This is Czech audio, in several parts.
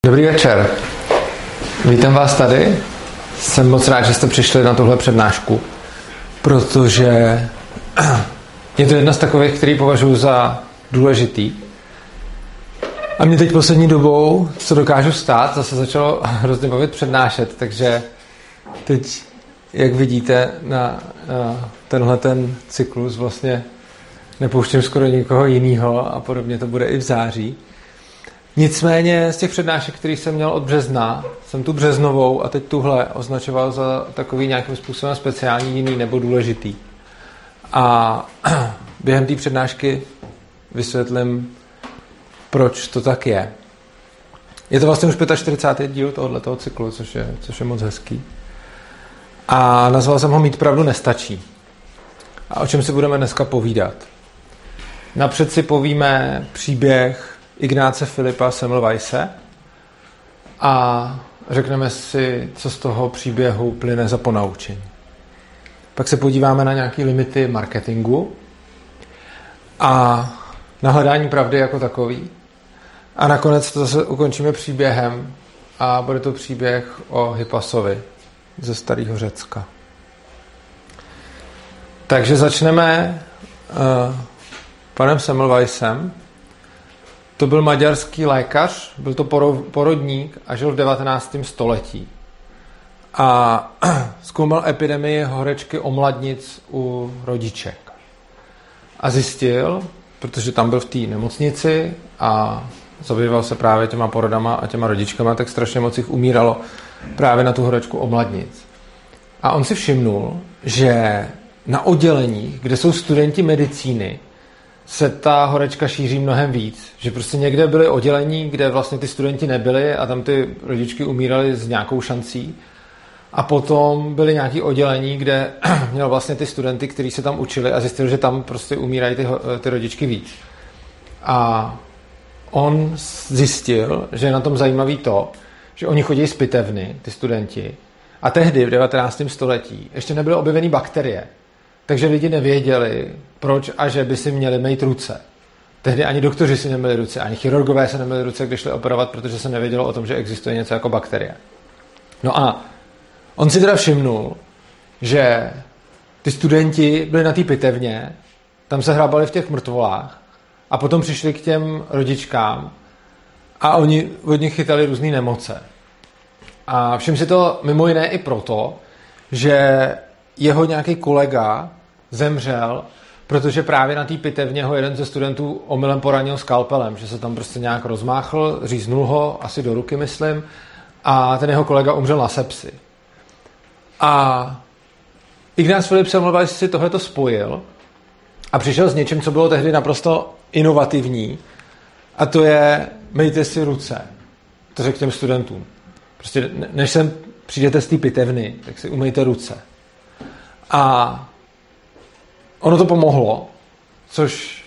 Dobrý večer. Vítám vás tady. Jsem moc rád, že jste přišli na tuhle přednášku, protože je to jedna z takových, který považuji za důležitý. A mě teď poslední dobou, co dokážu stát, zase začalo hrozně bavit přednášet, takže teď, jak vidíte, na tenhle ten cyklus vlastně nepouštím skoro nikoho jinýho a podobně to bude i v září. Nicméně z těch přednášek, který jsem měl od března, jsem tu březnovou a teď tuhle označoval za takový nějakým způsobem speciální, jiný nebo důležitý. A během té přednášky vysvětlím, proč to tak je. Je to vlastně už 45. díl tohoto cyklu, což je moc hezký. A nazval jsem ho Mít pravdu nestačí. A o čem si budeme dneska povídat? Napřed si povíme příběh Ignáce Filipa Semmelweise a řekneme si, co z toho příběhu plyne za ponaučení. Pak se podíváme na nějaké limity marketingu a na hledání pravdy jako takový. A nakonec to zase ukončíme příběhem a bude to příběh o Hippasovi ze starého Řecka. Takže začneme panem Semmelweisem. To byl maďarský lékař, byl to porodník a žil v 19. století. A zkoumal epidemii horečky omladnic u rodiček. A zjistil, protože tam byl v té nemocnici a zabýval se právě těma porodama a těma rodičkama, tak strašně moc jich umíralo právě na tu horečku omladnic. A on si všimnul, že na odděleních, kde jsou studenti medicíny, se ta horečka šíří mnohem víc. Že prostě někde byly oddělení, kde vlastně ty studenti nebyli a tam ty rodičky umíraly s nějakou šancí. A potom byly nějaké oddělení, kde měl vlastně ty studenty, kteří se tam učili a zjistil, že tam prostě umírají ty rodičky víc. A on zjistil, že je na tom zajímavý to, že oni chodí z pitevny, ty studenti, a tehdy v 19. století ještě nebyly objeveny bakterie. Takže lidi nevěděli, proč a že by si měli mít ruce. Tehdy ani doktoři si neměli ruce, ani chirurgové se neměli ruce, když šli operovat, protože se nevědělo o tom, že existuje něco jako bakterie. No a on si teda všimnul, že ty studenti byli na té pitevně, tam se hrabali v těch mrtvolách a potom přišli k těm rodičkám a oni od nich chytali různé nemoce. A všim si to mimo jiné i proto, že jeho nějaký kolega zemřel, protože právě na té pitevně ho jeden ze studentů omylem poranil skalpelem, že se tam prostě nějak rozmáchl, říznul ho, asi do ruky, myslím, a ten jeho kolega umřel na sepsi. A Ignác Filip Semmelweis si tohleto spojil a přišel s něčím, co bylo tehdy naprosto inovativní, a to je myjte si ruce. To řekl těm studentům. Prostě než sem přijdete z té pitevny, tak si umyjte ruce. A ono to pomohlo, což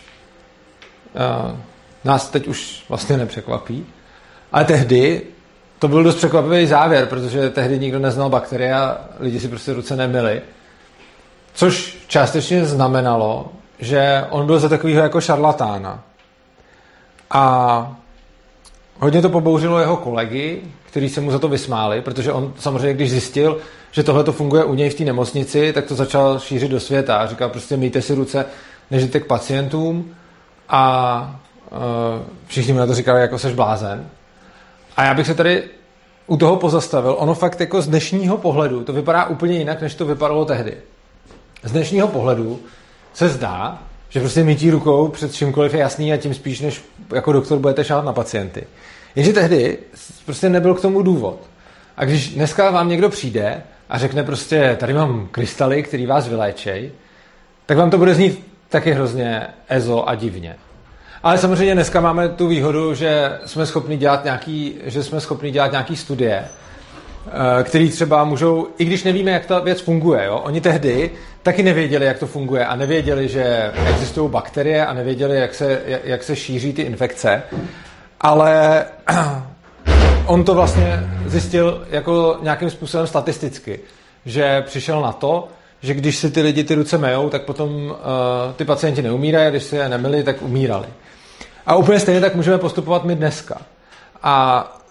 nás teď už vlastně nepřekvapí. Ale tehdy to byl dost překvapivý závěr, protože tehdy nikdo neznal bakterie a lidi si prostě ruce nemyli. Což částečně znamenalo, že on byl za takovýho jako šarlatána. A hodně to pobouřilo jeho kolegy, kteří se mu za to vysmáli, protože on samozřejmě, když zjistil, že tohle to funguje u něj v té nemocnici, tak to začal šířit do světa a říkal prostě myjte si ruce, než jdete k pacientům, a všichni mu na to říkali, jako seš blázen. A já bych se tady u toho pozastavil. Ono fakt jako z dnešního pohledu to vypadá úplně jinak, než to vypadalo tehdy. Z dnešního pohledu se zdá, že prostě mytí rukou před čímkoliv je jasný a tím spíš, než jako doktor budete šahat na pacienty. Jenže tehdy prostě nebyl k tomu důvod. A když dneska vám někdo přijde a řekne prostě, tady mám krystaly, který vás vyléčej, tak vám to bude znít taky hrozně ezo a divně. Ale samozřejmě dneska máme tu výhodu, že jsme schopni dělat nějaký studie, který třeba můžou, i když nevíme, jak ta věc funguje. Jo? Oni tehdy taky nevěděli, jak to funguje a nevěděli, že existují bakterie a nevěděli, jak se šíří ty infekce. Ale on to vlastně zjistil jako nějakým způsobem statisticky, že přišel na to, že když si ty lidi ty ruce mejou, tak potom ty pacienti neumírají, a když si je nemyli, tak umírali. A úplně stejně tak můžeme postupovat my dneska. A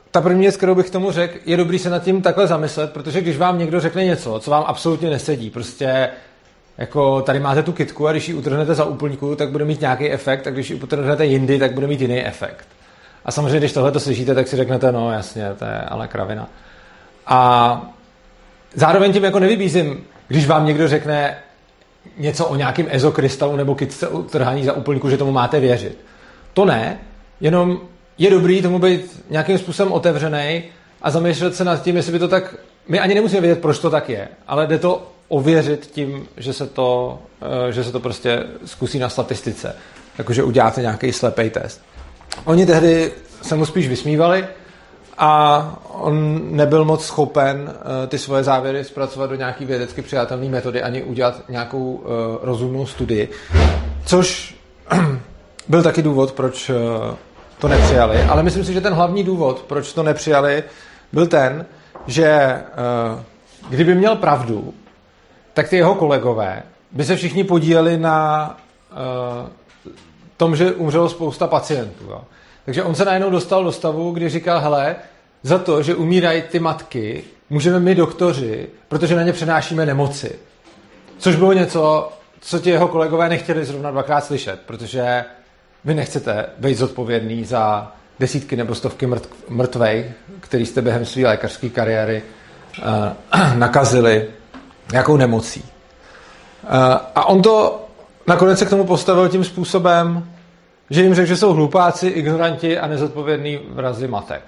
ta první věc, kterou bych k tomu řekl, je dobrý se nad tím takhle zamyslet, protože když vám někdo řekne něco, co vám absolutně nesedí, prostě jako tady máte tu kytku a když ji utrhnete za úplňku, tak bude mít nějaký efekt a když ji utrhnete jindy, tak bude mít jiný efekt. A samozřejmě, když tohle to slyšíte, tak si řeknete, no jasně, to je ale kravina. A zároveň tím jako nevybízím, když vám někdo řekne něco o nějakým ezokrystalu nebo kytce utrhaný za úplňku, že tomu máte věřit. To ne, jenom je dobrý tomu být nějakým způsobem otevřený a zamýšlet se nad tím, jestli by to tak... My ani nemusíme vědět, proč to tak je, ale jde to ověřit tím, že se to prostě zkusí na statistice. Jakože uděláte nějaký slepej test. Oni tehdy se mu spíš vysmívali a on nebyl moc schopen ty svoje závěry zpracovat do nějaký vědecky přijatelné metody ani udělat nějakou rozumnou studii. Což byl taky důvod, proč to nepřijali. Ale myslím si, že ten hlavní důvod, proč to nepřijali, byl ten, že kdyby měl pravdu, tak ty jeho kolegové by se všichni podíleli na tom, že umřelo spousta pacientů. Jo. Takže on se najednou dostal do stavu, kdy říkal, hele, za to, že umírají ty matky, můžeme my doktoři, protože na ně přenášíme nemoci. Což bylo něco, co ti jeho kolegové nechtěli zrovna dvakrát slyšet, protože vy nechcete být zodpovědný za desítky nebo stovky mrtvých, který jste během své lékařské kariéry nakazili nějakou nemocí. A on to nakonec se k tomu postavil tím způsobem, že jim řekl, že jsou hlupáci, ignoranti a nezodpovědní vrazi matek.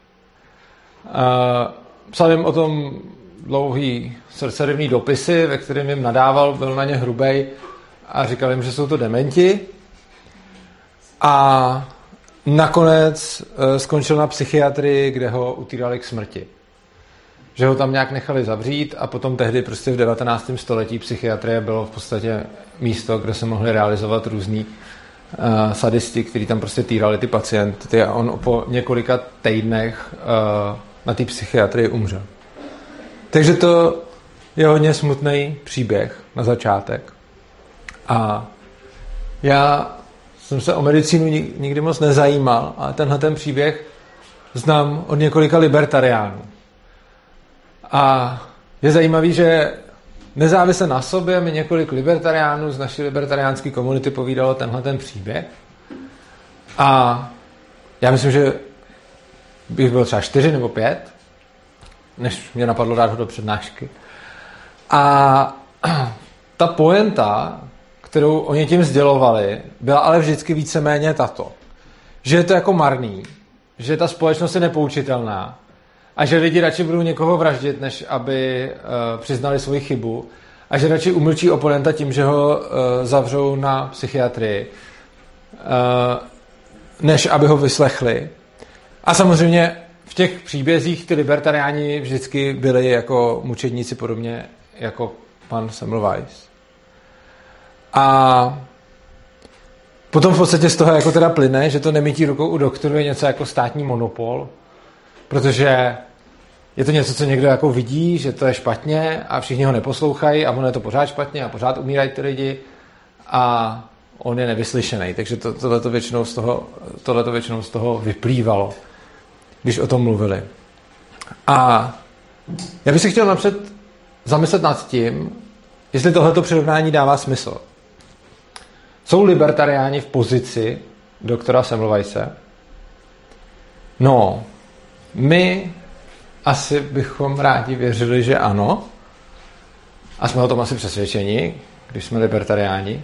Psal jim o tom dlouhý srdcerivný dopisy, ve kterém jim nadával, byl na ně hrubej a říkal jim, že jsou to dementi. A nakonec skončil na psychiatrii, kde ho utírali k smrti. Že ho tam nějak nechali zavřít a potom tehdy prostě v 19. století psychiatrie bylo v podstatě místo, kde se mohli realizovat různý sadisti, kteří tam prostě týrali ty pacienty a on po několika týdnech na té psychiatrii umřel. Takže to je hodně smutný příběh na začátek. A já jsem se o medicínu nikdy moc nezajímal, ale tenhle ten příběh znám od několika libertariánů. A je zajímavý, že nezávisle na sobě mi několik libertariánů z naší libertariánské komunity povídalo tenhle ten příběh. A já myslím, že bych byl třeba 4 nebo 5, než mě napadlo dát ho do přednášky. A ta pointa, kterou oni tím sdělovali, byla ale vždycky víceméně tato. Že je to jako marný, že ta společnost je nepoučitelná a že lidi radši budou někoho vraždit, než aby přiznali svoji chybu a že radši umlčí oponenta tím, že ho zavřou na psychiatrii, než aby ho vyslechli. A samozřejmě v těch příbězích ty libertariáni vždycky byli jako mučedníci podobně jako pan Semmelweis. A potom v podstatě z toho jako teda plyne, že to nemítí rukou u doktorů je něco jako státní monopol, protože je to něco, co někdo jako vidí, že to je špatně a všichni ho neposlouchají a ono je to pořád špatně a pořád umírají ty lidi a on je nevyslyšený. Takže tohleto většinou z toho vyplývalo, když o tom mluvili. A já bych si chtěl napřed zamyslet nad tím, jestli tohleto přirovnání dává smysl. Jsou libertariáni v pozici doktora Semmelweise? No, my asi bychom rádi věřili, že ano. A jsme o tom asi přesvědčeni, když jsme libertariáni.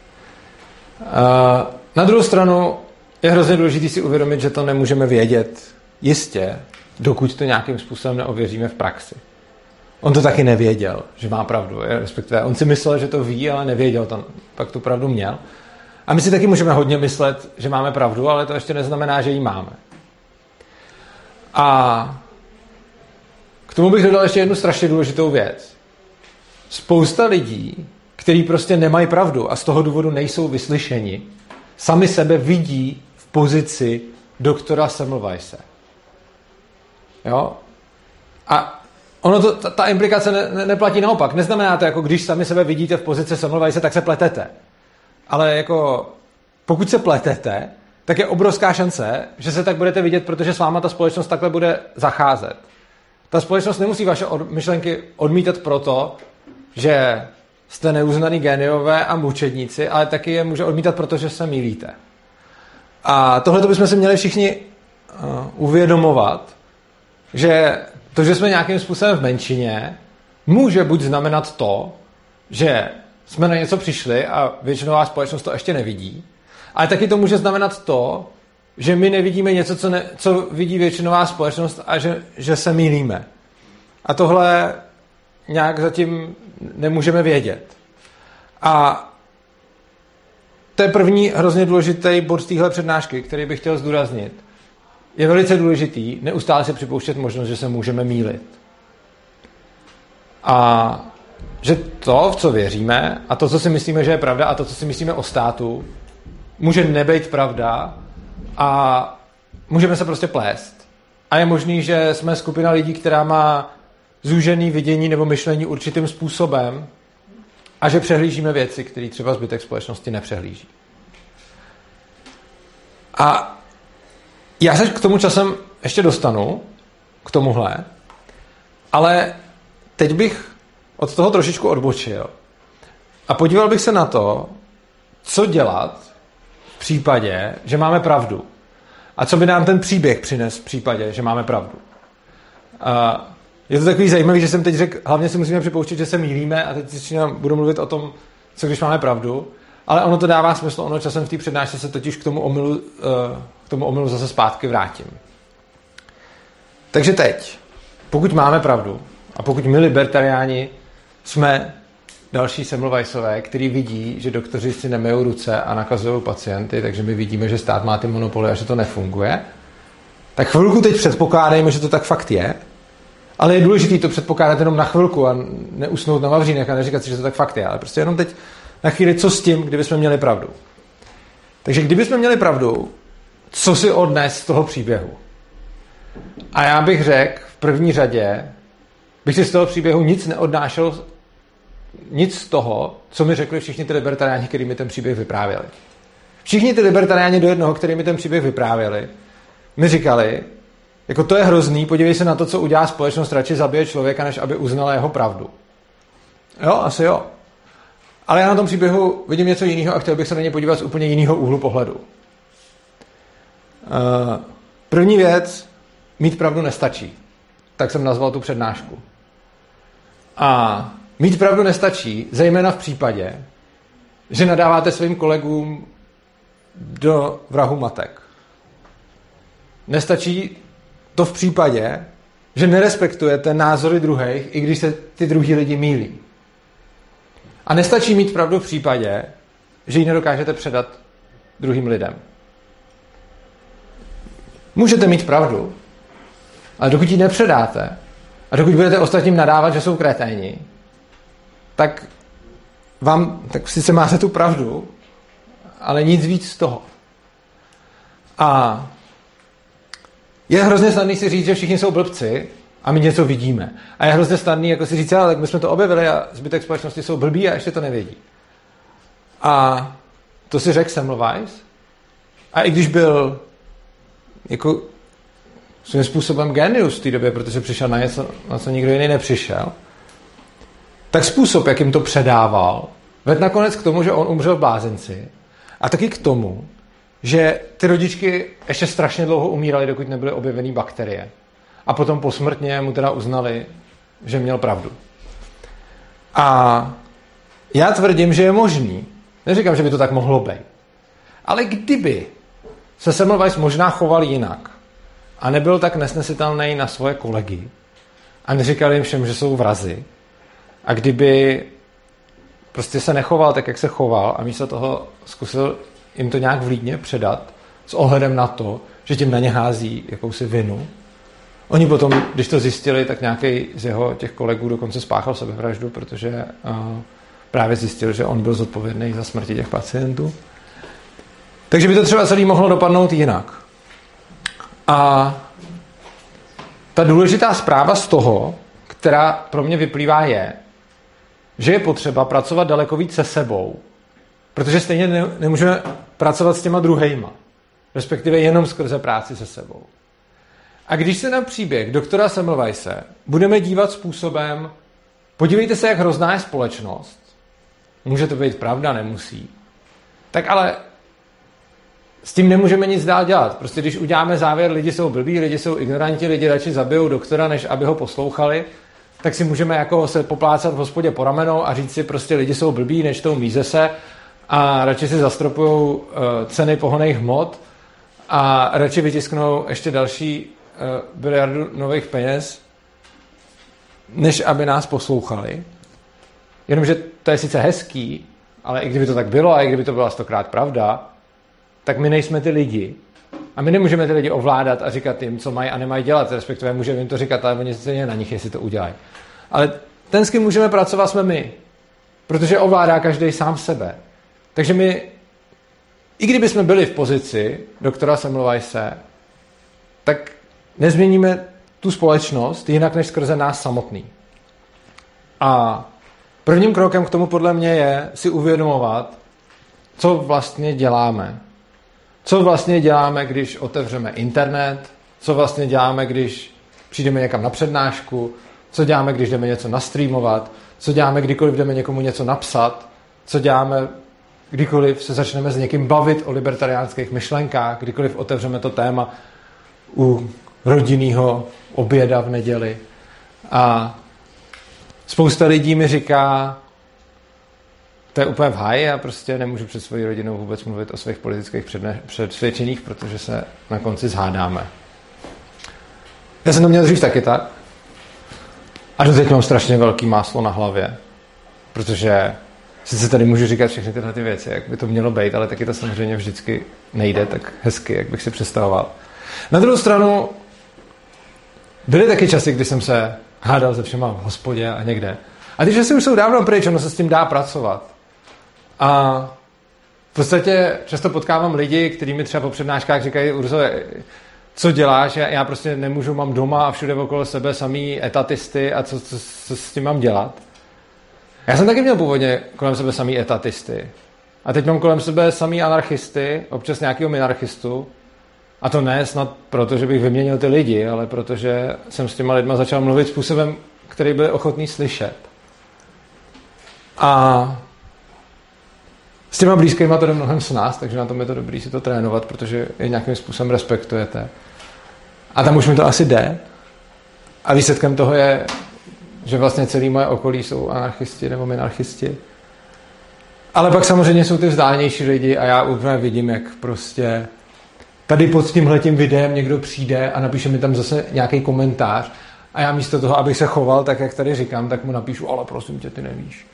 Na druhou stranu je hrozně důležité si uvědomit, že to nemůžeme vědět jistě, dokud to nějakým způsobem neověříme v praxi. On to taky nevěděl, že má pravdu. Respektive on si myslel, že to ví, ale nevěděl to. Pak tu pravdu měl. A my si taky můžeme hodně myslet, že máme pravdu, ale to ještě neznamená, že ji máme. A k tomu bych dodal ještě jednu strašně důležitou věc. Spousta lidí, kteří prostě nemají pravdu a z toho důvodu nejsou vyslyšeni, sami sebe vidí v pozici doktora Semmelweise. Jo? A ono to, ta implikace neplatí naopak. Neznamená to, jako když sami sebe vidíte v pozici Semmelweise, tak se pletete. Ale jako pokud se pletete, tak je obrovská šance, že se tak budete vidět, protože s váma ta společnost takhle bude zacházet. Ta společnost nemusí vaše myšlenky odmítat proto, že jste neuznaný géniové a mučedníci, ale taky je může odmítat, protože se mýlíte. A tohle bychom si měli všichni uvědomovat, že to, že jsme nějakým způsobem v menšině, může buď znamenat to, že jsme na něco přišli a většinová společnost to ještě nevidí, ale taky to může znamenat to, že my nevidíme něco, co vidí většinová společnost a že se mýlíme. A tohle nějak zatím nemůžeme vědět. A to je první hrozně důležitý bod z téhle přednášky, který bych chtěl zdůraznit. Je velice důležitý neustále si připouštět možnost, že se můžeme mýlit. A že to, v co věříme, a to, co si myslíme, že je pravda, a to, co si myslíme o státu, může nebejt pravda a můžeme se prostě plést. A je možný, že jsme skupina lidí, která má zúžený vidění nebo myšlení určitým způsobem a že přehlížíme věci, které třeba zbytek společnosti nepřehlíží. A já se k tomu časem ještě dostanu, k tomuhle, ale teď bych od toho trošičku odbočil a podíval bych se na to, co dělat v případě, že máme pravdu. A co by nám ten příběh přines v případě, že máme pravdu. Je to takový zajímavý, že jsem teď řekl, hlavně si musíme připouštět, že se mýlíme a teď budu mluvit o tom, co když máme pravdu, ale ono to dává smysl, ono časem v té přednášce se totiž k tomu omylu zase zpátky vrátím. Takže teď, pokud máme pravdu a pokud my libertariáni jsme další Semmelweisové, který vidí, že doktoři si nemejou ruce a nakazují pacienty, takže my vidíme, že stát má ty monopoly a že to nefunguje, tak chvilku teď předpokládejme, že to tak fakt je, ale je důležité to předpokládat jenom na chvilku a neusnout na vavřínech a neříkat si, že to tak fakt je, ale prostě jenom teď na chvíli, co s tím, kdybychom měli pravdu. Takže kdybychom měli pravdu, co si odnes z toho příběhu? A já bych řekl, v první řadě, bych si z toho příběhu nic neodnášel, nic z toho, co mi řekli všichni ty libertariáni, který mi ten příběh vyprávěli. Všichni ty libertariáni do jednoho, který mi ten příběh vyprávěli, mi říkali, jako to je hrozný, podívej se na to, co udělá společnost, radši zabije člověka, než aby uznala jeho pravdu. Jo, asi jo. Ale já na tom příběhu vidím něco jiného a chtěl bych se na ně podívat z úplně jiného úhlu pohledu. První věc, mít pravdu nestačí. Tak jsem nazval tu přednášku. A mít pravdu nestačí, zejména v případě, že nadáváte svým kolegům do vrahu matek. Nestačí to v případě, že nerespektujete názory druhých, i když se ty druhý lidi mýlí. A nestačí mít pravdu v případě, že ji nedokážete předat druhým lidem. Můžete mít pravdu, ale dokud ji nepředáte a dokud budete ostatním nadávat, že jsou kreténi, tak sice máte tu pravdu, ale nic víc z toho. A je hrozně snadný si říct, že všichni jsou blbci a my něco vidíme. A je hrozně snadný jako si říct, ale tak my jsme to objevili a zbytek společnosti jsou blbí a ještě to nevědí. A to si řekl Semmelweis. A i když byl jako svým způsobem genius v té době, protože přišel na něco, na co nikdo jiný nepřišel, tak způsob, jak jim to předával, vedl nakonec k tomu, že on umřel v blázinci a taky k tomu, že ty rodičky ještě strašně dlouho umíraly, dokud nebyly objeveny bakterie. A potom posmrtně mu teda uznali, že měl pravdu. A já tvrdím, že je možný. Neříkám, že by to tak mohlo být. Ale kdyby se Semmelweis možná choval jinak a nebyl tak nesnesitelný na svoje kolegy a neříkal jim všem, že jsou vrazi, a kdyby prostě se nechoval tak, jak se choval a místo toho zkusil jim to nějak vlídně předat s ohledem na to, že tím na ně hází jakousi vinu. Oni potom, když to zjistili, tak nějaký z jeho těch kolegů dokonce spáchal sebevraždu, protože právě zjistil, že on byl zodpovědný za smrti těch pacientů. Takže by to třeba celý mohlo dopadnout jinak. A ta důležitá zpráva z toho, která pro mě vyplývá, je, že je potřeba pracovat daleko víc se sebou, protože stejně nemůžeme pracovat s těma druhejma. Respektive jenom skrze práci se sebou. A když se na příběh doktora Semmelweise budeme dívat způsobem, podívejte se, jak hrozná je společnost, může to být pravda, nemusí, tak ale s tím nemůžeme nic dál dělat. Prostě když uděláme závěr, lidi jsou blbí, lidi jsou ignoranti, lidi radši zabijou doktora, než aby ho poslouchali, tak si můžeme jako se poplácat v hospodě po ramenou a říct si prostě lidi jsou blbí, nečtou mízese a radši si zastropujou ceny pohonných hmot a radši vytisknou ještě další biliardu nových peněz, než aby nás poslouchali. Jenomže to je sice hezký, ale i kdyby to tak bylo a i kdyby to byla 100krát pravda, tak my nejsme ty lidi. A my nemůžeme ty lidi ovládat a říkat jim, co mají a nemají dělat, respektive můžeme jim to říkat, ale oni se na nich, jestli to udělají. Ale ten, s kým můžeme pracovat, jsme my. Protože ovládá každý sám sebe. Takže my, i kdyby jsme byli v pozici doktora Semmelweise, tak nezměníme tu společnost jinak než skrze nás samotný. A prvním krokem k tomu podle mě je si uvědomovat, co vlastně děláme. Co vlastně děláme, když otevřeme internet, co vlastně děláme, když přijdeme někam na přednášku, co děláme, když jdeme něco nastreamovat, co děláme, kdykoliv jdeme někomu něco napsat, co děláme, kdykoliv se začneme s někým bavit o libertariánských myšlenkách, kdykoliv otevřeme to téma u rodinného oběda v neděli. A spousta lidí mi říká, to je úplně v háji, já prostě nemůžu před svojí rodinou vůbec mluvit o svých politických přesvědčeních, protože se na konci zhádáme. Já jsem to měl dřív taky tak. A doteď mám strašně velký máslo na hlavě, protože sice tady můžu říkat všechny tyhle ty věci, jak by to mělo být, ale taky to samozřejmě vždycky nejde tak hezky, jak bych si představoval. Na druhou stranu byly taky časy, kdy jsem se hádal se všema v hospodě a někde. A ty časy už jsou dávno pryč, ono se s tím dá pracovat. A v podstatě často potkávám lidi, kteří mi třeba po přednáškách říkají, Urzo, co děláš? Já prostě nemůžu, mám doma a všude okolo sebe samý etatisty a co s tím mám dělat? Já jsem taky měl původně kolem sebe samý etatisty. A teď mám kolem sebe samý anarchisty, občas nějakého minarchistu. A to ne snad proto, že bych vyměnil ty lidi, ale protože jsem s těma lidma začal mluvit způsobem, který byli ochotný slyšet. A s těma blízkýma to jde mnohem s nás, takže na tom je to dobrý si to trénovat, protože je nějakým způsobem respektujete. A tam už mi to asi jde. A výsledkem toho je, že vlastně celý moje okolí jsou anarchisti nebo minarchisti. Ale pak samozřejmě jsou ty vzdálenější lidi a já úplně vidím, jak prostě tady pod tímhletím videem někdo přijde a napíše mi tam zase nějaký komentář a já místo toho, abych se choval tak, jak tady říkám, tak mu napíšu, ale prosím tě, ty nevíš.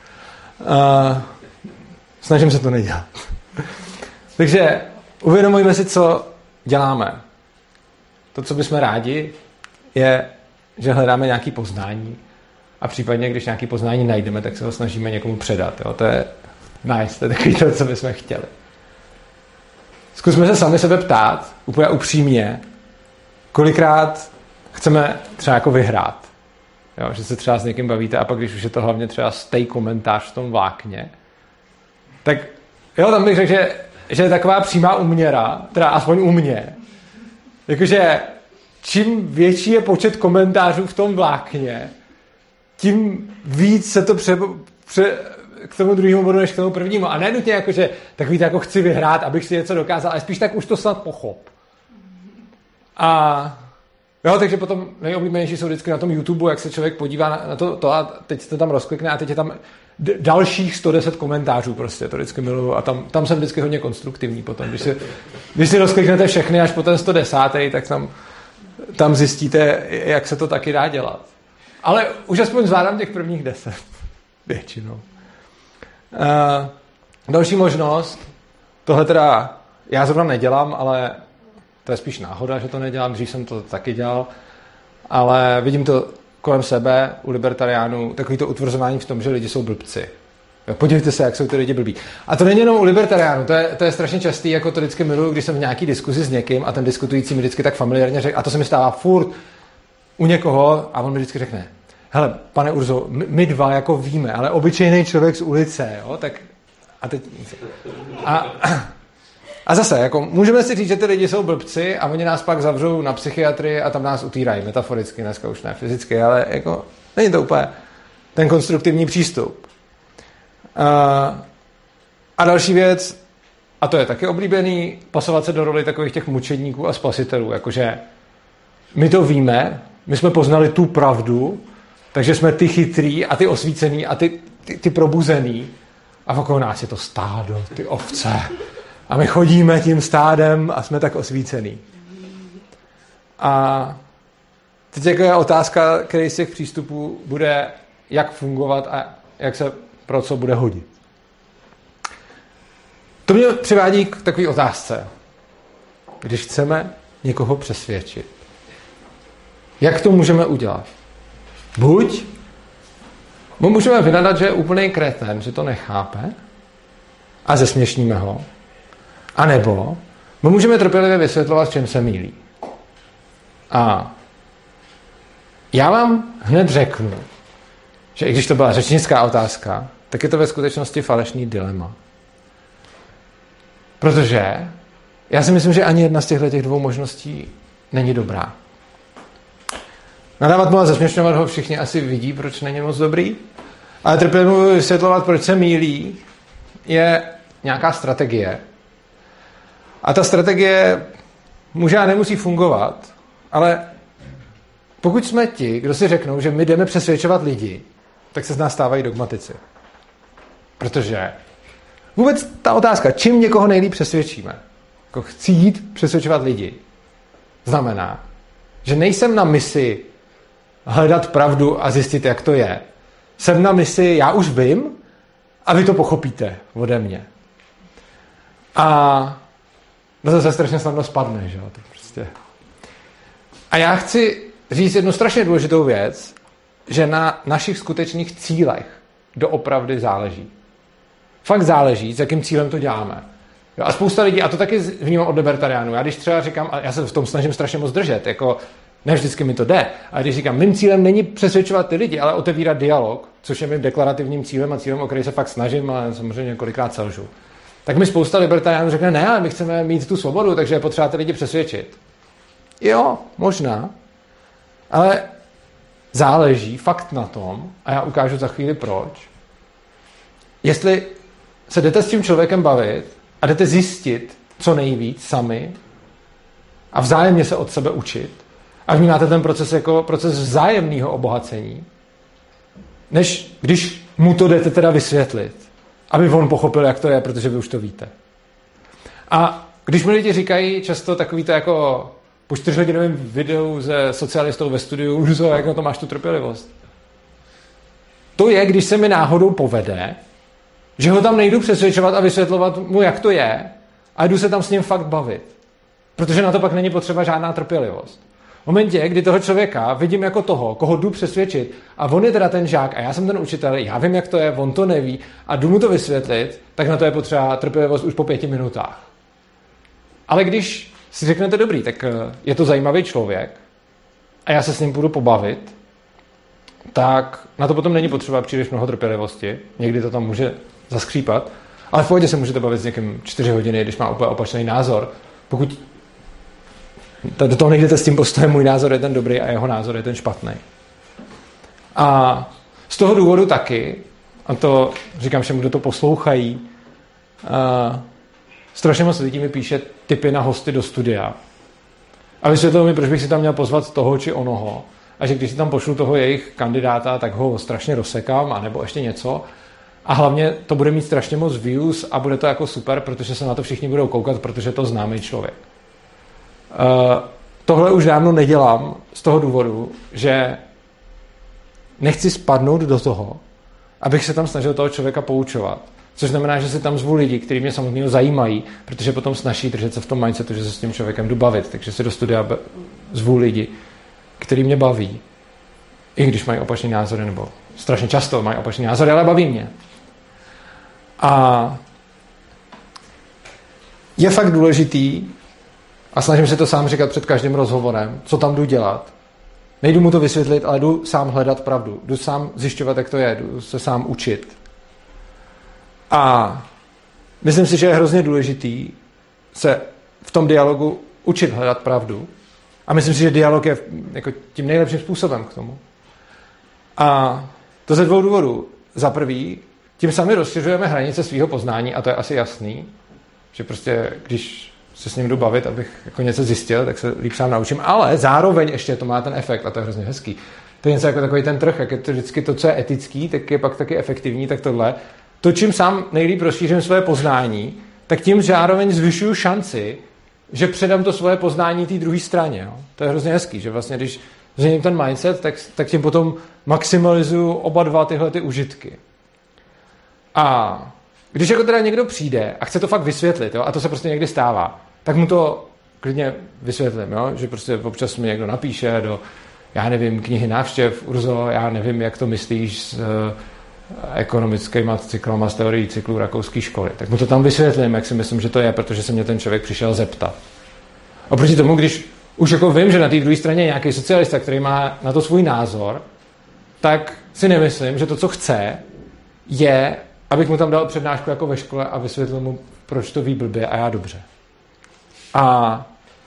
Snažím se to nedělat. Takže uvědomujeme si, co děláme. To, co bychom rádi, je, že hledáme nějaké poznání a případně, když nějaké poznání najdeme, tak se ho snažíme někomu předat. Jo? To je nice, to je takový to, co bychom chtěli. Zkusme se sami sebe ptát, úplně upřímně, kolikrát chceme třeba jako vyhrát. Jo? Že se třeba s někým bavíte a pak, když už je to hlavně třeba stej komentář v tom vlákně, tak jo, tam bych řekl, že je taková přímá úměra, teda aspoň u mě, jakože čím větší je počet komentářů v tom vlákně, tím víc se to k tomu druhému bodu, než k tomu prvnímu. A ne nutně jakože takový to jako chci vyhrát, abych si něco dokázal, ale spíš tak už to snad pochop. A jo, takže potom nejoblíbenější jsou vždycky na tom YouTube, jak se člověk podívá na to a teď to tam rozklikne a teď je tam dalších 110 komentářů prostě, to vždycky miluju a tam jsem vždycky hodně konstruktivní potom. Když si rozkliknete všechny až po ten 110, tak tam zjistíte, jak se to taky dá dělat. Ale už aspoň zvládám těch prvních 10. Většinou. Další možnost, tohle teda já zrovna nedělám, ale to je spíš náhoda, že to nedělám, dřív jsem to taky dělal, ale vidím to kolem sebe u libertariánů, takový to utvrzování v tom, že lidi jsou blbci. Podívejte se, jak jsou ty lidi blbí. A to není jenom u libertariánů, to je strašně častý, jako to vždycky miluju, když jsem v nějaký diskuzi s někým a ten diskutující mi vždycky tak familiárně řekne, a to se mi stává furt u někoho a on mi vždycky řekne, hele, pane Urzo, my dva jako víme, ale obyčejný člověk z ulice, jo, tak a teď A zase, jako můžeme si říct, že ty lidi jsou blbci a oni nás pak zavřou na psychiatrii a tam nás utýrají, metaforicky, dneska už ne fyzicky, ale jako není to úplně ten konstruktivní přístup. A další věc, a to je taky oblíbený, pasovat se do roli takových těch mučedníků a spasitelů, jakože my to víme, my jsme poznali tu pravdu, takže jsme ty chytrý a ty osvícený a ty probuzený a okolo nás je to stádo, ty ovce. A my chodíme tím stádem a jsme tak osvícený. A teď jako je otázka, který z těch přístupů bude jak fungovat a jak se pro co bude hodit. To mě přivádí k takové otázce. Když chceme někoho přesvědčit, jak to můžeme udělat? Buď mu můžeme vynadat, že je úplný kretén, že to nechápe a zesměšníme ho, a nebo my můžeme trpělivě vysvětlovat, v čem se mýlí. A já vám hned řeknu, že i když to byla řečnická otázka, tak je to ve skutečnosti falešný dilema. Protože já si myslím, že ani jedna z těchto dvou možností není dobrá. Nadávat mu a zesměšňovat ho všichni asi vidí, proč není moc dobrý, ale trpělivě vysvětlovat, proč se mýlí, je nějaká strategie. A ta strategie může a nemusí fungovat, ale pokud jsme ti, kdo si řeknou, že my jdeme přesvědčovat lidi, tak se z nás stávají dogmatici. Protože vůbec ta otázka, čím někoho nejlíp přesvědčíme, jako chcít přesvědčovat lidi, znamená, že nejsem na misi hledat pravdu a zjistit, jak to je. Jsem na misi, já už vím, a vy to pochopíte ode mě. A no to se strašně snadno spadne, že jo? To prostě. A já chci říct jednu strašně důležitou věc, že na našich skutečných cílech doopravdy záleží. Fakt záleží, s jakým cílem to děláme. Jo, a spousta lidí, a to taky vnímám od libertariánů, já když třeba říkám, a já se v tom snažím strašně moc držet, jako ne vždycky mi to jde, ale když říkám, mým cílem není přesvědčovat ty lidi, ale otevírat dialog, což je mým deklarativním cílem a cílem, o který se fakt snažím, ale samozřejmě několikrát selžu. Tak mi spousta libertariánů řekne, ne, ale my chceme mít tu svobodu, takže je potřeba ty lidi přesvědčit. Jo, možná, ale záleží fakt na tom, a já ukážu za chvíli proč, jestli se jdete s tím člověkem bavit a jdete zjistit co nejvíc sami a vzájemně se od sebe učit a vnímáte ten proces jako proces vzájemného obohacení, než když mu to jdete teda vysvětlit, aby on pochopil, jak to je, protože vy už to víte. A když mi lidi říkají často takový to jako po 4hodinovém videu se socialistou ve studiu, jak na to máš tu trpělivost. To je, když se mi náhodou povede, že ho tam nejdu přesvědčovat a vysvětlovat mu, jak to je, a jdu se tam s ním fakt bavit. Protože na to pak není potřeba žádná trpělivost. V momentě, kdy toho člověka vidím jako toho, koho jdu přesvědčit, a on je teda ten žák a já jsem ten učitel, já vím, jak to je, on to neví a jdu mu to vysvětlit, tak na to je potřeba trpělivost už po 5 minutách. Ale když si řeknete dobrý, tak je to zajímavý člověk a já se s ním budu pobavit, tak na to potom není potřeba příliš mnoho trpělivosti. Někdy to tam může zaskřípat, ale v pohodě se můžete bavit s někým 4 hodiny, když má úplně opačný názor. Pokud do toho nejdete s tím postojem, můj názor je ten dobrý a jeho názor je ten špatný. A z toho důvodu taky, a to říkám všem, kdo to poslouchají, strašně moc lidí mi píše tipy na hosty do studia. A vysvětlil mi, proč bych si tam měl pozvat toho či onoho. A že když si tam pošlu toho jejich kandidáta, tak ho strašně rozsekám, anebo ještě něco. A hlavně to bude mít strašně moc views a bude to jako super, protože se na to všichni budou koukat, protože to známý člověk. Tohle už dávno nedělám z toho důvodu, že nechci spadnout do toho, abych se tam snažil toho člověka poučovat. Což znamená, že se tam zvu lidi, kteří mě samotného zajímají, protože potom snaží držet se v tom mindsetu, že se s tím člověkem jdu bavit. Takže se do studia zvu lidi, kteří mě baví. I když mají opačný názory, nebo strašně často mají opačný názory, ale baví mě. A je fakt důležitý, a snažím se to sám říkat před každým rozhovorem, co tam jdu dělat. Nejdu mu to vysvětlit, ale jdu sám hledat pravdu. Jdu sám zjišťovat, jak to je. Jdu se sám učit. A myslím si, že je hrozně důležitý se v tom dialogu učit hledat pravdu. A myslím si, že dialog je jako tím nejlepším způsobem k tomu. A to ze 2 důvodů. Za prvý, tím sami rozšiřujeme hranice svého poznání a to je asi jasný, že prostě, když se s ním jdu bavit, abych jako něco zjistil, tak se líp sám naučím, ale zároveň ještě to má ten efekt a to je hrozně hezký. To je něco jako takový ten trh, jak je to vždycky to, co je etický, tak je pak taky efektivní, tak tohle. To, čím sám nejlíp rozšířím své poznání, tak tím zároveň zvyšuju šanci, že předám to svoje poznání té druhé straně. Jo? To je hrozně hezký, že vlastně, když změním ten mindset, tak tím potom maximalizuju oba dva tyhle ty užitky. A když jako teda někdo přijde a chce to fakt vysvětlit, jo, a to se prostě někdy stává, tak mu to klidně vysvětlím, jo, že prostě občas mi někdo napíše do, já nevím, knihy návštěv, Urzo, já nevím, jak to myslíš s ekonomickými cyklama z teorií cyklů rakouské školy. Tak mu to tam vysvětlím, jak si myslím, že to je, protože se mě ten člověk přišel zeptat. Oproti tomu, když už jako vím, že na té druhé straně je nějaký socialista, který má na to svůj názor, tak si nemyslím, že to, co chce, je, abych mu tam dal přednášku jako ve škole a vysvětlil mu, proč to ví blbě a já dobře. A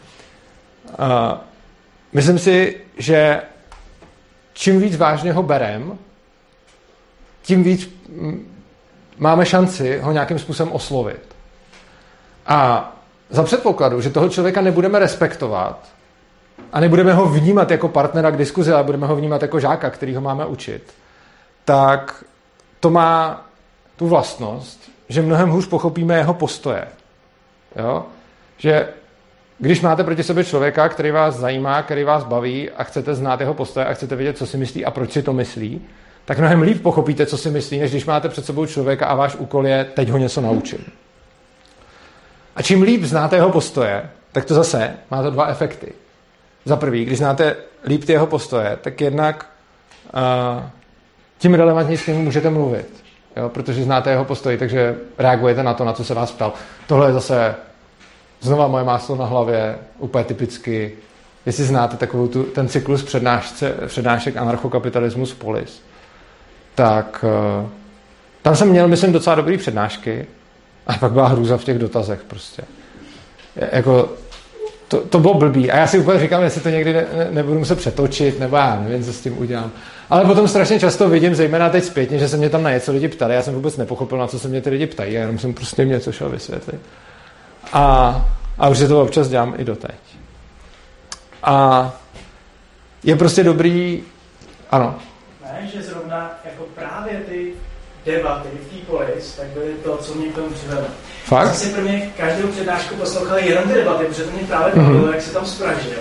myslím si, že čím víc vážně ho berem, tím víc máme šanci ho nějakým způsobem oslovit. A za předpokladu, že toho člověka nebudeme respektovat a nebudeme ho vnímat jako partnera k diskuzi, ale budeme ho vnímat jako žáka, který ho máme učit, tak to má tu vlastnost, že mnohem hůř pochopíme jeho postoje. Jo? Že když máte proti sobě člověka, který vás zajímá, který vás baví a chcete znát jeho postoje a chcete vědět, co si myslí a proč si to myslí, tak mnohem líp pochopíte, co si myslí, než když máte před sebou člověka a váš úkol je, teď ho něco naučím. A čím líp znáte jeho postoje, tak to zase má to 2 efekty. Za prvý, když znáte líp ty jeho postoje, tak jednak tím relevantně s ním můžete mluvit. Jo? Protože znáte jeho postoj, takže reagujete na to, na co se vás ptal. Tohle je zase znova moje máslo na hlavě, úplně typicky. Jestli znáte takovou ten cyklus přednášek Anarchokapitalismus polis, tak tam jsem měl, myslím, docela dobrý přednášky a pak byla hrůza v těch dotazech prostě. Jako, to bylo blbý. A já si úplně říkám, jestli to někdy nebudu muset přetočit, nebo já nevím, co s tím udělám. Ale potom strašně často vidím, zejména teď zpětně, že se mě tam na něco lidi ptali. Já jsem vůbec nepochopil, na co se mě ty lidi ptají. Já jenom jsem prostě jim něco šel vysvětlit. A už si to občas dělám i doteď. A je prostě dobrý, ano. Ne, že zrovna jako právě ty debaty v té polis, tak byly to, co mě k tomu přivedlo. Fakt? Já si pro mě každou přednášku poslouchal jenom ty debaty, protože to mě právě bavilo, jak se tam spražil.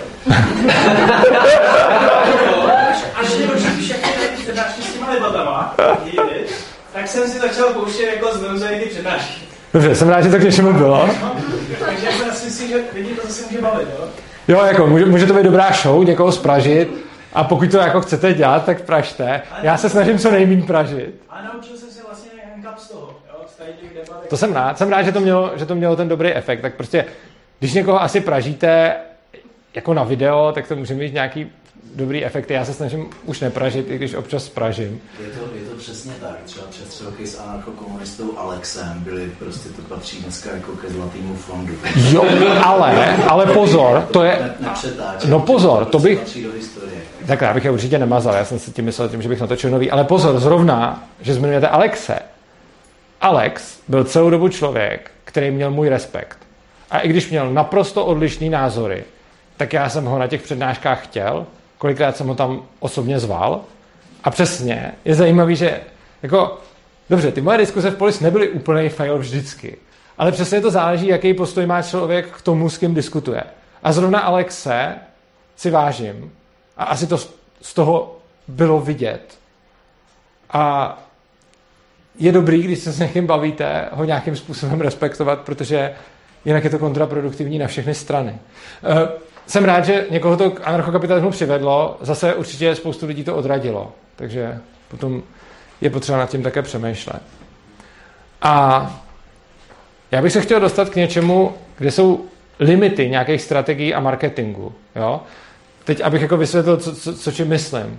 Až mě došli všechny ty přednášky s těma debatama, tak jsem si začal pouštět jako zneuzají ty přednášky. Dobře, jsem rád, že to k něčemu bylo. Takže já si myslím, že lidi to zase může bavit, jo? Jo, jako může to být dobrá show, někoho spražit a pokud to jako chcete dělat, tak pražte. Já se snažím co nejméně pražit. A naučil jsem se vlastně handcap z toho, jo? Z tady těch debat. To jsem rád. Jsem rád, že to mělo ten dobrý efekt. Tak prostě, když někoho asi pražíte jako na video, tak to může mít nějaký dobrý efekty. Já se snažím už nepražit, i když občas spražím. Je to přesně tak. Třeba před 3 roky s anarchokomunistou Alexem byli prostě to patří dneska jako ke zlatýmu fondu. Jo, ale pozor, to je... No pozor, to bych... Tak já bych je určitě nemazal, já jsem si tím myslel, že bych natočil nový. Ale pozor, zrovna, že zmiňujete Alexe. Alex byl celou dobu člověk, který měl můj respekt. A i když měl naprosto odlišný názory, tak já jsem ho na těch přednáškách chtěl, kolikrát jsem ho tam osobně zval. A přesně, je zajímavý, že jako, dobře, ty moje diskuze v polis nebyly úplný fail vždycky, ale přesně to záleží, jaký postoj má člověk k tomu, s kým diskutuje. A zrovna Alexe si vážím. A asi to z toho bylo vidět. A je dobrý, když se s někým bavíte, ho nějakým způsobem respektovat, protože jinak je to kontraproduktivní na všechny strany. Jsem rád, že někoho to k anarchokapitalismu přivedlo, zase určitě spoustu lidí to odradilo, takže potom je potřeba nad tím také přemýšlet. A já bych se chtěl dostat k něčemu, kde jsou limity nějakých strategií a marketingu. Jo? Teď, abych jako vysvětlil, co čím myslím.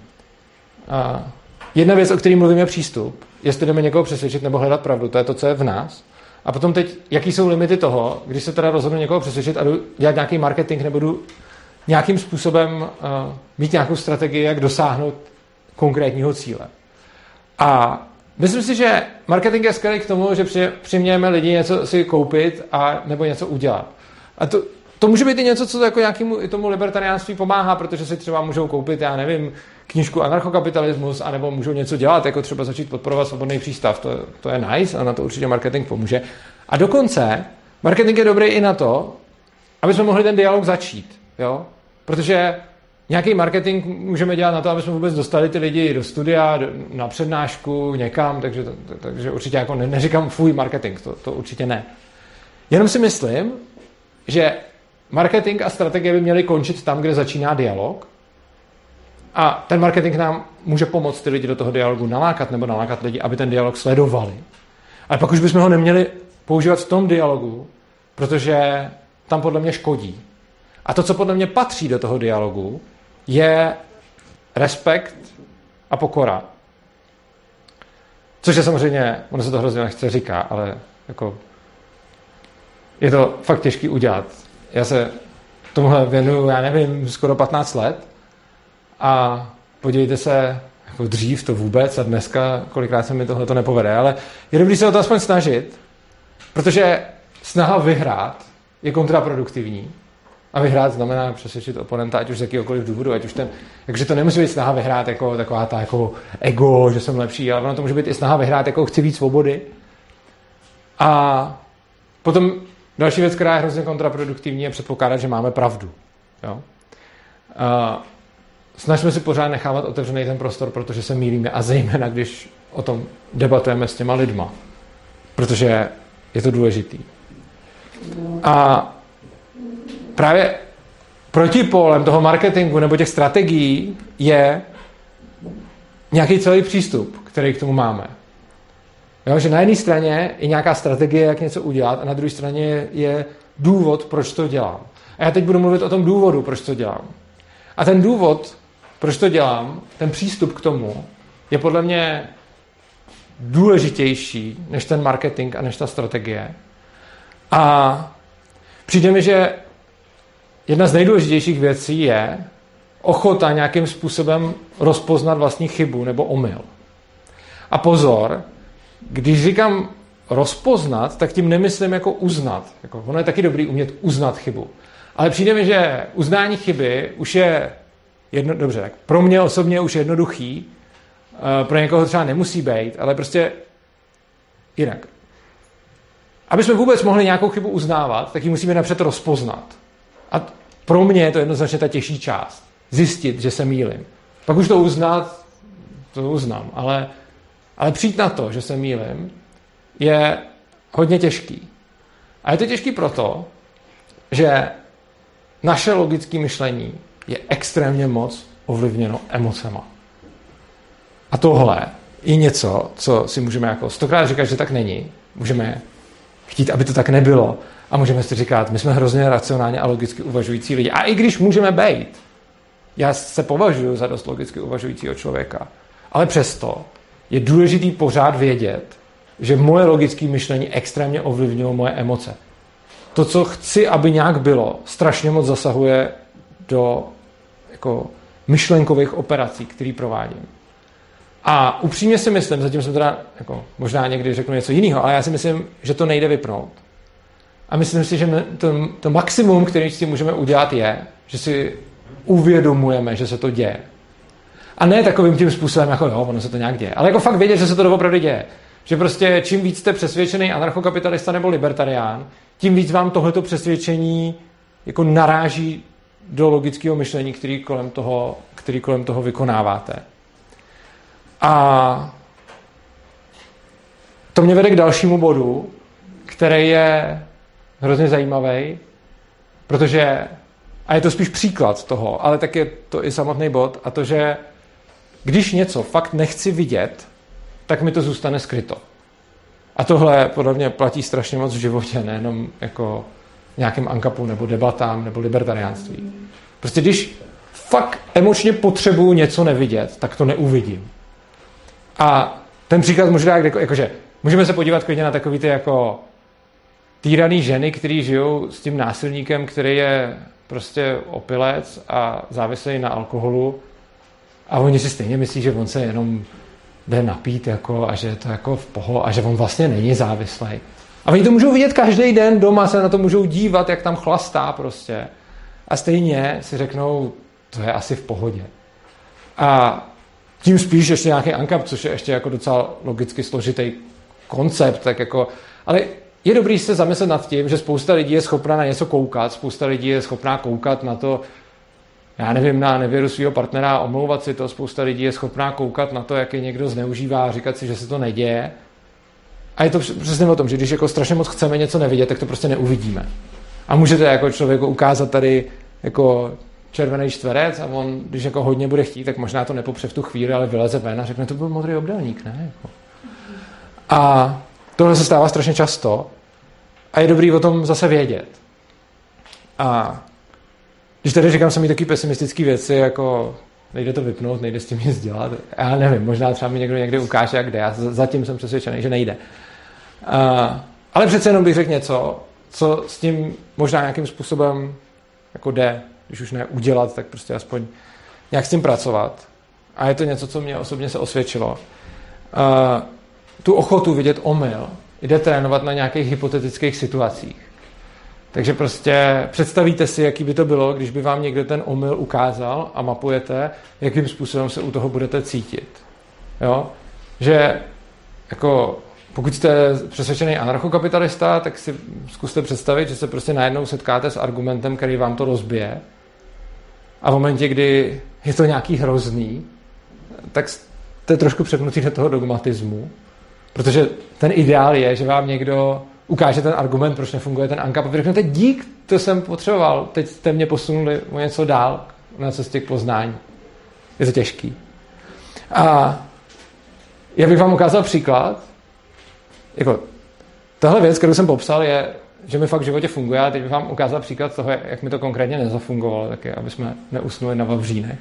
Jedna věc, o které mluvím, je přístup. Jestli jdeme někoho přesvědčit nebo hledat pravdu, to je to, co je v nás. A potom teď, jaký jsou limity toho, když se teda rozhodnu někoho přesvědčit a jdu dělat nějaký marketing nebo jdu nějakým způsobem mít nějakou strategii, jak dosáhnout konkrétního cíle. A myslím si, že marketing je skvělý k tomu, že přimějeme lidi něco si koupit a nebo něco udělat. A to může být i něco, co jako nějakému i tomu libertariánství pomáhá, protože si třeba můžou koupit, já nevím, knížku Anarchokapitalismus, anebo můžou něco dělat, jako třeba začít podporovat svobodný přístav. To je nice a na to určitě marketing pomůže. A dokonce marketing je dobrý i na to, aby jsme mohli ten dialog začít. Jo? Protože nějaký marketing můžeme dělat na to, aby jsme vůbec dostali ty lidi do studia, na přednášku, někam, takže určitě jako neříkám fuj marketing, to určitě ne. Jenom si myslím, že marketing a strategie by měly končit tam, kde začíná dialog. A ten marketing nám může pomoct ty lidi do toho dialogu nalákat nebo nalákat lidi, aby ten dialog sledovali. Ale pak už bychom ho neměli používat v tom dialogu, protože tam podle mě škodí. A to, co podle mě patří do toho dialogu, je respekt a pokora. Což je samozřejmě, ono se to hrozně nechce říká, ale jako je to fakt těžký udělat. Já se tomuhle věnuju, já nevím, skoro 15 let a podívejte se, jako dřív to vůbec a dneska kolikrát se mi tohle to nepovede, ale je dobrý se o to aspoň snažit, protože snaha vyhrát je kontraproduktivní. A vyhrát znamená přesvědčit oponenta, ať už z jakýhokoliv důvodu, ať už takže to nemusí být snaha vyhrát jako taková ta jako ego, že jsem lepší, ale ono to může být i snaha vyhrát jako chci víc svobody. A potom další věc, která je hrozně kontraproduktivní, je předpokládat, že máme pravdu. Jo? Snažíme si pořád nechávat otevřený ten prostor, protože se mýlíme a zejména, když o tom debatujeme s těma lidma. Protože je to důležitý. A právě protipólem toho marketingu nebo těch strategií je nějaký celý přístup, který k tomu máme. Jo, že na jedné straně je nějaká strategie, jak něco udělat, a na druhé straně je důvod, proč to dělám. A já teď budu mluvit o tom důvodu, proč to dělám. A ten důvod, proč to dělám, ten přístup k tomu, je podle mě důležitější než ten marketing a než ta strategie. A přijde mi, že jedna z nejdůležitějších věcí je ochota nějakým způsobem rozpoznat vlastní chybu nebo omyl. A pozor, když říkám rozpoznat, tak tím nemyslím jako uznat. Jako, ono je taky dobrý umět uznat chybu. Ale přijde mi, že uznání chyby už je dobře, tak pro mě osobně už jednoduchý, pro někoho třeba nemusí být, ale prostě jinak. Aby jsme vůbec mohli nějakou chybu uznávat, tak ji musíme napřed rozpoznat. A pro mě je to jednoznačně ta těžší část. Zjistit, že se mýlím. Pak už to uznat, to uznám, ale přijít na to, že se mýlím, je hodně těžký. A je to těžký proto, že naše logické myšlení je extrémně moc ovlivněno emocema. A tohle je něco, co si můžeme jako 100krát říkat, že tak není. Můžeme chtít, aby to tak nebylo. A můžeme si říkat, my jsme hrozně racionálně a logicky uvažující lidi. A i když můžeme být, já se považuji za dost logicky uvažujícího člověka, ale přesto je důležitý pořád vědět, že moje logické myšlení extrémně ovlivňuje moje emoce. To, co chci, aby nějak bylo, strašně moc zasahuje do jako myšlenkových operací, které provádím. A upřímně si myslím, zatím jsem teda jako, možná někdy řeknu něco jiného, ale já si myslím, že to nejde vypnout. A myslím si, že to maximum, který si můžeme udělat, je, že si uvědomujeme, že se to děje. A ne takovým tím způsobem, jako jo, ono se to nějak děje. Ale jako fakt vědět, že se to doopravdy děje. Že prostě čím víc jste přesvědčený anarchokapitalista nebo libertarián, tím víc vám tohleto přesvědčení jako naráží do logického myšlení, který kolem toho vykonáváte. A to mě vede k dalšímu bodu, který je hrozně zajímavý, protože, a je to spíš příklad toho, ale tak je to i samotný bod, a to, že když něco fakt nechci vidět, tak mi to zůstane skryto. A tohle podle mě platí strašně moc v životě, nejenom jako nějakým ankapu nebo debatám nebo libertariánství. Prostě když fakt emočně potřebuju něco nevidět, tak to neuvidím. A ten příklad možná jakože můžeme se podívat klidně na takový ty jako týraný ženy, který žijou s tím násilníkem, který je prostě opilec a závislý na alkoholu a oni si stejně myslí, že on se jenom jde napít jako, a že je to jako v poho a že on vlastně není závislý. A oni to můžou vidět každý den doma, se na to můžou dívat, jak tam chlastá prostě. A stejně si řeknou, to je asi v pohodě. A tím spíš ještě nějaký ANCAP, což je ještě jako docela logicky složitý koncept, tak jako, ale je dobrý se zamyslet nad tím, že spousta lidí je schopná na něco koukat, spousta lidí je schopná koukat na to, já nevím, na nevěru svého partnera a omlouvat si to, spousta lidí je schopná koukat na to, jak je někdo zneužívá a říkat si, že se to neděje. A je to přesně o tom, že když jako strašně moc chceme něco nevidět, tak to prostě neuvidíme. A můžete jako člověku ukázat tady jako červený čtverec a on, když jako hodně bude chtít, tak možná to nepopře v tu chvíli, ale vyleze ven a řekne, to byl modrý obdélník, ne? Jako. A tohle se stává strašně často a je dobrý o tom zase vědět. A když tady říkám samý taky pesimistický věci, jako nejde to vypnout, nejde s tím nic dělat, já nevím, možná třeba mi někdo někdy ukáže, jak jde, já zatím jsem přesvědčený, že nejde. Ale přece jenom bych řekl něco, co s tím možná nějakým způsobem jako jde, když už ne udělat, tak prostě aspoň nějak s tím pracovat. A je to něco, co mě osobně se osvědčilo. Tu ochotu vidět omyl jde trénovat na nějakých hypotetických situacích. Takže prostě představíte si, jaký by to bylo, když by vám někdo ten omyl ukázal a mapujete, jakým způsobem se u toho budete cítit. Jo? Že jako pokud jste přesvědčený anarchokapitalista, tak si zkuste představit, že se prostě najednou setkáte s argumentem, který vám to rozbije. A v momentě, kdy je to nějaký hrozný, tak jste trošku přepnutý do toho dogmatismu. Protože ten ideál je, že vám někdo ukáže ten argument, proč nefunguje ten ANCAP a vy řeknete, dík, to jsem potřeboval, teď jste mě posunuli o něco dál na cestě k poznání. Je to těžký. A já bych vám ukázal příklad. Jako, tahle věc, kterou jsem popsal, je, že mi fakt v životě funguje a teď bych vám ukázal příklad toho, jak mi to konkrétně nezafungovalo, taky, aby jsme neusnuli na vavřínech.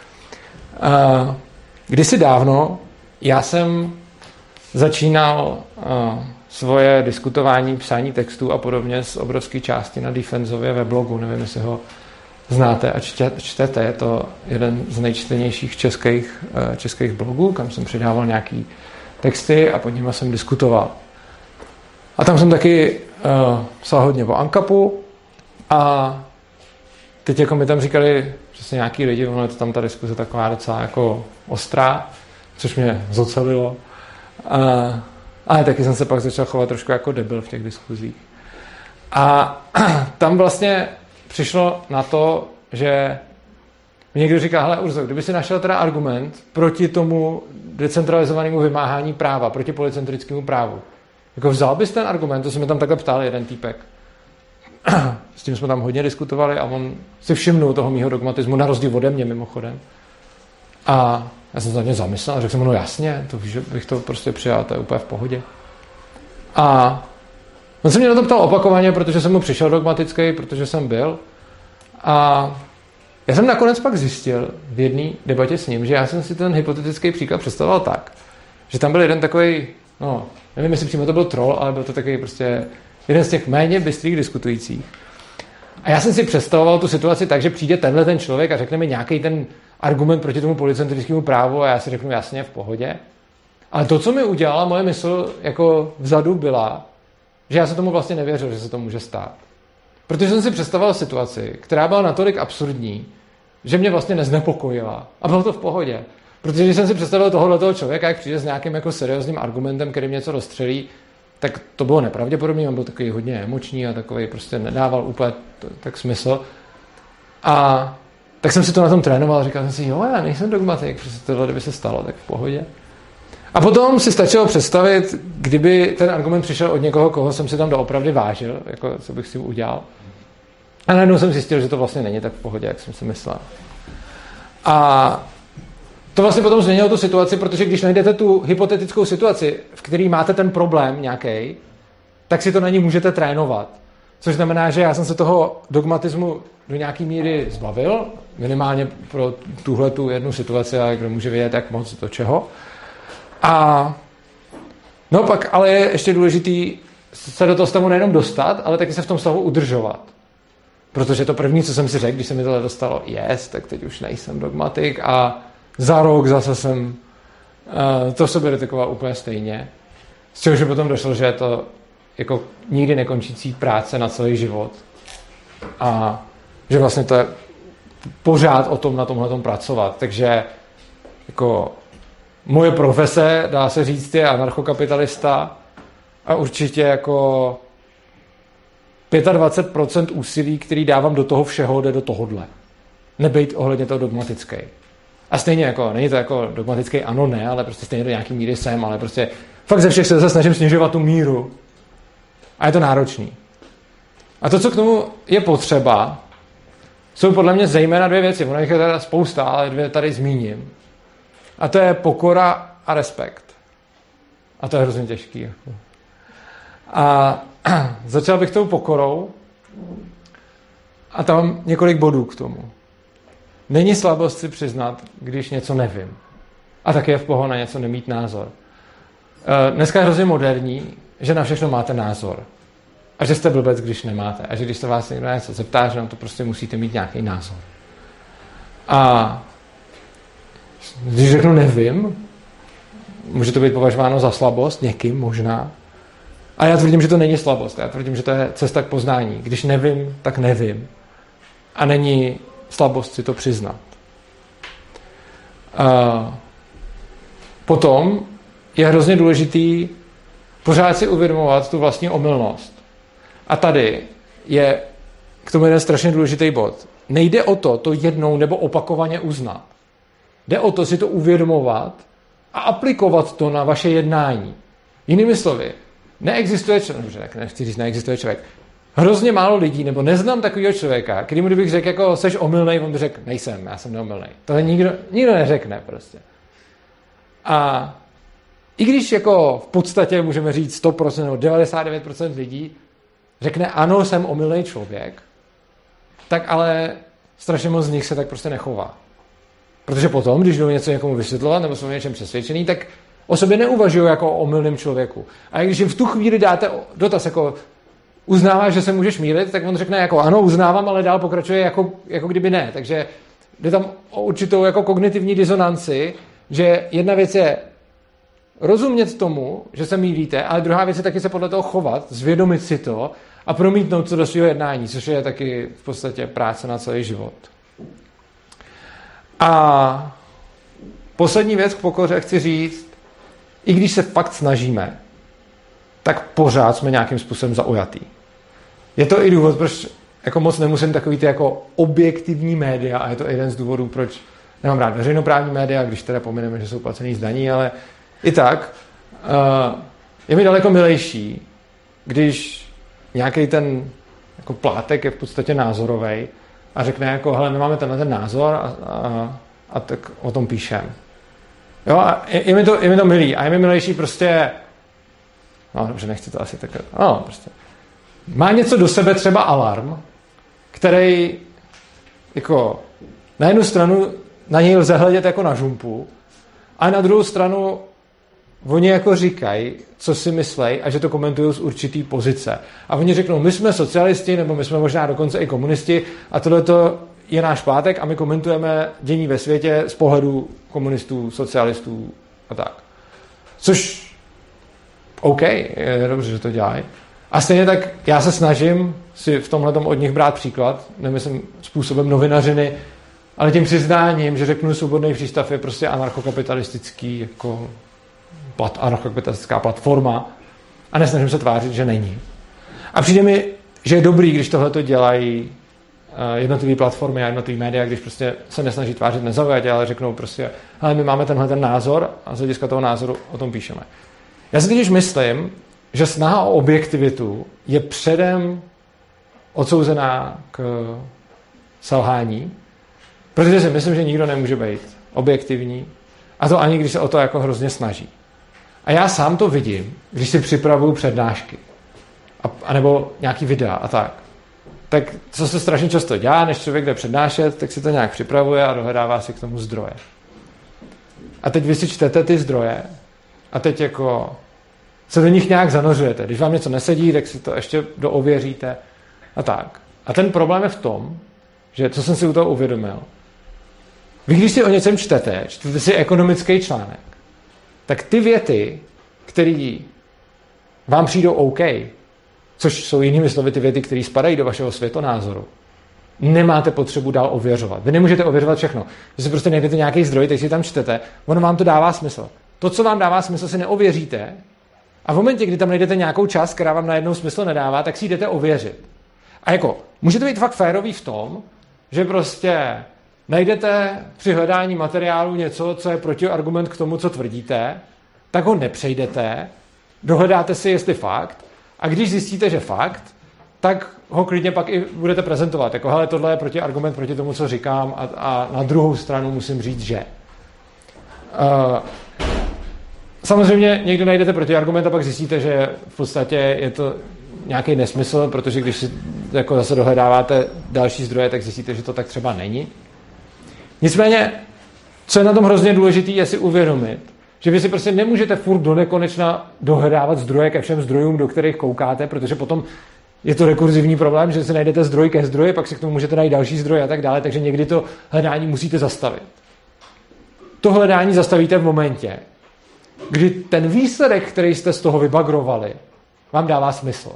Kdysi dávno já jsem začínal svoje diskutování, psání textů a podobně z obrovské části na Defenzově weblogu. Nevím, jestli ho znáte a čtete. Je to jeden z nejčtenějších českých blogů, kam jsem přidával nějaký texty a pod nimi jsem diskutoval. A tam jsem taky psal hodně o ANCAPu a teď jako mi tam říkali přesně nějaký lidi, ono je to tam ta diskuze taková docela jako ostrá, což mě zocelilo. Ale taky jsem se pak začal chovat trošku jako debil v těch diskuzích. A tam vlastně přišlo na to, že mi někdo říká, hele Urzo, kdyby si našel teda argument proti tomu decentralizovanému vymáhání práva, proti policentrickému právu, jako vzal bys ten argument, to se mi tam takhle ptal jeden týpek. S tím jsme tam hodně diskutovali a on si všimnul toho mýho dogmatismu, na rozdíl ode mě mimochodem. A já jsem se na mě zamyslel a řekl jsem, no jasně, to víš, že bych to prostě přijal, to je úplně v pohodě. A on se mě na to ptal opakovaně, protože jsem mu přišel dogmatický, protože jsem byl. A já jsem nakonec pak zjistil v jedné debatě s ním, že já jsem si ten hypotetický příklad představoval tak, že tam byl jeden takový, no, nevím, jestli přímo to byl troll, ale byl to takový prostě jeden z těch méně bystrých diskutujících. A já jsem si představoval tu situaci tak, že přijde tenhle ten člověk a řekne mi nějaký ten argument proti tomu policentrickému právu a já si řeknu jasně, v pohodě. Ale to, co mi udělala moje mysl jako vzadu, byla, že já se tomu vlastně nevěřil, že se to může stát. Protože jsem si představoval situaci, která byla natolik absurdní, že mě vlastně neznepokojila. A bylo to v pohodě. Protože když jsem si představil tohoto člověka, jak přijde s nějakým jako seriózním argumentem, který mě něco rozstřelí, tak to bylo nepravděpodobný, on byl takový hodně emoční a takový prostě nedával úplně tak smysl. A tak jsem si to na tom trénoval a říkal jsem si, jo, já nejsem dogmatik, protože tohle kdyby se stalo, tak v pohodě. A potom si stačilo představit, kdyby ten argument přišel od někoho, koho jsem si tam doopravdy vážil, jako co bych si udělal. A najednou jsem zjistil, že to vlastně není tak v pohodě, jak jsem si myslel. A to vlastně potom změnilo tu situaci, protože když najdete tu hypotetickou situaci, v které máte ten problém nějaký, tak si to na ní můžete trénovat. Což znamená, že já jsem se toho dogmatismu do nějaký míry zbavil, minimálně pro tuhle tu jednu situaci, a kdo může vědět, jak moc do čeho. A no pak ale je ještě důležitý se do toho stavu nejenom dostat, ale taky se v tom stavu udržovat. Protože to první, co jsem si řekl, když se mi tohle dostalo, tak teď už nejsem dogmatik a za rok zase jsem to v sobě detekoval úplně stejně. Z čehož mi potom došlo, že je to jako nikdy nekončící práce na celý život. A že vlastně to je pořád o tom na tomhletom pracovat. Takže jako moje profese, dá se říct, je anarchokapitalista a určitě jako 25% úsilí, který dávám do toho všeho, jde do tohodle. Nebejt ohledně toho dogmatický. A stejně jako, není to jako dogmatický ano, ne, ale prostě stejně do nějaký míry jsem, ale prostě fakt ze všech se snažím snižovat tu míru. A je to náročný. A to, co k tomu je potřeba, jsou podle mě zejména dvě věci. Ono jich je teda spousta, ale dvě tady zmíním. A to je pokora a respekt. A to je hrozně těžký. A začal bych tou pokorou a tam několik bodů k tomu. Není slabost si přiznat, když něco nevím. A taky je v pohodě na něco nemít názor. Dneska je hrozně moderní, že na všechno máte názor. A že jste blbec, když nemáte. A že když se vás někdo něco zeptá, že na to prostě musíte mít nějaký názor. A když řeknu nevím, může to být považováno za slabost, někým možná. A já tvrdím, že to není slabost. Já tvrdím, že to je cesta k poznání. Když nevím, tak nevím. A není slabost si to přiznat. Potom je hrozně důležitý pořád si uvědomovat tu vlastní omylnost. A tady je k tomu jeden strašně důležitý bod. Nejde o to jednou nebo opakovaně uznat. Jde o to si to uvědomovat a aplikovat to na vaše jednání. Jinými slovy, neexistuje člověk, dobře, tak nechci říct, neexistuje člověk. Hrozně málo lidí, nebo neznám takového člověka, kterýmu kdybych řekl, jako seš omylnej, on by řekl, nejsem, já jsem neomylnej. To nikdo neřekne prostě. A i když jako v podstatě můžeme říct 100% nebo 99% lidí řekne, ano, jsem omylnej člověk, tak ale strašně moc z nich se tak prostě nechová. Protože potom, když jdou něco někomu vysvětlovat nebo jsou o něčem přesvědčený, tak o sobě neuvažují jako o omylném člověku. A když jim v tu chvíli dáte dotaz, jako uznáváš, že se můžeš mýlit, tak on řekne jako ano, uznávám, ale dál pokračuje jako kdyby ne. Takže jde tam o určitou jako kognitivní disonanci, že jedna věc je rozumět tomu, že se mýlíte, ale druhá věc je taky se podle toho chovat, zvědomit si to a promítnout to do svého jednání, což je taky v podstatě práce na celý život. A poslední věc k pokoře chci říct, i když se fakt snažíme, tak pořád jsme nějakým způsobem zaujatý. Je to i důvod, proč jako moc nemusím takový ty jako objektivní média, a je to jeden z důvodů, proč nemám rád veřejnoprávní média, když teda pomineme, že jsou placený z daní, ale i tak je mi daleko milejší, když nějaký ten jako plátek je v podstatě názorovej a řekne jako, hele, my máme tenhle ten názor a tak o tom píšem. Jo, a je mi to milý. A je mi milejší prostě, no dobře, nechci to asi takhle, no prostě. Má něco do sebe třeba alarm, který jako na jednu stranu na něj lze hledět jako na žumpu, a na druhou stranu oni jako říkají, co si myslej a že to komentují z určitý pozice. A oni řeknou, my jsme socialisti, nebo my jsme možná dokonce i komunisti a tohleto je náš pátek a my komentujeme dění ve světě z pohledu komunistů, socialistů a tak. Což OK, je dobře, že to dělají. A stejně tak já se snažím si v tomhletom od nich brát příklad, nemyslím způsobem novinařiny, ale tím přiznáním, že řeknu, svobodný přístav je prostě anarchokapitalistický jako anarchokapitalistická platforma a nesnažím se tvářit, že není. A přijde mi, že je dobrý, když tohleto dělají jednotlivé platformy a jednotlivé média, když prostě se nesnaží tvářit nezaujatě, ale řeknou prostě, ale my máme tenhle ten názor a z hlediska toho názoru o tom píšeme. Já si totiž myslím, že snaha o objektivitu je předem odsouzená k selhání, protože si myslím, že nikdo nemůže být objektivní a to ani když se o to jako hrozně snaží. A já sám to vidím, když si připravuju přednášky a nebo nějaký videa a tak. Tak co se strašně často dělá, než člověk jde přednášet, tak si to nějak připravuje a dohledává si k tomu zdroje. A teď vy si čtete ty zdroje a teď jako se do nich nějak zanořujete. Když vám něco nesedí, tak si to ještě doověříte a tak. A ten problém je v tom, že, co jsem si u toho uvědomil, vy když si o něčem čtete si ekonomický článek, tak ty věty, které vám přijdou OK, což jsou jinými slovy ty věty, které spadají do vašeho světonázoru, nemáte potřebu dál ověřovat. Vy nemůžete ověřovat všechno. Vy si prostě najdete nějaký zdroj, teď si tam čtete, ono vám to dává smysl. To, co vám dává smysl, si neověříte a v momentě, kdy tam najdete nějakou část, která vám najednou smysl nedává, tak si ji jdete ověřit. A jako, můžete být fakt férový v tom, že prostě najdete při hledání materiálu něco, co je protiargument k tomu, co tvrdíte, tak ho nepřejdete, dohledáte si, jestli fakt, a když zjistíte, že fakt, tak ho klidně pak i budete prezentovat. Jako, hele, tohle je protiargument proti tomu, co říkám, a na druhou stranu musím říct, že. Samozřejmě někdo najdete protiargument a pak zjistíte, že v podstatě je to nějaký nesmysl, protože když si jako zase dohledáváte další zdroje, tak zjistíte, že to tak třeba není. Nicméně, co je na tom hrozně důležité, je si uvědomit, že vy si prostě nemůžete furt do nekonečna dohledávat zdroje ke všem zdrojům, do kterých koukáte, protože potom je to rekurzivní problém, že si najdete zdroj ke zdroji, pak si k tomu můžete najít další zdroje a tak dále, takže někdy to hledání musíte zastavit. To hledání zastavíte v momentě, kdy ten výsledek, který jste z toho vybagrovali, vám dává smysl.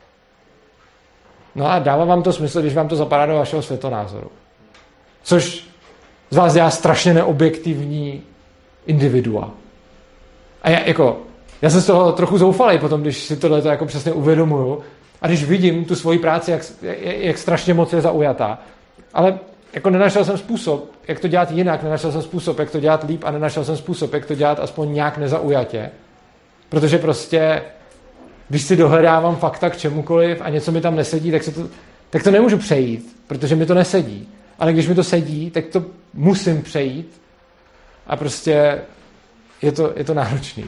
No a dává vám to smysl, když vám to zapadá do vašeho světonázoru. Což z vás dělá strašně neobjektivní individua. A já jsem z toho trochu zoufalej potom, když si tohle jako přesně uvědomuju a když vidím tu svoji práci, jak strašně moc je zaujatá. Ale jako nenašel jsem způsob, jak to dělat jinak, nenašel jsem způsob, jak to dělat líp a nenašel jsem způsob, jak to dělat aspoň nějak nezaujatě. Protože prostě, když si dohledávám fakta k čemukoliv a něco mi tam nesedí, tak to nemůžu přejít, protože mi to nesedí. Ale když mi to sedí, tak to musím přejít a prostě je to náročný.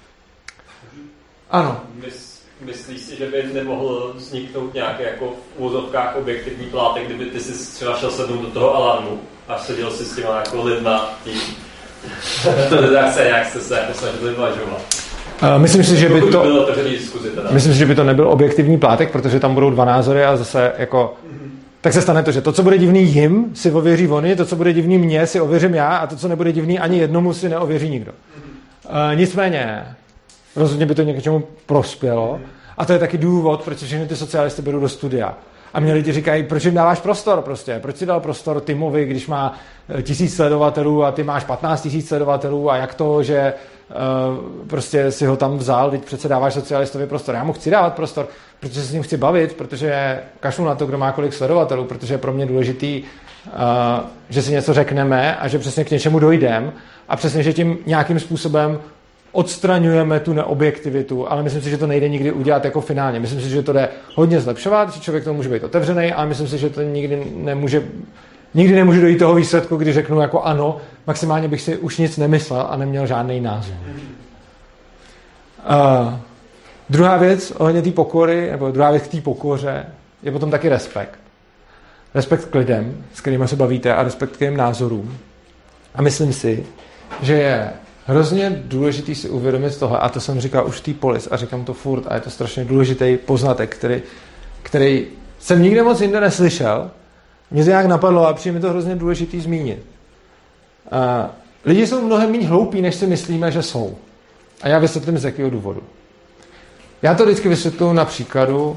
Ano. Myslíš si, že by nemohl vzniknout nějaký jako v úvozovkách objektivní plátek, kdyby ty si třeba šel sednout do toho alarmu a seděl si s těma jako lidma tím. Jak jste se jako snažili vyvažovat. Myslím si, že by to nebyl objektivní plátek, protože tam budou dva názory a zase jako tak se stane to, že to, co bude divný jim, si ověří oni, to, co bude divný mně, si ověřím já a to, co nebude divný ani jednomu, si neověří nikdo. Nicméně rozhodně by to něčemu prospělo a to je taky důvod, proč všechny ty socialisty berou do studia. A mě lidi říkají, proč jim dáváš prostor prostě, proč si dal prostor Timovi, když má 1000 sledovatelů a ty máš 15 000 sledovatelů a jak to, že prostě si ho tam vzal, teď přece dáváš socialistovi prostor. Já mu chci dávat prostor, protože se s ním chci bavit, protože kašlu na to, kdo má kolik sledovatelů, protože je pro mě důležitý, že si něco řekneme a že přesně k něčemu dojdeme a přesně, že tím nějakým způsobem odstraňujeme tu neobjektivitu, ale myslím si, že to nejde nikdy udělat jako finálně. Myslím si, že to jde hodně zlepšovat, že člověk to může být otevřený, ale myslím si, že to nikdy nemůže dojít toho výsledku, kdy řeknu jako ano, maximálně bych si už nic nemyslel a neměl žádný názor. Druhá věc ohledně té pokory, nebo druhá věc k té pokoře, je potom taky respekt. Respekt k lidem, s kterými se bavíte a respekt k jejím názorům. A myslím si, že je hrozně důležitý si uvědomit tohle, a to jsem říkal už v té Polis a říkám to furt a je to strašně důležitý poznatek, který jsem nikde moc jinde neslyšel. Mě to nějak napadlo a přijde mi to hrozně důležitý zmínit. Lidi jsou mnohem méně hloupí, než si myslíme, že jsou. A já vysvětlím z jakého důvodu. Já to vždycky vysvětluji na příkladu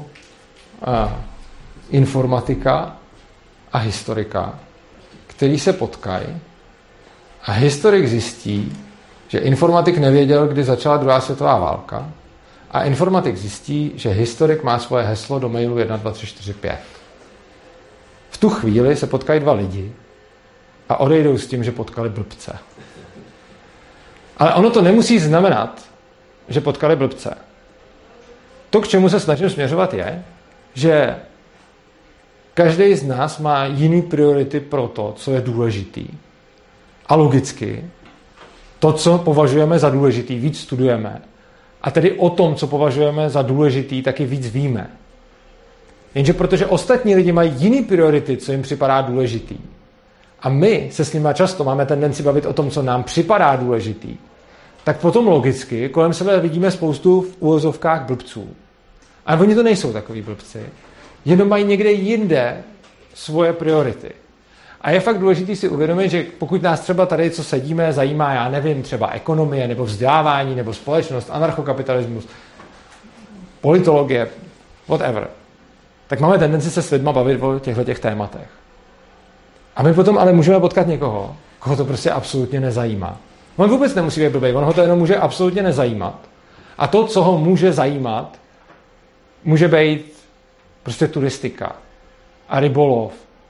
informatika a historika, který se potkají a historik zjistí, že informatik nevěděl, kdy začala druhá světová válka a informatik zjistí, že historik má svoje heslo do mailu 1, 2, 3, 4, 5. V tu chvíli se potkají dva lidi a odejdou s tím, že potkali blbce. Ale ono to nemusí znamenat, že potkali blbce. To, k čemu se snažím směřovat, je, že každý z nás má jiný priority pro to, co je důležitý. A logicky to, co považujeme za důležitý, víc studujeme. A tedy o tom, co považujeme za důležitý, taky víc víme. Jenže protože ostatní lidi mají jiný priority, co jim připadá důležitý. A my se s nimi často máme tendenci bavit o tom, co nám připadá důležitý. tak potom logicky kolem sebe vidíme spoustu v uvozovkách blbců. Ale oni to nejsou takový blbci. Jenom mají někde jinde svoje priority. A je fakt důležité si uvědomit, že pokud nás třeba tady, co sedíme, zajímá, já nevím, třeba ekonomie, nebo vzdělávání, nebo společnost, anarchokapitalismus, politologie, whatever, tak máme tendenci se s lidma bavit o těchto tématech. A my potom ale můžeme potkat někoho, koho to prostě absolutně nezajímá. On vůbec nemusí být blbej, on ho to jenom může absolutně nezajímat. A to, co ho může zajímat, může být prostě turistika a rybolov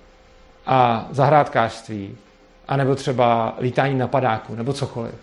a zahrádkářství a nebo třeba lítání na padáku nebo cokoliv.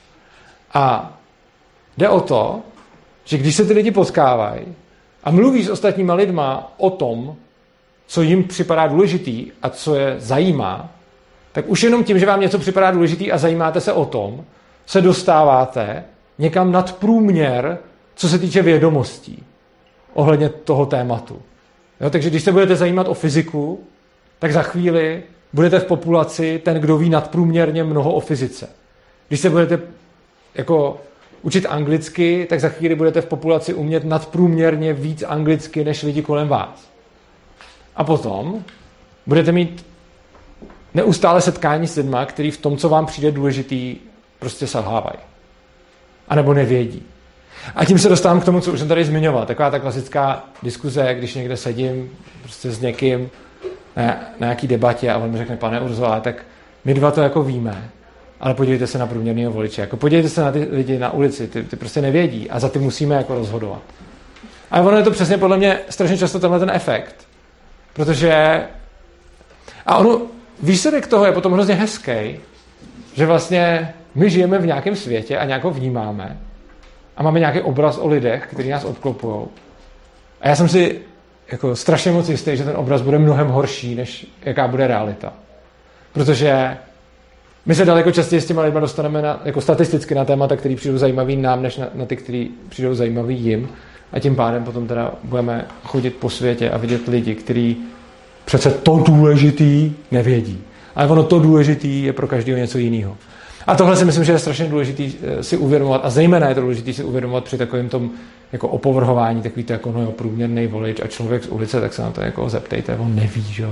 A jde o to, že když se ty lidi potkávají a mluví s ostatníma lidma o tom, co jim připadá důležitý a co je zajímá, tak už jenom tím, že vám něco připadá důležitý a zajímáte se o tom, se dostáváte někam nad průměr, co se týče vědomostí ohledně toho tématu. Jo, takže když se budete zajímat o fyziku, tak za chvíli budete v populaci ten, kdo ví nadprůměrně mnoho o fyzice. Když se budete jako učit anglicky, tak za chvíli budete v populaci umět nadprůměrně víc anglicky než lidi kolem vás. A potom budete mít neustále setkání s lidma, který v tom, co vám přijde důležitý, prostě selhávají. A nebo nevědí. A tím se dostávám k tomu, co už jsem tady zmiňoval. Taková ta klasická diskuze, když někde sedím prostě s někým na nějaký debatě a on mi řekne, pane Urzola, tak my dva to jako víme, ale podívejte se na průměrného voliče. Jako podívejte se na ty lidi na ulici, ty prostě nevědí a za ty musíme jako rozhodovat. A ono je to přesně podle mě strašně často tenhle ten efekt. Protože a ono, výsledek toho je potom hrozně hezký, že vlastně my žijeme v nějakém světě a nějak ho vnímáme a máme nějaký obraz o lidech, kteří nás obklopují. A já jsem si jako strašně moc jistý, že ten obraz bude mnohem horší, než jaká bude realita. Protože my se daleko častěji s těma lidma dostaneme jako statisticky na témata, které přijdou zajímavý nám, než na ty, které přijdou zajímavý jim. A tím pádem potom teda budeme chodit po světě a vidět lidi, kteří přece to důležitý nevědí. Ale ono to důležitý je pro každého něco jiného. A tohle si myslím, že je strašně důležitý si uvědomovat a zejména je to důležité si uvědomovat při takovém tom jako opovrhování, takový to jako průměrný volič a člověk z ulice, tak se na to jako zeptejte, on neví, že jo.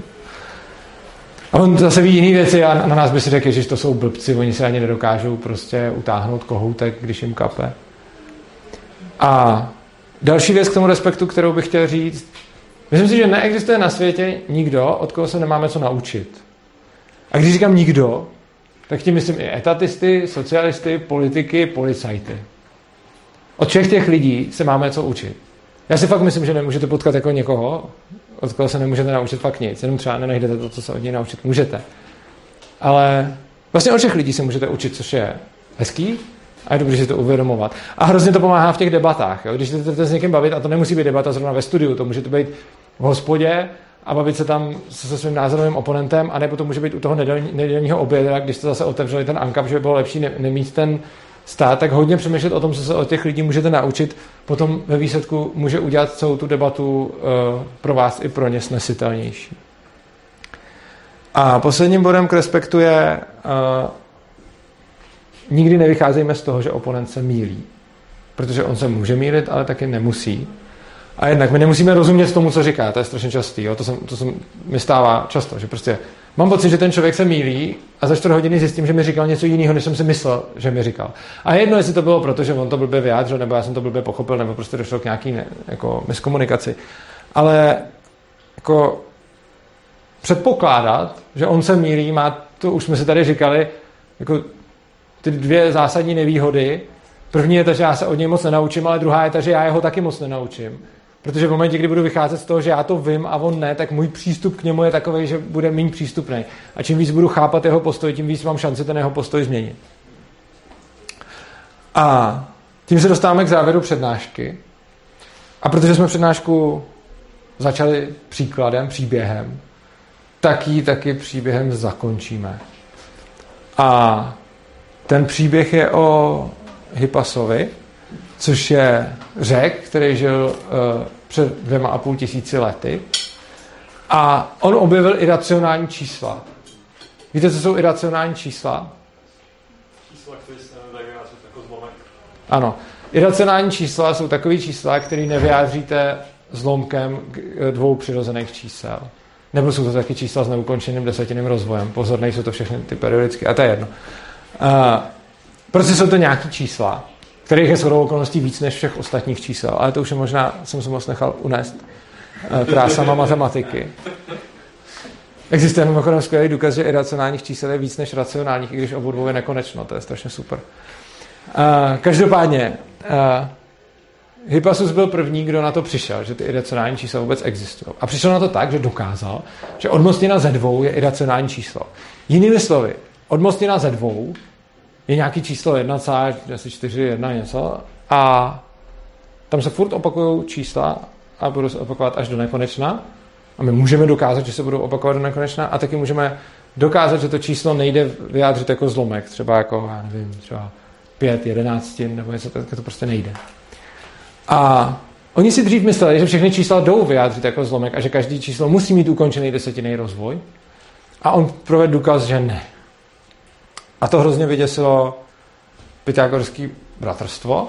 A on zase ví jiné věci a na nás by si řekl, že to jsou blbci, oni se ani nedokážou prostě utáhnout kohoutek, když jim kape. A další věc k tomu respektu, kterou bych chtěl říct, myslím si, že neexistuje na světě nikdo, od koho se nemáme co naučit. A když říkám nikdo, tak tím myslím i etatisty, socialisty, politiky, policajty. Od všech těch lidí se máme co učit. Já si fakt myslím, že nemůžete potkat jako někoho, od koho se nemůžete naučit fakt nic. Jenom třeba nenajdete to, co se od něj naučit můžete. Ale vlastně od všech lidí se můžete učit, což je hezký a je dobré si to uvědomovat. A hrozně to pomáhá v těch debatách. Jo? Když se chcete s někým bavit, a to nemusí být debata zrovna ve studiu, to může to být v hospodě a bavit se tam se svým názorovým oponentem, anebo to může být u toho nedělního oběda, když jste zase otevřeli ten ANCAP, že by bylo lepší nemít ten stát, tak hodně přemýšlet o tom, co se od těch lidí můžete naučit, potom ve výsledku může udělat celou tu debatu pro vás i pro ně snesitelnější. A posledním bodem k respektu je nikdy nevycházejme z toho, že oponent se mýlí. Protože on se může mýlit, ale taky nemusí. A jednak my nemusíme rozumět tomu, co říká, to je strašně častý. Jo? To se mi stává často, že prostě mám pocit, že ten člověk se mýlí a za 4 hodiny zjistím, že mi říkal něco jiného, než jsem si myslel, že mi říkal. A jedno, jestli to bylo proto, že on to blbě vyjádřil, nebo já jsem to blbě pochopil, nebo prostě došlo k nějaký jako miskomunikaci. Ale jako předpokládat, že on se mýlí, má to, už jsme si tady říkali, jako ty 2 zásadní nevýhody. První je ta, že já se od něj moc nenaučím, ale druhá je ta, že já jeho taky moc nenaučím. Protože v momentě, kdy budu vycházet z toho, že já to vím a on ne, tak můj přístup k němu je takový, že bude méně přístupný. A čím víc budu chápat jeho postoj, tím víc mám šanci ten jeho postoj změnit. A tím se dostáváme k závěru přednášky. A protože jsme přednášku začali příkladem, příběhem, tak ji taky příběhem zakončíme. A ten příběh je o Hippasovi, což je Řek, který žil před 2,5 tisíci lety. A on objevil iracionální čísla. Víte, co jsou iracionální čísla? Čísla, které se nedají vyjádřit jako zlomek. Ano. Iracionální čísla jsou takový čísla, které nevyjádříte zlomkem dvou přirozených čísel. Nebo jsou to taky čísla s neukončeným desetiným rozvojem. Pozor, nejsou to všechny ty periodické. A to je jedno. Prostě jsou to nějaký čísla, kterých je shodou okolností víc než všech ostatních čísel. Ale to už je možná, jsem se moc nechal unést krásama matematiky. Existuje mimochodem skvělý důkaz, že iracionálních čísel je víc než racionálních, i když obou dvou je nekonečno. To je strašně super. Každopádně, Hippasus byl první, kdo na to přišel, že ty iracionální čísla vůbec existují. A přišel na to tak, že dokázal, že odmocnina ze dvou je iracionální číslo. Jinými slovy, odmocnina ze dvou je nějaký číslo 1,4 něco a tam se furt opakují čísla a budou se opakovat až do nekonečna. A my můžeme dokázat, že se budou opakovat do nekonečna a taky můžeme dokázat, že to číslo nejde vyjádřit jako zlomek. Třeba jako, já nevím, třeba 5, 11 nebo něco, tak to prostě nejde. A oni si dřív mysleli, že všechny čísla jdou vyjádřit jako zlomek a že každý číslo musí mít ukončený desetinný rozvoj. A on provedl důkaz, že ne. A to hrozně vyděsilo Pythagorské bratrstvo.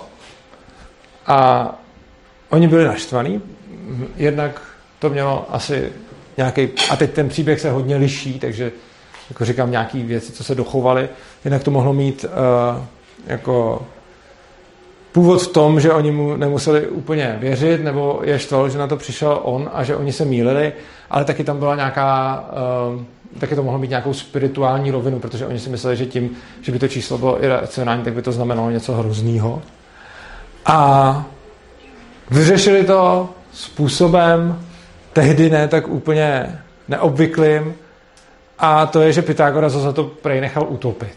A oni byli naštvaní. Jednak to mělo asi nějaký... A teď ten příběh se hodně liší, takže jako říkám, nějaké věci, co se dochovaly. Jednak to mohlo mít jako původ v tom, že oni mu nemuseli úplně věřit, nebo je štvalo, že na to přišel on a že oni se mýlili, ale taky tam byla nějaká... taky to mohlo mít nějakou spirituální rovinu, protože oni si mysleli, že tím, že by to číslo bylo iracionální, tak by to znamenalo něco hroznýho. A vyřešili to způsobem tehdy ne tak úplně neobvyklým a to je, že Pythagoras ho za to prej nechal utopit.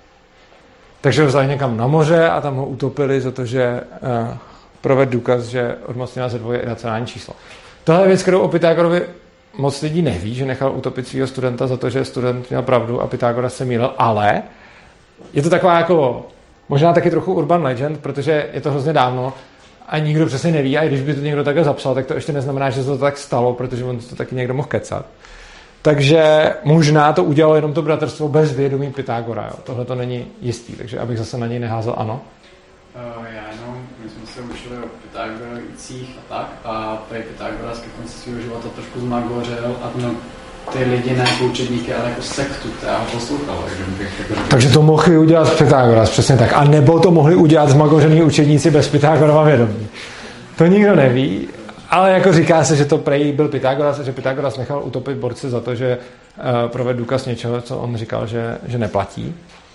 Takže ho vzali někam na moře a tam ho utopili za to, že provedl důkaz, že odmocnina ze dvou je iracionální číslo. Tohle je věc, kterou o Pythagorovi moc lidí neví, že nechal utopit svého studenta za to, že student měl pravdu a Pythagoras se mýlil, ale je to taková jako možná taky trochu urban legend, protože je to hrozně dávno a nikdo přesně neví a i když by to někdo takhle zapsal, tak to ještě neznamená, že se to tak stalo, protože on to taky někdo mohl kecat. Takže možná to udělalo jenom to bratrstvo bez vědomí Pythagora. Jo. Tohle to není jistý, takže abych zase na něj neházel ano. Já jenom, my jsme se učili o Pythagoricích a tak a tady Pythagoras ke konci svého života trošku zmagořil a ty lidi ne jako učedníky, ale jako sektu, která ho poslouchala. Takže to mohli udělat Pythagoras, přesně tak. A nebo to mohli udělat zmagořený učedníci bez Pythagorova vědomí. To nikdo neví, ale jako říká se, že to prej byl Pythagoras a že Pythagoras nechal utopit borce za to, že provedl důkaz něčeho, co on říkal, že neplatí.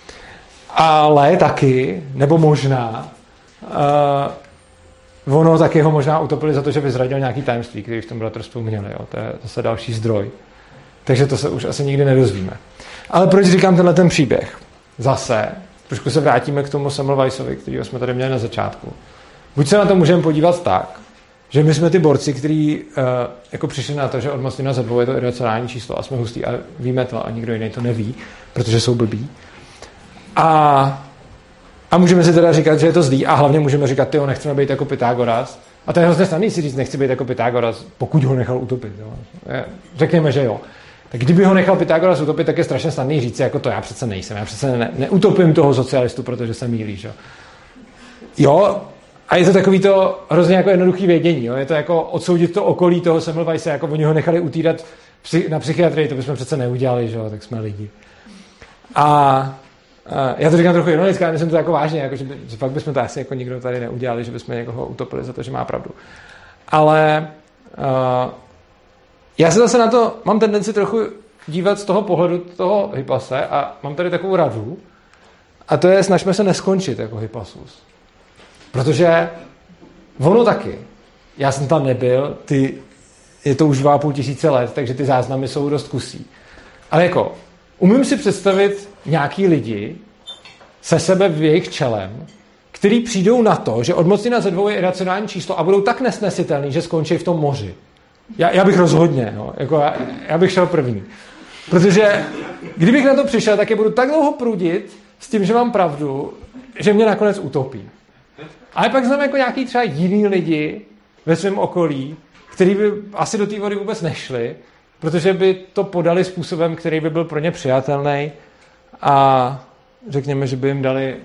Ale taky, nebo možná, ono taky ho možná utopili za to, že vyzradil nějaký tajemství, který v tom bratrstvu měli. Jo. To je zase další zdroj. Takže to se už asi nikdy nedozvíme. Ale proč říkám tenhle ten příběh? Zase, trošku se vrátíme k tomu Semmelweisovi, kterýho jsme tady měli na začátku. Buď se na to můžeme podívat tak, že my jsme ty borci, kteří jako přišli na to, že odmocnina ze dvou je to iracionální číslo a jsme hustí a víme to a nikdo jiný to neví, protože jsou blbí. A můžeme si teda říkat, že je to zlý a hlavně můžeme říkat, tyjo, nechceme být jako Pythagoras. A to je hrozně snadný si říct, nechci být jako Pythagoras, pokud ho nechal utopit. Jo. Řekněme, že jo. Tak kdyby ho nechal Pythagoras utopit, tak je strašně snadný říct, jako to já přece nejsem. Já přece neutopím toho socialistu, protože se mýlíš. Jo, a je to takový to hrozně jako jednoduchý vědění. Jo. Je to jako odsoudit to okolí toho Semmelweise, jako oni ho nechali utírat na psychiatrii, to bychom přece neudělali, že jo, tak jsme lidi. A já to říkám trochu ironicky, ale myslím to jako vážně, jako, že fakt bychom to asi jako nikdo tady neudělali, že bychom někoho utopili za to, že má pravdu. Ale já se zase na to mám tendenci trochu dívat z toho pohledu toho Hippase a mám tady takovou radu a to je, snažme se neskončit jako Hippasus. Protože ono taky, já jsem tam nebyl, je to už 2500 let, takže ty záznamy jsou dost kusí. Ale jako, umím si představit nějaký lidi se sebe v jejich čelem, který přijdou na to, že odmocnina ze dvou je iracionální číslo a budou tak nesnesitelný, že skončí v tom moři. Já bych rozhodně, no, jako já bych šel první. Protože kdybych na to přišel, tak je budu tak dlouho prudit s tím, že mám pravdu, že mě nakonec utopí. Ale pak znám jako nějaký třeba jiný lidi ve svém okolí, který by asi do té vody vůbec nešli, protože by to podali způsobem, který by byl pro ně přijatelný a řekněme, že by jim dali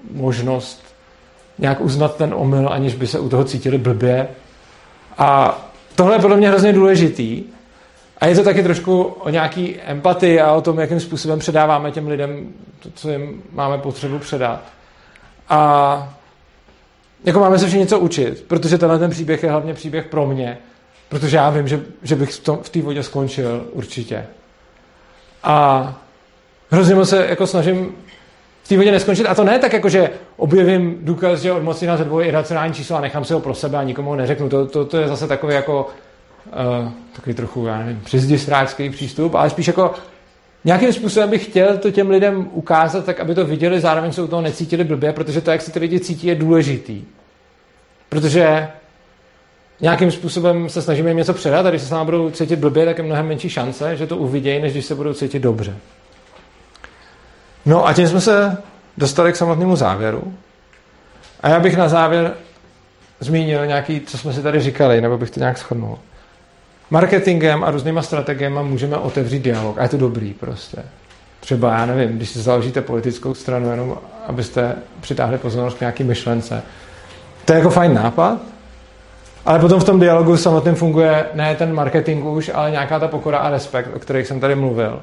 možnost nějak uznat ten omyl, aniž by se u toho cítili blbě. A tohle je podle mě hrozně důležitý. A je to taky trošku o nějaký empatii a o tom, jakým způsobem předáváme těm lidem to, co jim máme potřebu předat. A jako máme se všichni něco učit, protože tenhle ten příběh je hlavně příběh pro mě, protože já vím, že bych v té vodě skončil určitě. A hrozně moc se jako snažím v té vodě neskončit. A to ne tak, jako, že objevím důkaz, že odmocněná ze dvou je iracionální číslo a nechám si ho pro sebe a nikomu ho neřeknu. To je zase takový jako takový trochu, já nevím, přizděsráčský přístup, ale spíš jako nějakým způsobem bych chtěl to těm lidem ukázat, tak aby to viděli, zároveň se u toho necítili blbě, protože to, jak se ty lidi cítí, je důležitý. Protože nějakým způsobem se snažíme jim něco předat a když se s námi budou cítit blbě, tak je mnohem menší šance, že to uvidějí, než když se budou cítit dobře. No a tím jsme se dostali k samotnému závěru. A já bych na závěr zmínil nějaký, co jsme si tady říkali, nebo bych to nějak shrnul. Marketingem a různýma strategiemi můžeme otevřít dialog. A je to dobrý prostě. Třeba, já nevím, když si založíte politickou stranu, jenom abyste přitáhli pozornost k nějaký myšlence. To je jako fajn nápad, ale potom v tom dialogu samotným funguje ne ten marketing už, ale nějaká ta pokora a respekt, o kterých jsem tady mluvil.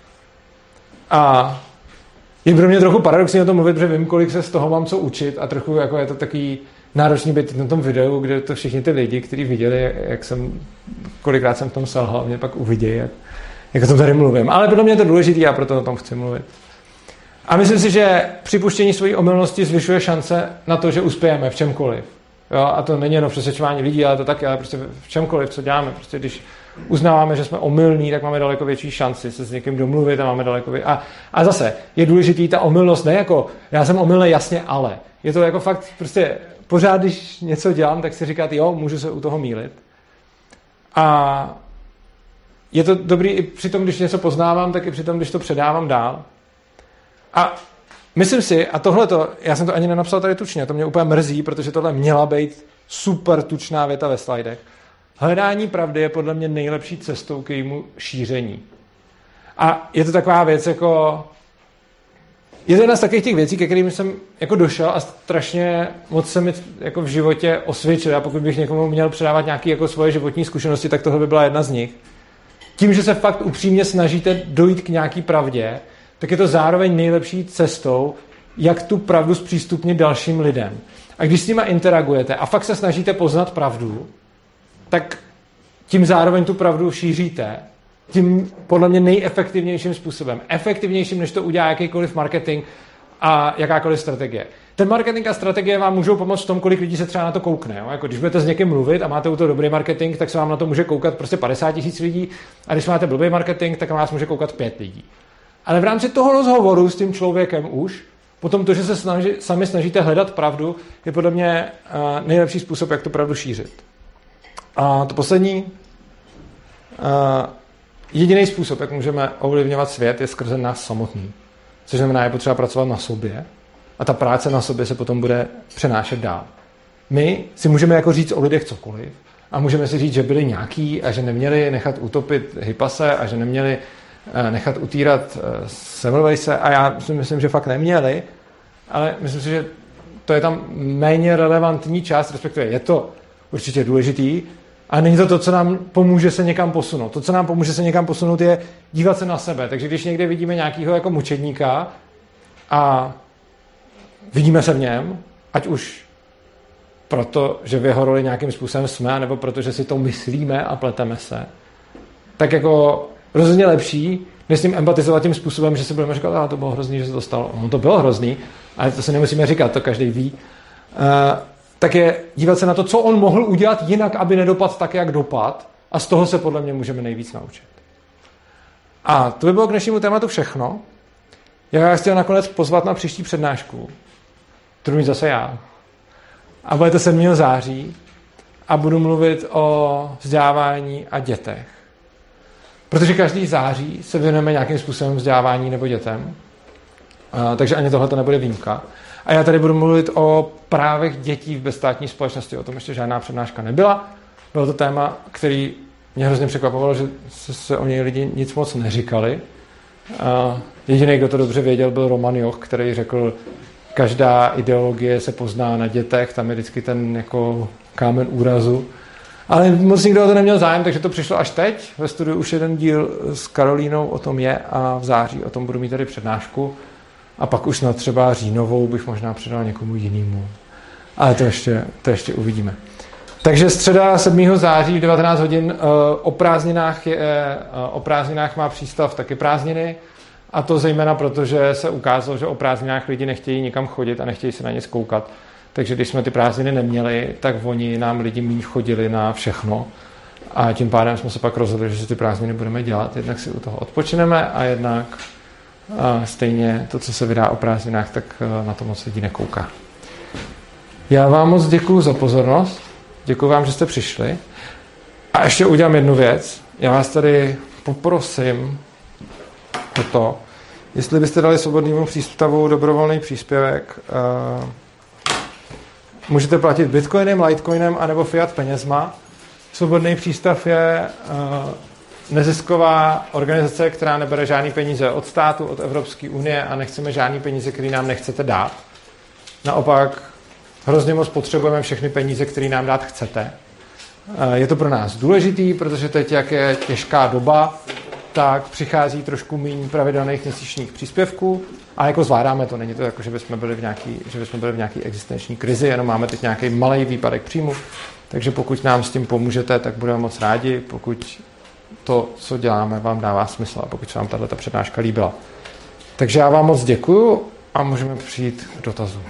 A je pro mě trochu paradoxní o tom mluvit, protože vím, kolik se z toho mám co učit a trochu jako je to takový náročný být na tom videu, kde to všichni ty lidi, kteří viděli, kolikrát jsem v tom selhal, mě pak uvidějí, jak o tom tady mluvím. Ale pro mě je to důležitý a proto o tom chci mluvit. A myslím si, že připuštění své omylnosti zvyšuje šance na to, že uspějeme v čemkoliv. Jo? A to není jenom přesvědčování lidí, ale to taky, ale prostě v čemkoliv, co děláme. Prostě když uznáváme, že jsme omylní, tak máme daleko větší šanci se s někým domluvit a máme daleko větší. A zase je důležitý ta omylnost, ne jako já jsem omylný, jasně, ale. Je to jako fakt prostě pořád, když něco dělám, tak si říkat, jo, můžu se u toho mýlit. A je to dobrý i při tom, když něco poznávám, tak i při tom, když to předávám dál. A myslím si, a tohleto, já jsem to ani nenapsal tady tučně, to mě úplně mrzí, protože tohle měla být super tučná věta ve slajdech. Hledání pravdy je podle mě nejlepší cestou k jejímu šíření. A je to taková věc jako... Je to jedna z takových těch věcí, ke kterým jsem jako došel a strašně moc se mi jako v životě osvědčil. A pokud bych někomu měl předávat nějaké jako svoje životní zkušenosti, tak tohle by byla jedna z nich. Tím, že se fakt upřímně snažíte dojít k nějaký pravdě, tak je to zároveň nejlepší cestou, jak tu pravdu zpřístupnit dalším lidem. A když s nima interagujete a fakt se snažíte poznat pravdu, tak tím zároveň tu pravdu šíříte. Tím podle mě nejefektivnějším způsobem. Efektivnějším, než to udělá jakýkoliv marketing a jakákoliv strategie. Ten marketing a strategie vám můžou pomoct v tom, kolik lidí se třeba na to koukne. Jo? Jako když budete s někým mluvit a máte u toho dobrý marketing, tak se vám na to může koukat prostě 50 000 lidí a když máte blbý marketing, tak na vás může koukat 5 lidí. Ale v rámci toho rozhovoru s tím člověkem už, potom to, že se sami snažíte hledat pravdu, je podle mě nejlepší způsob, jak tu pravdu šířit. A to poslední, jediný způsob, jak můžeme ovlivňovat svět, je skrze nás samotný. Což znamená, je potřeba pracovat na sobě a ta práce na sobě se potom bude přenášet dál. My si můžeme jako říct o lidech cokoliv a můžeme si říct, že byli nějaký a že neměli nechat utopit Hypase a že neměli nechat utírat Semmelweise a já si myslím, že fakt neměli, ale myslím si, že to je tam méně relevantní část, respektive je to určitě důležitý, a není to to, co nám pomůže se někam posunout. To, co nám pomůže se někam posunout, je dívat se na sebe. Takže když někde vidíme nějakého jako mučedníka a vidíme se v něm, ať už proto, že v jeho roli nějakým způsobem jsme, nebo protože si to myslíme a pleteme se, tak jako rozhodně lepší, než s tím empatizovat tím způsobem, že si budeme říkat, to bylo hrozný, že se to stalo. No, to bylo hrozný, ale to se nemusíme říkat, to každý ví. Tak je dívat se na to, co on mohl udělat jinak, aby nedopadl tak, jak dopadl, a z toho se podle mě můžeme nejvíc naučit. A to by bylo k dnešnímu tématu všechno. Já vás chtěl nakonec pozvat na příští přednášku, kterou mít zase já. A bude to 7. září a budu mluvit o vzdělávání a dětech. Protože každý září se věnujeme nějakým způsobem vzdělávání nebo dětem. Takže ani tohle to nebude výjimka. A já tady budu mluvit o právech dětí v bezstátní společnosti. O tom ještě žádná přednáška nebyla. Bylo to téma, který mě hrozně překvapovalo, že se o něj lidi nic moc neříkali. Jediný, kdo to dobře věděl, byl Roman Joch, který řekl, každá ideologie se pozná na dětech, tam je vždycky ten jako kámen úrazu. Ale moc nikdo o to neměl zájem, takže to přišlo až teď. Ve studiu už jeden díl s Karolínou o tom je a v září o tom budu mít tady přednášku. A pak už na třeba říjnovou bych možná předal někomu jinému. Ale to ještě uvidíme. Takže středa 7. září v 19 hodin o prázdninách má přístav taky prázdniny. A to zejména proto, že se ukázalo, že o prázdninách lidi nechtějí nikam chodit a nechtějí se na ně koukat. Takže když jsme ty prázdniny neměli, tak oni nám lidi méně chodili na všechno. A tím pádem jsme se pak rozhodli, že si ty prázdniny budeme dělat. Jednak si u toho odpočineme a jednak stejně to, co se vydá o prázdninách, tak na to moc lidí nekouká. Já vám moc děkuju za pozornost. Děkuju vám, že jste přišli. A ještě udělám jednu věc. Já vás tady poprosím o to, jestli byste dali Svobodnému přístavu dobrovolný příspěvek. Můžete platit bitcoinem, litecoinem anebo fiat penězma. Svobodný přístav je nezisková organizace, která nebere žádný peníze od státu, od Evropské unie a nechceme žádný peníze, které nám nechcete dát. Naopak hrozně moc potřebujeme všechny peníze, které nám dát chcete. Je to pro nás důležitý, protože teď, jak je těžká doba, tak přichází trošku méně pravidelných měsíčních příspěvků a jako zvládáme to. Není to jako, že bychom byli v nějaké existenční krizi, jenom máme teď nějaký malý výpadek příjmu. Takže pokud nám s tím pomůžete, tak budeme moc rádi, pokud to, co děláme, vám dává smysl a pokud se vám tato přednáška líbila. Takže já vám moc děkuju a můžeme přijít k dotazu.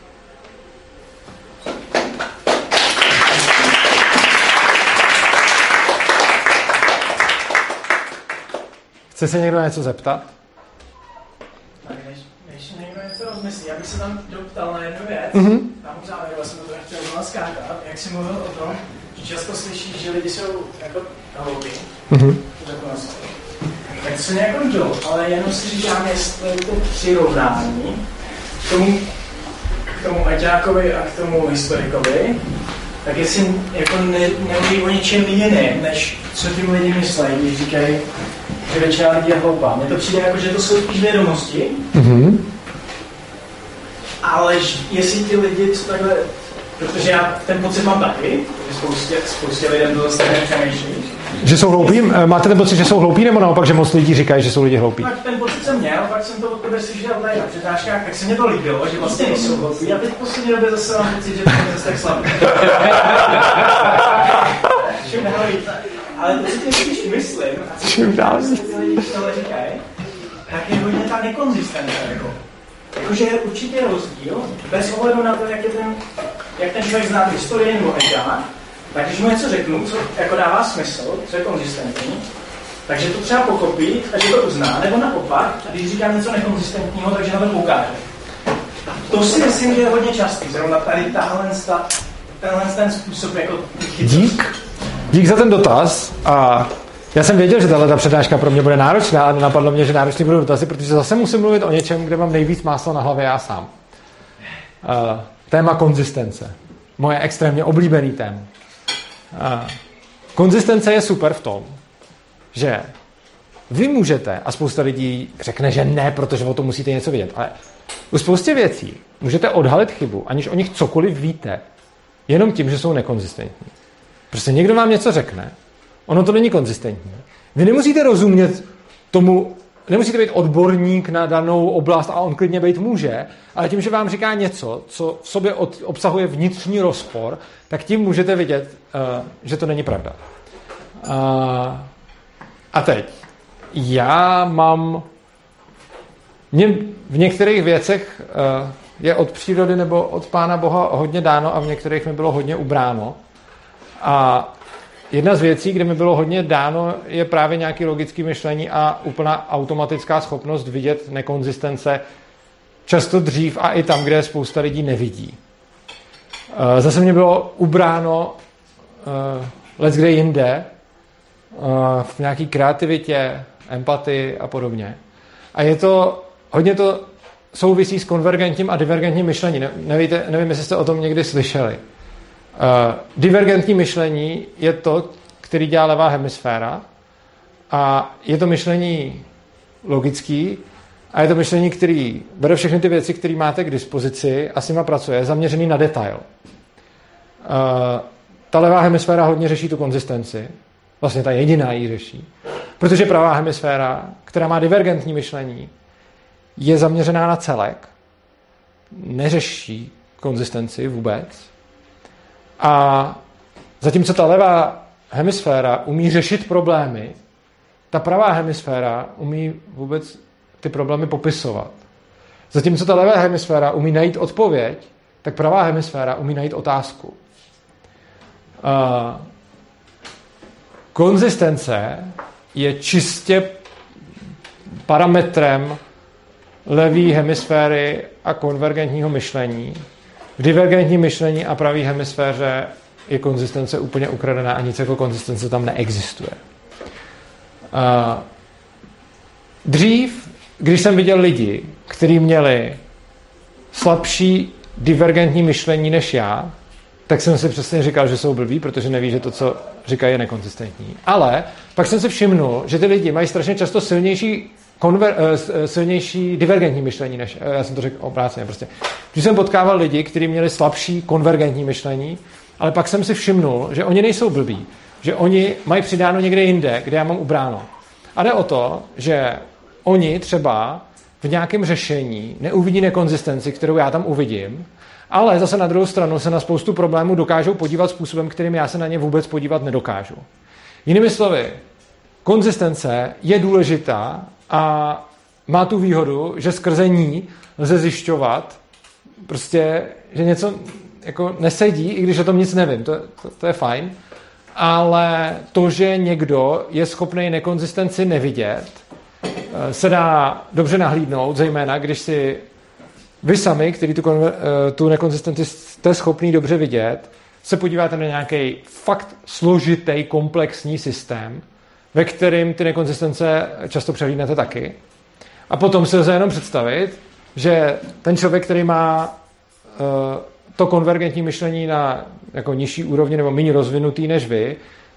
Chce se někdo něco zeptat? Tak než někdo něco rozmyslí, já bych se tam doptal na jednu věc. Tam v závěru jsem to chtěl znovu skákat, jak jsi mluvil o tom, že často slyšíš, že lidi jsou jako hloupí. Tak to se nějak jdu, ale jenom si říkám, jestli to přirovnání k tomu Aťákovi a k tomu historikovi, tak jestli jako nemluví o ničem jiném, než co tím lidi myslejí, když říkají, že většina lidí je hloupá. Mně to přijde jako, že to jsou spíš vědomosti, ale jestli ti lidi, co takhle, protože já ten pocit mám taky, že spoustě lidem to zase nepřemýšlí. Že jsou hloupí? Máte ten pocit, že jsou hloupí, nebo naopak, že moc lidí říkají, že jsou lidi hloupí? Tak ten pocit jsem měl, pak jsem to od tebe slyšel tady na přednáškách, tak se mě to líbilo, že vlastně nejsou hloupí. A teď v poslední době zase mám pocit, že to je zase tak slabý. Ale to, co ti spíš myslím, a co ty lidi tohle říkají, tak je hodně ta nekonzistence. Jakože je určitě rozdíl, bez ohledu na to, jak ten člověk zná historii nebo nedělá, tak když mu něco řeknu, co jako dává smysl, co je konzistentní, takže to třeba pochopí a že to uzná, nebo naopak, a když říkám něco nekonzistentního, takže na to poukáže. To si myslím, že je hodně častý, zrovna tady tenhle ten způsob jako Dík za ten dotaz. A já jsem věděl, že tato přednáška pro mě bude náročná, ale napadlo mě, že náročný budou dotazy, protože zase musím mluvit o něčem, kde mám nejvíc másla na hlavě já sám. Téma konzistence. Moje extrémně oblíbený téma. Konzistence je super v tom, že vy můžete, a spousta lidí řekne, že ne, protože o tom musíte něco vědět, ale u spoustě věcí můžete odhalit chybu, aniž o nich cokoliv víte, jenom tím, že jsou nekonzistentní. Prostě někdo vám něco řekne, ono to není konzistentní. Vy nemusíte rozumět tomu, nemusíte být odborník na danou oblast a on klidně být může, ale tím, že vám říká něco, co v sobě obsahuje vnitřní rozpor, tak tím můžete vidět, že to není pravda. A teď. Mně v některých věcech je od přírody nebo od Pána Boha hodně dáno a v některých mi bylo hodně ubráno. A jedna z věcí, kde mi bylo hodně dáno, je právě nějaké logické myšlení a úplná automatická schopnost vidět nekonzistence často dřív a i tam, kde spousta lidí nevidí. Zase mě bylo ubráno leckde jinde, v nějaké kreativitě, empatii a podobně. A hodně to souvisí s konvergentním a divergentním myšlením. Nevím, jestli jste o tom někdy slyšeli. Divergentní myšlení je to, který dělá levá hemisféra a je to myšlení logický A je to myšlení, který bere všechny ty věci, které máte k dispozici a s nima pracuje, je zaměřený na detail. Ta levá hemisféra hodně řeší tu konzistenci. Vlastně ta jediná ji řeší. Protože pravá hemisféra, která má divergentní myšlení, je zaměřená na celek, neřeší konzistenci vůbec. A zatímco ta levá hemisféra umí řešit problémy, ta pravá hemisféra umí vůbec ty problémy popisovat. Zatímco ta levá hemisféra umí najít odpověď, tak pravá hemisféra umí najít otázku. Konzistence je čistě parametrem levé hemisféry a konvergentního myšlení. V divergentním myšlení a pravé hemisféře je konzistence úplně ukradená a nic jako konzistence tam neexistuje. Dřív, když jsem viděl lidi, kteří měli slabší divergentní myšlení než já, tak jsem si přesně říkal, že jsou blbí, protože neví, že to, co říkají, je nekonzistentní. Ale pak jsem si všimnul, že ty lidi mají strašně často silnější divergentní myšlení, než já jsem to řekl obráceně. Prostě. Když jsem potkával lidi, kteří měli slabší konvergentní myšlení, ale pak jsem si všimnul, že oni nejsou blbí, že oni mají přidáno někde jinde, kde já mám ubráno. A jde o to, že oni třeba v nějakém řešení neuvidí nekonzistenci, kterou já tam uvidím, ale zase na druhou stranu se na spoustu problémů dokážou podívat způsobem, kterým já se na ně vůbec podívat nedokážu. Jinými slovy, konzistence je důležitá a má tu výhodu, že skrze ní lze zjišťovat, prostě, že něco jako nesedí, i když o tom nic nevím, to je fajn, ale to, že někdo je schopný nekonzistenci nevidět, se dá dobře nahlídnout, zejména když si vy sami, který tu nekonzistenci jste schopný dobře vidět, se podíváte na nějaký fakt složitý, komplexní systém, ve kterém ty nekonzistence často přehlídnete taky. A potom si lze jenom představit, že ten člověk, který má to konvergentní myšlení na jako nižší úrovni nebo méně rozvinutý než vy,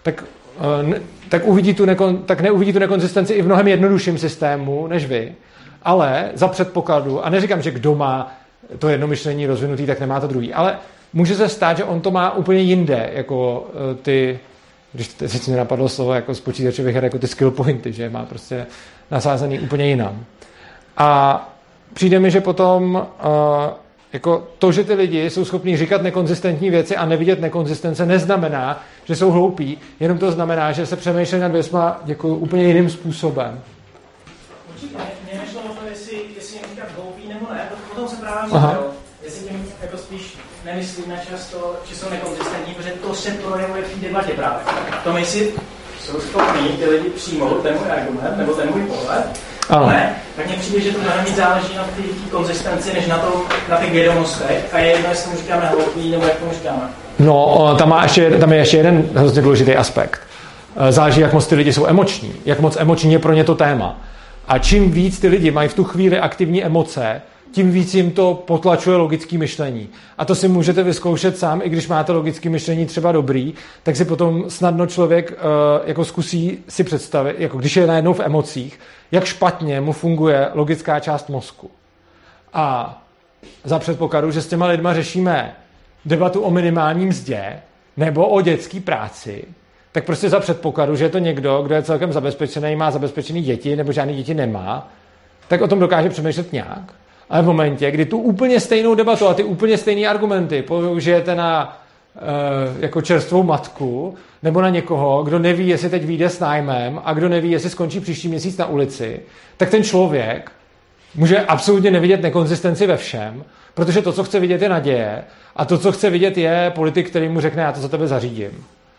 tak neuvidí tu nekonzistenci i v mnohem jednodušším systému než vy. Ale za předpokladu, a neříkám, že kdo má to jedno myšlení rozvinutý, tak nemá to druhý, ale může se stát, že on to má úplně jinde, jako ty, když teď mi napadlo slovo jako z počítačových her, jako ty skill pointy, že má prostě nasázený úplně jinam. A přijde mi, že potom jako to, že ty lidi jsou schopní říkat nekonzistentní věci a nevidět nekonzistence, neznamená, že jsou hloupí, jenom to znamená, že se přemýšlí nad věcma úplně jiným způsobem. Určitě, mě nešlo o to, jestli říkat hloupý nebo ne, potom se právě mluvil, jestli tím jako spíš nemyslíme často, že jsou nekonzistentní, protože to se projevuje v té debatě právě. To my si jsou schopní ty lidi přijmout ten můj argument nebo ten můj pohled, ale tak mně přijde, že to mnohem víc záleží na té konzistenci, než na těch vědomostech a je jedno, jestli tomu říkáme hloupý nebo jak tomu říkáme. No, tam je ještě jeden hrozně důležitý aspekt. Záleží, jak moc ty lidi jsou emoční, jak moc emoční je pro ně to téma. A čím víc ty lidi mají v tu chvíli aktivní emoce, tím víc jim to potlačuje logické myšlení. A to si můžete vyzkoušet sám, i když máte logické myšlení třeba dobrý, tak si potom snadno člověk jako zkusí si představit, jako když je najednou v emocích, jak špatně mu funguje logická část mozku. A za předpokladu, že s těma lidma řešíme debatu o minimální mzdě nebo o dětské práci, tak prostě za předpokladu, že je to někdo, kdo je celkem zabezpečený, má zabezpečený děti nebo žádný děti nemá, tak o tom dokáže přemýšlet nějak. Ale v momentě, kdy tu úplně stejnou debatu a ty úplně stejné argumenty použijete na jako čerstvou matku nebo na někoho, kdo neví, jestli teď vyjde s nájmem a kdo neví, jestli skončí příští měsíc na ulici, tak ten člověk může absolutně nevidět nekonzistenci ve všem, protože to, co chce vidět, je naděje a to, co chce vidět, je politik, který mu řekne, já to za tebe zařídím.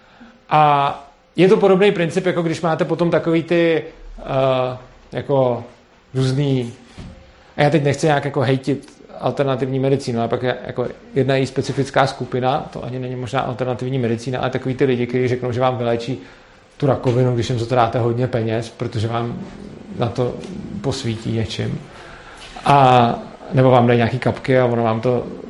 A je to podobný princip, jako když máte potom takový ty jako různý, a já teď nechci nějak jako hejtit alternativní medicínu, ale pak je jako jedna její specifická skupina, to ani není možná alternativní medicína, ale takový ty lidi, kteří řeknou, že vám vyléčí tu rakovinu, když jim za to dáte hodně peněz, protože vám na to posvítí něčím. A nebo vám dají nějaký kapky a ono vám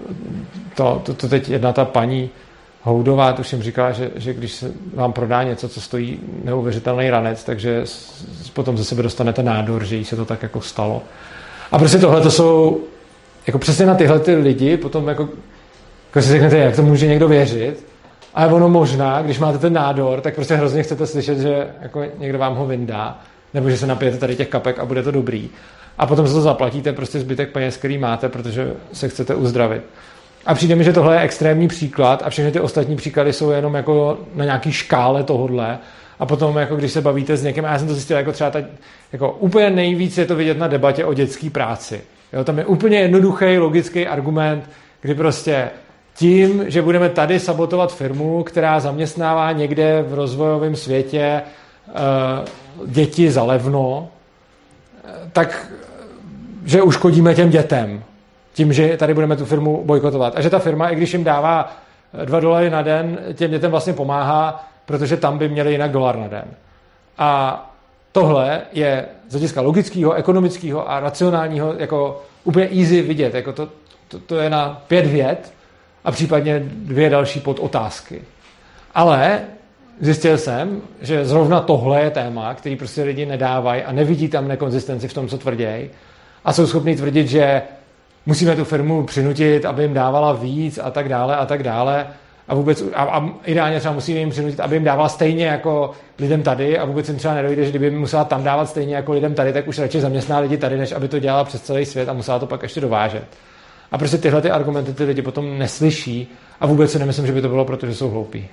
to teď jedna ta paní Houdová, to už jim říkala, že když se vám prodá něco, co stojí neuvěřitelný ranec, takže potom ze sebe dostanete nádor, že jí se to tak jako stalo. A prostě tohle to jsou jako přesně na tyhle ty lidi potom jako si řeknete, jak to může někdo věřit, ale ono možná, když máte ten nádor, tak prostě hrozně chcete slyšet, že jako někdo vám ho vyndá, nebo že se napijete tady těch kapek a bude to dobrý. A potom se to zaplatíte prostě zbytek peněz, který máte, protože se chcete uzdravit. A přijde mi, že tohle je extrémní příklad a všechny ty ostatní příklady jsou jenom jako na nějaký škále tohodle. A potom, jako když se bavíte s někým, a já jsem to zjistil, jako třeba jako úplně nejvíc je to vidět na debatě o dětské práci. Jo, tam je úplně jednoduchý, logický argument, kdy prostě tím, že budeme tady sabotovat firmu, která zaměstnává někde v rozvojovém světě děti za levno, tak že uškodíme těm dětem. Tím, že tady budeme tu firmu bojkotovat. A že ta firma, i když jim dává $2 na den, těm dětem vlastně pomáhá, protože tam by měli jinak $1 na den. A tohle je z hlediska logického, ekonomického a racionálního jako úplně easy vidět. Jako to je na 5 vět a případně 2 další podotázky. Ale zjistil jsem, že zrovna tohle je téma, který prostě lidi nedávají a nevidí tam nekonzistenci v tom, co tvrdějí. A jsou schopní tvrdit, že musíme tu firmu přinutit, aby jim dávala víc a tak dále a tak dále. A vůbec a ideálně třeba musíme jim přinutit, aby jim dávala stejně jako lidem tady a vůbec jim třeba nedojde, že kdyby jim musela tam dávat stejně jako lidem tady, tak už radši zaměstná lidi tady, než aby to dělala přes celý svět a musela to pak ještě dovážet. A prostě tyhle ty argumenty ty lidi potom neslyší a vůbec si nemyslím, že by to bylo, protože jsou hloupí.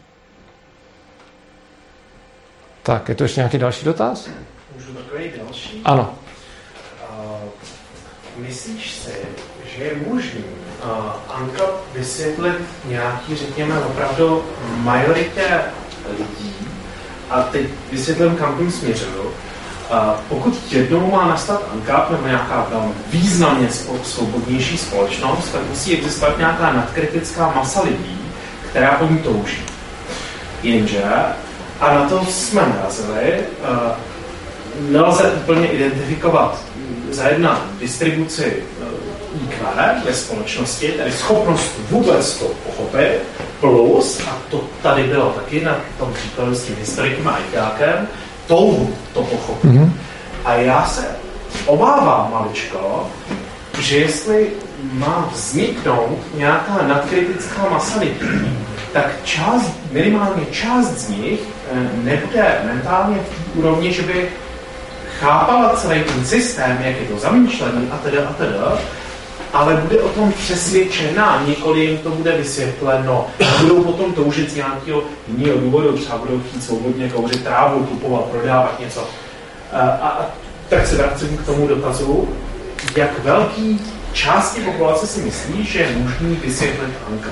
Tak, je to ještě nějaký další dotaz? Můžu takový další? Ano. Myslíš si, že je možný UNCAP vysvětlit nějaký, řekněme, opravdu majoritě lidí, a teď vysvětlím, kam tím směřuju, pokud jednou má nastat UNCAP nebo nějaká významně svobodnější společnost, tak musí existovat nějaká nadkritická masa lidí, která po ní touží. Jenže, a na to jsme narazili, nelze úplně identifikovat zajednat distribuci IQ ve společnosti, tedy schopnost vůbec to pochopit, plus, a to tady bylo taky na tom příkladu s tím historikem a IQákem, touhu to pochopit. Mm-hmm. A já se obávám maličko, že jestli má vzniknout nějaká nadkritická masa lidí, tak minimálně část z nich nebude mentálně v té úrovni, že by chápala celý ten systém, jak je to zamýšlený a teda, ale bude o tom přesvědčená, nikoli jim to bude vysvětleno. Budou potom toužit z nějakého jiného důvodu, třeba budou chtít svobodně kouřit trávu, kupovat, prodávat něco. A tak se vracím k tomu dotazu, jak velký části populace si myslí, že je možný vysvětlit UNCAP?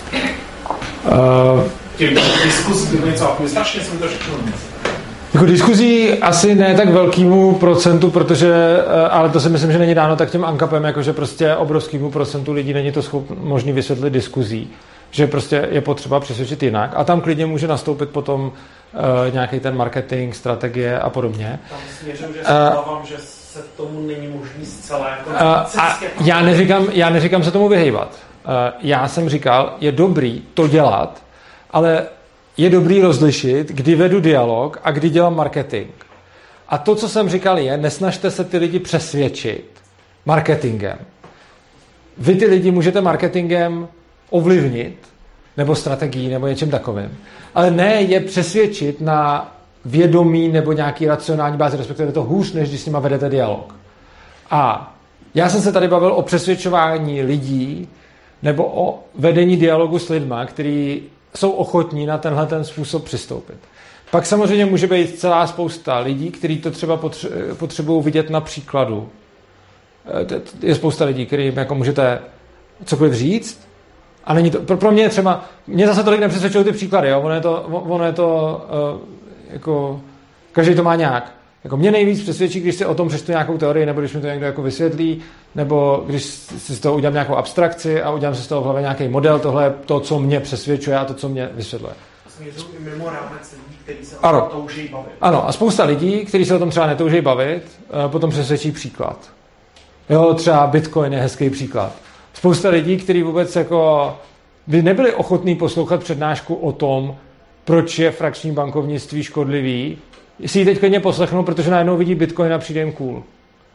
Tím diskuzí bylo něco, strašně jsem to řekl. Jako diskuzí asi ne tak velkému procentu, protože, ale to si myslím, že není dáno tak tím UNCAPem, jakože prostě obrovskému procentu lidí není to možný vysvětlit diskuzí, že prostě je potřeba přesvědčit jinak a tam klidně může nastoupit potom nějaký ten marketing, strategie a podobně. Tam směřím, že se obávám, že se tomu není možný zcela jako já neříkám se tomu vyhejbat. Já jsem říkal, je dobrý to dělat, ale je dobrý rozlišit, kdy vedu dialog a kdy dělám marketing. A to, co jsem říkal, je, nesnažte se ty lidi přesvědčit marketingem. Vy ty lidi můžete marketingem ovlivnit, nebo strategií, nebo něčem takovým. Ale ne je přesvědčit na vědomí nebo nějaký racionální bázi, respektive to hůř, než když s nima vedete dialog. A já jsem se tady bavil o přesvědčování lidí nebo o vedení dialogu s lidma, který jsou ochotní na tenhle ten způsob přistoupit. Pak samozřejmě může být celá spousta lidí, kteří to třeba potřebují vidět na příkladu. Je spousta lidí, kterým jako můžete cokoliv říct a není to, pro mě třeba, mě zase tolik nepřesvědčují ty příklady, jo? Ono je to jako, každý to má nějak. Jako mě nejvíc přesvědčí, když si o tom přečtu nějakou teorii, nebo když mi to někdo jako vysvětlí, nebo když si z toho udělám nějakou abstrakci a udělám si z toho v hlavě nějaký model, tohle je to, co mě přesvědčuje a to, co mě vysvětluje. Směřují i mimo rámec lidí, kteří se o tom touží bavit. Ano, a spousta lidí, kteří se o tom třeba netouží bavit, potom přesvědčí příklad. Jo, třeba Bitcoin je hezký příklad. Spousta lidí, kteří vůbec jako by nebyli ochotní poslouchat přednášku o tom, proč je frakční bankovnictví škodlivý, si ji teď klidně poslechnou, protože najednou vidí Bitcoin a přijde jim cool.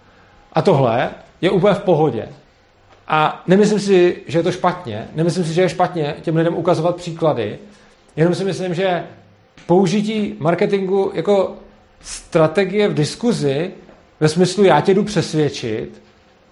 A tohle je úplně v pohodě. A nemyslím si, že je to špatně. Nemyslím si, že je špatně těm lidem ukazovat příklady. Jenom si myslím, že použití marketingu jako strategie v diskuzi ve smyslu já tě jdu přesvědčit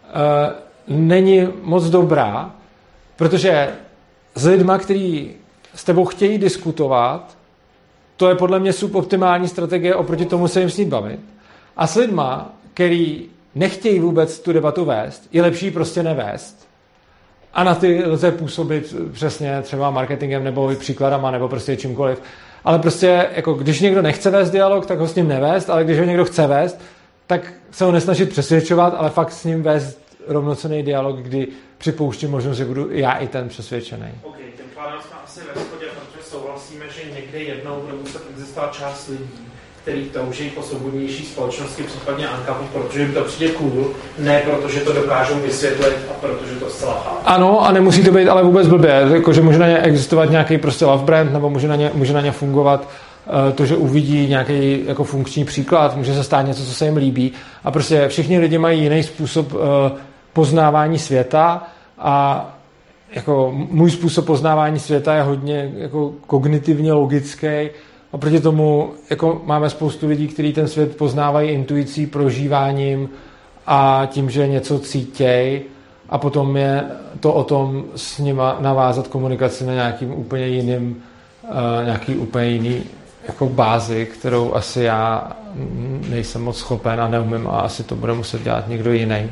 není moc dobrá, protože s lidma, který s tebou chtějí diskutovat, to je podle mě suboptimální strategie oproti tomu se jim s ní bavit. A s lidma, který nechtějí vůbec tu debatu vést, je lepší prostě nevést. A na ty lze působit přesně třeba marketingem nebo příkladama nebo prostě čímkoliv. Ale prostě, jako když někdo nechce vést dialog, tak ho s ním nevést, ale když ho někdo chce vést, tak se ho nesnažit přesvědčovat, ale fakt s ním vést rovnocenný dialog, kdy připouštím možnost, že budu já i ten přesvědčený. OK, tím pádem jsme asi ve shodě, protože souhlasíme, že někde jednou bude muset existovat část lidí, který touží po svobodnější společnosti, případně ANCAPu, protože jim to přijde cool, ne protože to dokážou vysvětlit a protože to zcela chápu. Ano, a nemusí to být ale vůbec blbě, jakože může na ně existovat nějaký prostě love brand, nebo může na ně fungovat to, že uvidí nějaký jako funkční příklad, může se stát něco, co se jim líbí a prostě všichni lidi mají jiný způsob poznávání světa a jako můj způsob poznávání světa je hodně jako kognitivně logický. A proti tomu jako máme spoustu lidí, kteří ten svět poznávají intuicí, prožíváním a tím, že něco cítěj a potom je to o tom s nima navázat komunikaci na nějakým úplně jiným, nějaký úplně jiný jako bázi, kterou asi já nejsem moc schopen a neumím a asi to bude muset dělat někdo jiný.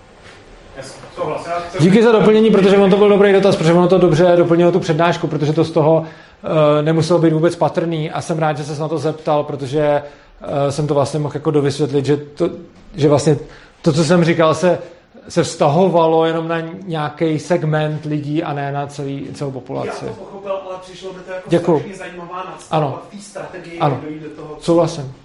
Díky za doplnění, protože on to byl dobrý dotaz, protože ono to dobře doplnilo tu přednášku, protože to z toho nemuselo být vůbec patrný a jsem rád, že ses na to zeptal, protože jsem to vlastně mohl jako dovysvětlit, že vlastně to, co jsem říkal, se vztahovalo jenom na nějaký segment lidí a ne na celou populaci. Já to pochopil, ale přišlo mi to jako strašně zajímavá nadstava v té strategii, dojít do toho. Souhlasím.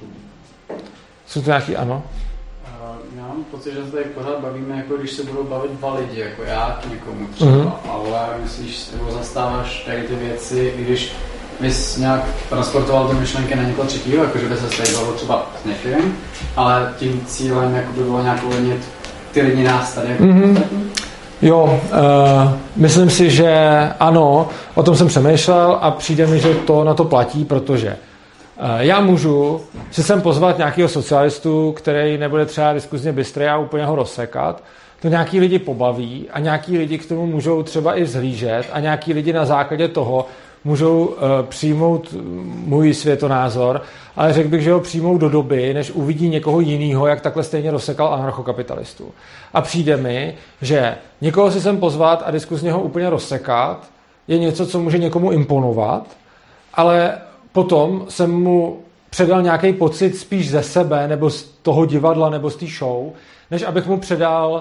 Jsou to nějaký ano? Já mám pocit, že se tady pořád bavíme, jako když se budou bavit dva lidi, jako já k někomu třeba, ale myslíš, nebo zastáváš tady ty věci, i když bys nějak transportoval ty myšlenky na někoho třetího, jakože by se tady bavil třeba s někým, ale tím cílem jako by bylo nějak uvolnit ty lidi nás tady jako Jo, myslím si, že ano, o tom jsem přemýšlel a přijde mi, že to na to platí, protože já můžu si sem pozvat nějakého socialistu, který nebude třeba diskuzně bystrý a úplně ho rozsekat. To nějaký lidi pobaví a nějaký lidi k tomu můžou třeba i vzhlížet a nějaký lidi na základě toho můžou přijmout můj světonázor, ale řekl bych, že ho přijmou do doby, než uvidí někoho jiného, jak takhle stejně rozsekal anarchokapitalistu. A přijde mi, že někoho si sem pozvat a diskuzně ho úplně rozsekat je něco, co může někomu imponovat, ale potom jsem mu předal nějaký pocit spíš ze sebe, nebo z toho divadla, nebo z té show, než abych mu předal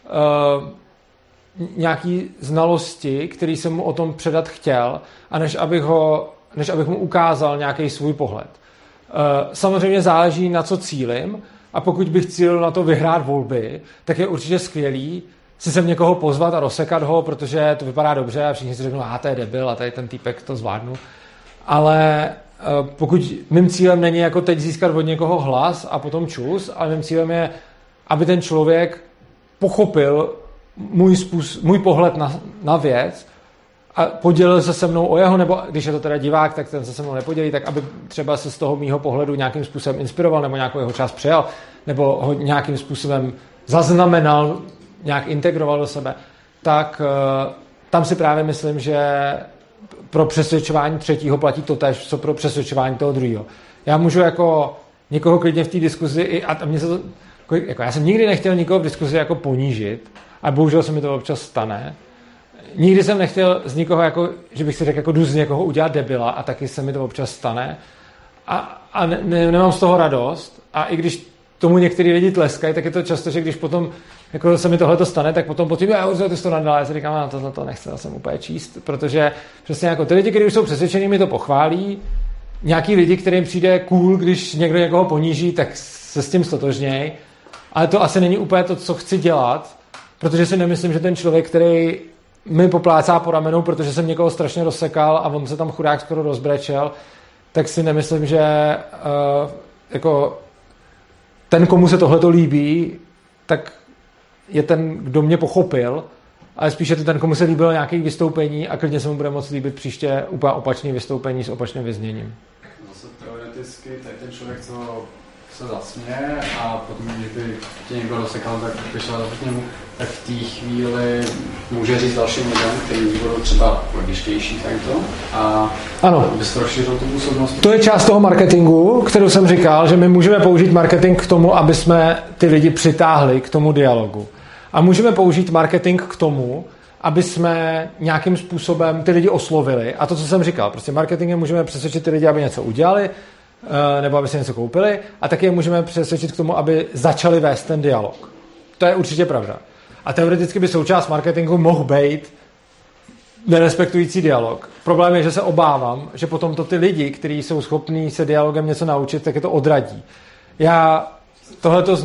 nějaký znalosti, který jsem mu o tom předat chtěl, a než abych mu ukázal nějaký svůj pohled. Samozřejmě záleží, na co cílim, a pokud bych cílil na to vyhrát volby, tak je určitě skvělý si sem někoho pozvat a rozsekat ho, protože to vypadá dobře a všichni si řeknou, to je debil a tady ten týpek to zvládnu. Ale pokud mým cílem není jako teď získat od někoho hlas a potom čus, ale mým cílem je, aby ten člověk pochopil můj pohled na věc a podělil se se mnou o jeho, nebo když je to teda divák, tak ten se mnou nepodělí, tak aby třeba se z toho mýho pohledu nějakým způsobem inspiroval, nebo nějakou jeho část přijal, nebo ho nějakým způsobem zaznamenal, nějak integroval do sebe, tak tam si právě myslím, že pro přesvědčování třetího platí to též, co pro přesvědčování toho druhého. Já můžu jako někoho klidně v té diskuzi, a mně se to, jako já jsem nikdy nechtěl nikoho v diskuzi jako ponížit, a bohužel se mi to občas stane. Nikdy jsem nechtěl z nikoho, jako, že bych si řekl, jako jdu z někoho udělat debila, a taky se mi to občas stane. A nemám z toho radost. A i když tomu některý lidi tleskají, tak je to často, že když potom jako se mi tohle stane, tak potom ty jsi to nadal, já si říkám, to nechci, já jsem úplně číst, protože přesně jako ty lidi, kteří už jsou přesvědčení, mi to pochválí. Nějaký lidi, kterým přijde cool, když někdo někoho poníží, tak se s tím stotožněj. Ale to asi není úplně to, co chci dělat, protože si nemyslím, že ten člověk, který mi poplácá po ramenu, protože jsem někoho strašně rozsekal a on se tam chudák skoro rozbrečel, tak si nemyslím, že jako ten, komu se tohleto líbí, tak je ten, kdo mě pochopil, ale spíš je to ten, komu se líbilo nějaké vystoupení a klidně se mu bude moc líbit příště úplně opačné vystoupení s opačným vyzněním. Zase teoreticky tady ten člověk, co se zasměje a potom, když by tě někdo dosekal, tak vyšel do němu, tak v té chvíli může říct dalším lidem, kteří budou třeba logičtější tady to a ano. Bys to rozšířil tu působnost. To je část toho marketingu, kterou jsem říkal, že my můžeme použít marketing k tomu, aby jsme ty lidi přitáhli k tomu dialogu. A můžeme použít marketing k tomu, aby jsme nějakým způsobem ty lidi oslovili. A to, co jsem říkal, prostě marketingem můžeme přesvědčit ty lidi, aby něco udělali, nebo aby si něco koupili, a taky je můžeme přesvědčit k tomu, aby začali vést ten dialog. To je určitě pravda. A teoreticky by součást marketingu mohl být nerespektující dialog. Problém je, že se obávám, že potom to ty lidi, kteří jsou schopní se dialogem něco naučit, tak je to odradí. Já tohleto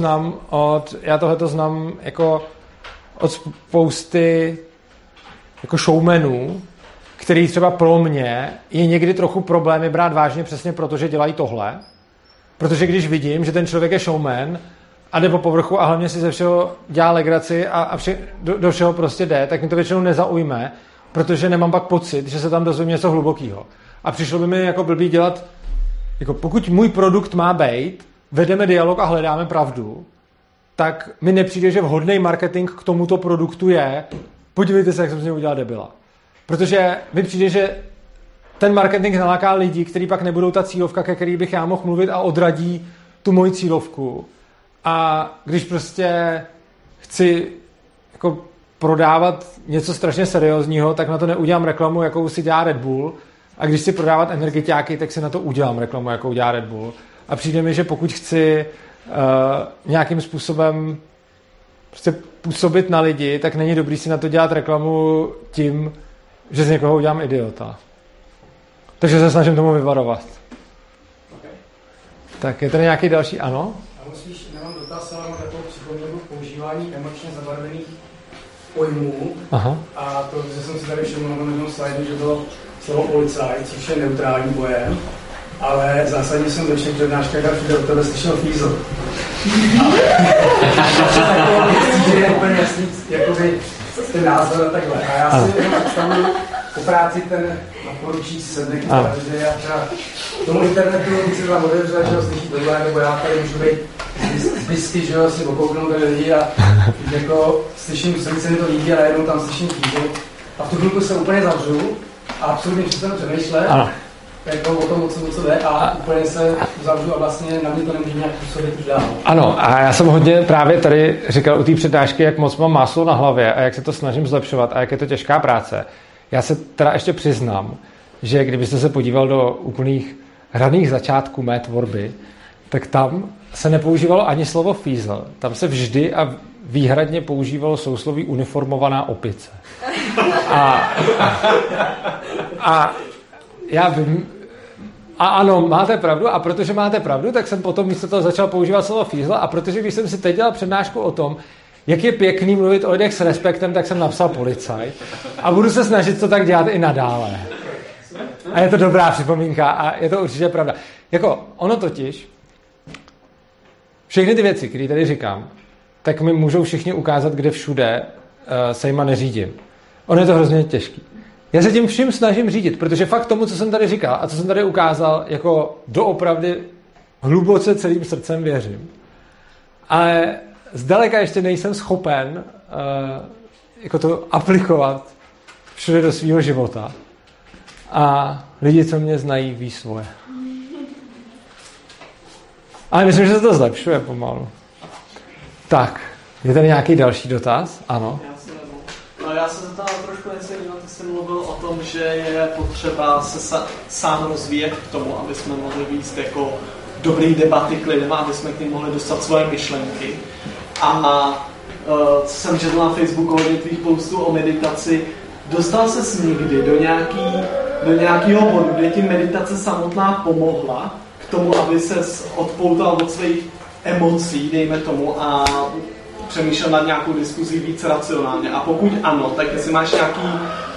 znám jako od spousty jako showmanů, který třeba pro mě je někdy trochu problémy brát vážně přesně proto, že dělají tohle. Protože když vidím, že ten člověk je showman a jde po povrchu a hlavně si ze všeho dělá legraci a do všeho prostě jde, tak mi to většinou nezaujme, protože nemám pak pocit, že se tam dozvím něco hlubokého. A přišlo by mi jako blbý dělat, jako pokud můj produkt má být, vedeme dialog a hledáme pravdu, tak mi nepřijde, že vhodný marketing k tomuto produktu je podívejte se, jak jsem z něj udělal debila. Protože mi přijde, že ten marketing naláká lidi, kteří pak nebudou ta cílovka, ke který bych já mohl mluvit a odradí tu moji cílovku. A když prostě chci jako prodávat něco strašně seriózního, tak na to neudělám reklamu, jakou si dělá Red Bull. A když si prodávat energetiáky, tak si na to udělám reklamu, jakou dělá Red Bull. A přijde mi, že pokud chci nějakým způsobem prostě působit na lidi, tak není dobrý si na to dělat reklamu tím, že z někoho udělám idiota. Takže se snažím tomu vyvarovat. Okay. Tak je tady nějaký další? Ano? Já musíš, nemám dotaz, ale mám takovou připomínku používání emočně zabarvených pojmů. Aha. A to, že jsem si tady všiml na jednom slajdu, že bylo slovo policajt, což je neutrální pojem, ale zásadně jsem ve všech přednáškách a všude od tebe slyšel fízl. Že je úplně jasný, jakoby ten názor a takhle. A já si jenom představuji po práci ten naporučí sednek a třeba tomu internetu si tam odevřel, že ho slyší tohle, nebo já tady můžu být z bisky, že ho si okouknout tady lidi a jako slyším, se mi to líbí, ale jednou tam slyším fízl. A v tu chvilku se úplně zavřu a absolutně přestanu přemýšlet. Jako o tom, o co jde a úplně se zavřu a vlastně na mě to nemůže nějak působit už dál. Ano, a já jsem hodně právě tady říkal u té přednášky, jak moc mám máslo na hlavě a jak se to snažím zlepšovat a jak je to těžká práce. Já se teda ještě přiznám, že kdybyste se podíval do úplných raných začátků mé tvorby, tak tam se nepoužívalo ani slovo fízl. Tam se vždy a výhradně používalo sousloví uniformovaná opice. A já vím, a ano, máte pravdu, a protože máte pravdu, tak jsem potom místo toho začal používat slovo fízl, a protože když jsem si teď dělal přednášku o tom, jak je pěkný mluvit o lidech s respektem, tak jsem napsal policajt a budu se snažit to tak dělat i nadále. A je to dobrá připomínka a je to určitě pravda. Jako ono totiž, všechny ty věci, které tady říkám, tak mi můžou všichni ukázat, kde všude se jima neřídím. Ono je to hrozně těžký. Já se tím vším snažím řídit, protože fakt tomu, co jsem tady říkal a co jsem tady ukázal, jako doopravdy hluboce celým srdcem věřím. Ale zdaleka ještě nejsem schopen jako to aplikovat všude do svého života. A lidi, co mě znají, ví svoje. Ale myslím, že se to zlepšuje pomalu. Tak, je tady nějaký další dotaz? Ano. Já se zeptám trošku něco jiného. Ty jsi mluvil o tom, že je potřeba se sám rozvíjet k tomu, aby jsme mohli vést jako dobrý debaty k lidem, aby jsme k nim mohli dostat svoje myšlenky. A co jsem četl na Facebooku hodně tvých postů o meditaci, dostal ses někdy do nějakého bodu, kde ti meditace samotná pomohla k tomu, aby ses odpoutal od svých emocí, dejme tomu, a přemýšlel nad nějakou diskuzí víc racionálně. A pokud ano, tak jestli máš nějaký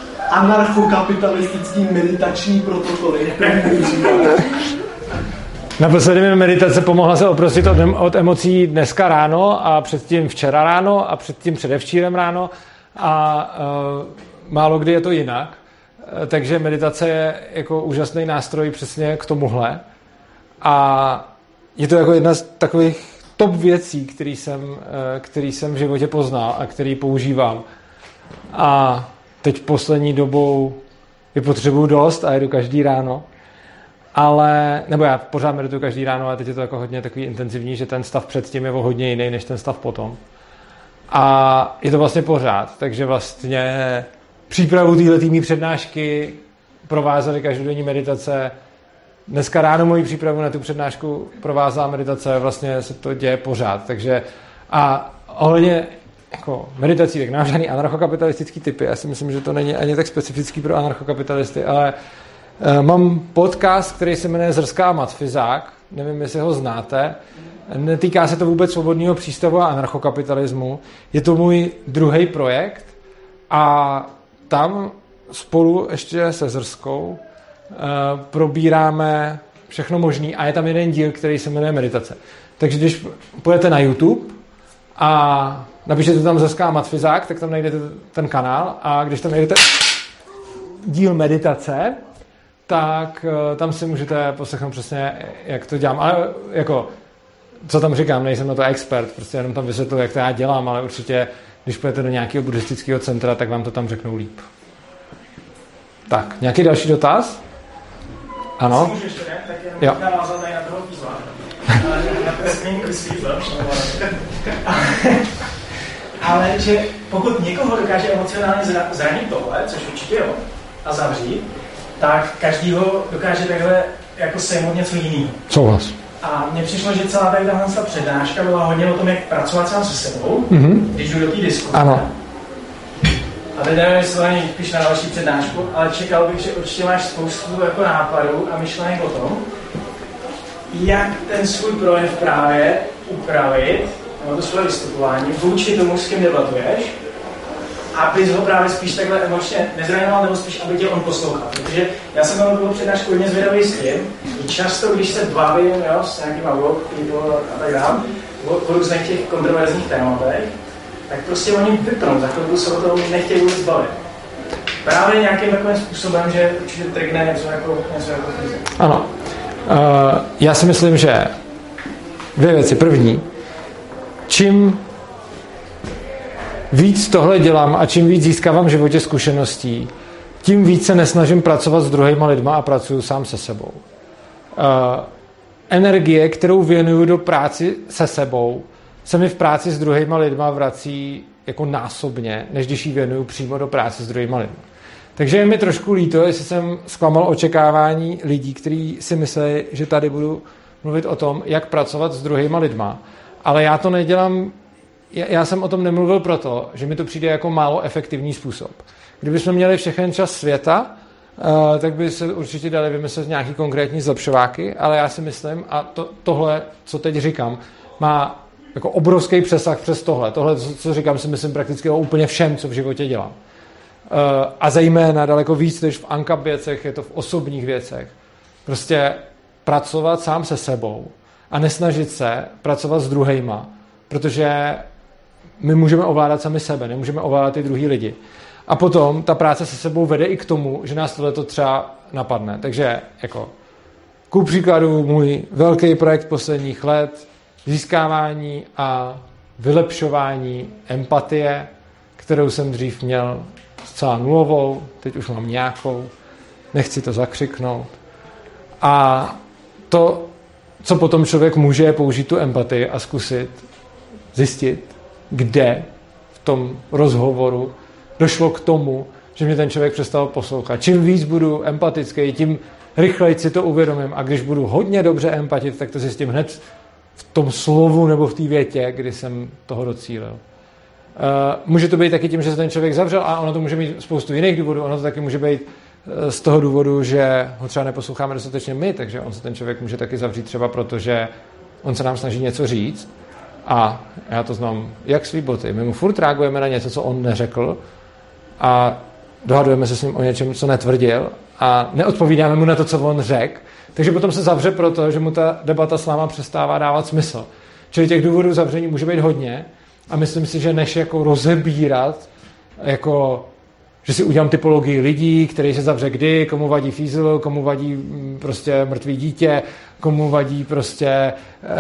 anarchokapitalistický meditační protokoly, který využíváš. Naposledy mi meditace pomohla se oprostit od emocí dneska ráno a předtím včera ráno a předtím předevčírem ráno a málo kdy je to jinak. Takže meditace je jako úžasný nástroj přesně k tomuhle. A je to jako jedna z takových top věcí, který jsem v životě poznal a který používám. A teď poslední dobou je potřebuju dost a jedu každý ráno. Nebo já pořád medituju každý ráno, ale teď je to jako hodně takový intenzivní, že ten stav předtím je o hodně jiný, než ten stav potom. A je to vlastně pořád, takže vlastně přípravu této mý přednášky provázely každodenní meditace. Dneska ráno moji přípravu na tu přednášku provázala meditace, vlastně se to děje pořád. Takže a ohledně jako meditací, tak nemám žádný anarchokapitalistický typy. Já si myslím, že to není ani tak specifický pro anarchokapitalisty, ale mám podcast, který se jmenuje Zrská matfizák. Nevím, jestli ho znáte. Netýká se to vůbec svobodného přístavu a anarchokapitalismu. Je to můj druhý projekt a tam spolu ještě se Zrskou probíráme všechno možný a je tam jeden díl, který se jmenuje meditace. Takže když půjdete na YouTube a napíšete tam Zrská matfizák, tak tam najdete ten kanál a když tam najdete díl meditace, tak tam si můžete poslechnout přesně, jak to dělám. Ale jako, co tam říkám, nejsem na to expert, prostě jenom tam vysvětluji, jak to já dělám, ale určitě, když půjdete do nějakého buddhistického centra, tak vám to tam řeknou líp. Tak, nějaký další dotaz? Ano? Můžu ještě, ne? Tak jenom navázat tady na toho písma. Na trestný vysvětl. Ale že pokud někoho dokáže emocionálně zranit tohle, což určitě jo, a zavřít, tak každýho dokáže takhle jako sejmout něco jiného. Souhlas. A mně přišlo, že celá tady tahle přednáška byla hodně o tom, jak pracovat sám se sebou, když jdu do té diskuse. Ano. A teď nevím, jestli to ani píš na další přednášku, ale čekal bych, že určitě máš spoustu jako nápadů a myšlenek o tom, jak ten svůj projev právě upravit, nebo to svoje vystupování, vůči tomu, s kým debatuješ, abys ho právě spíš takhle emočně nezraňoval, nebo spíš, aby tě on poslouchal. Protože já jsem tam byl přednášku hodně zvědavý s tím, často, když se bavím s nějakýma people a tak dále, o různých těch kontroverzních tématech, tak prostě oni vypnou, za chvilku se o tom nechtějí vůbec bavit. Právě nějakým takovým způsobem, že určitě trgne něco jako krize. Ano. Já si myslím, že dvě věci. První, čím víc tohle dělám a čím víc získávám v životě zkušeností, tím víc se nesnažím pracovat s druhýma lidma a pracuju sám se sebou. Energie, kterou věnuju do práci se sebou, se mi v práci s druhýma lidma vrací jako násobně, než když ji věnuju přímo do práce s druhýma lidma. Takže je mi trošku líto, jestli jsem zklamal očekávání lidí, kteří si myslí, že tady budu mluvit o tom, jak pracovat s druhýma lidma. Ale já to nedělám, já jsem o tom nemluvil proto, že mi to přijde jako málo efektivní způsob. Kdybychom měli všechen čas světa, tak by se určitě dali vymyslet nějaký konkrétní zlepšováky, ale já si myslím, a tohle, co teď říkám, má jako obrovský přesah přes tohle. Tohle, co říkám, si myslím prakticky o úplně všem, co v životě dělám. A zejména daleko víc, než v ANCAP věcech, je to v osobních věcech. Prostě pracovat sám se sebou a nesnažit se pracovat s druhejma, protože my můžeme ovládat sami sebe, nemůžeme ovládat ty druhý lidi. A potom ta práce se sebou vede i k tomu, že nás tohleto třeba napadne. Takže jako ku příkladu můj velký projekt posledních let, získávání a vylepšování empatie, kterou jsem dřív měl zcela nulovou, teď už mám nějakou, nechci to zakřiknout. A to, co potom člověk může, je použít tu empatii a zkusit zjistit, kde v tom rozhovoru došlo k tomu, že mě ten člověk přestal poslouchat. Čím víc budu empatický, tím rychleji si to uvědomím a když budu hodně dobře empatit, tak to zjistím hned v tom slovu nebo v té větě, kdy jsem toho docílil. Může to být taky tím, že se ten člověk zavřel a ono to může mít spoustu jiných důvodů. Ono to taky může být z toho důvodu, že ho třeba neposloucháme dostatečně my, takže on se ten člověk může taky zavřít třeba proto, že on se nám snaží něco říct a já to znám jak svý boty. My mu furt reagujeme na něco, co on neřekl a dohadujeme se s ním o něčem, co netvrdil a neodpovídáme mu na to, co on řekl, takže potom se zavře proto, že mu ta debata s náma přestává dávat smysl. Čili těch důvodů zavření může být hodně a myslím si, že než jako rozebírat, jako že si udělám typologii lidí, který se zavře kdy, komu vadí fízl, komu vadí prostě mrtvý dítě, komu vadí prostě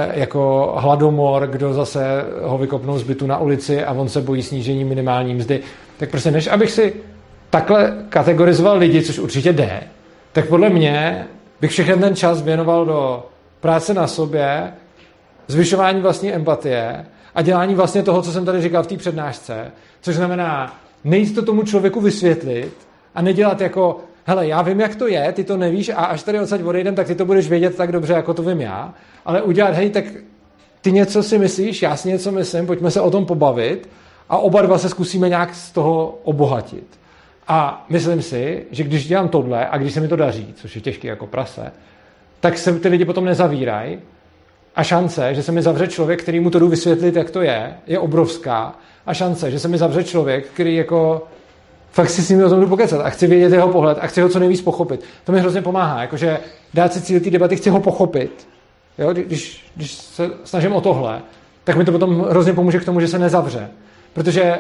jako hladomor, kdo zase ho vykopnou z bytu na ulici a on se bojí snížení minimální mzdy. Tak prostě než abych si takhle kategorizoval lidi, což určitě jde, tak podle mě bych všechny ten čas věnoval do práce na sobě, zvyšování vlastní empatie a dělání vlastně toho, co jsem tady říkal v té přednášce, což znamená nejít to tomu člověku vysvětlit a nedělat jako, hele, já vím, jak to je, ty to nevíš a až tady odsaď odejdem, tak ty to budeš vědět tak dobře, jako to vím já, ale udělat, hej, tak ty něco si myslíš, já si něco myslím, pojďme se o tom pobavit a oba dva se zkusíme nějak z toho obohatit. A myslím si, že když dělám tohle a když se mi to daří, což je těžký jako prase, tak se ty lidi potom nezavírají a šance, že se mi zavře člověk, který mu to jdu vysvětlit, jak to je obrovská a šance, že se mi zavře člověk, který jako fakt si s ním o tom jdu pokecat a chci vědět jeho pohled a chci ho co nejvíc pochopit. To mi hrozně pomáhá, jakože dát si cíl té debaty, chci ho pochopit. Jo? Když se snažím o tohle, tak mi to potom hrozně pomůže k tomu, že se nezavře. Protože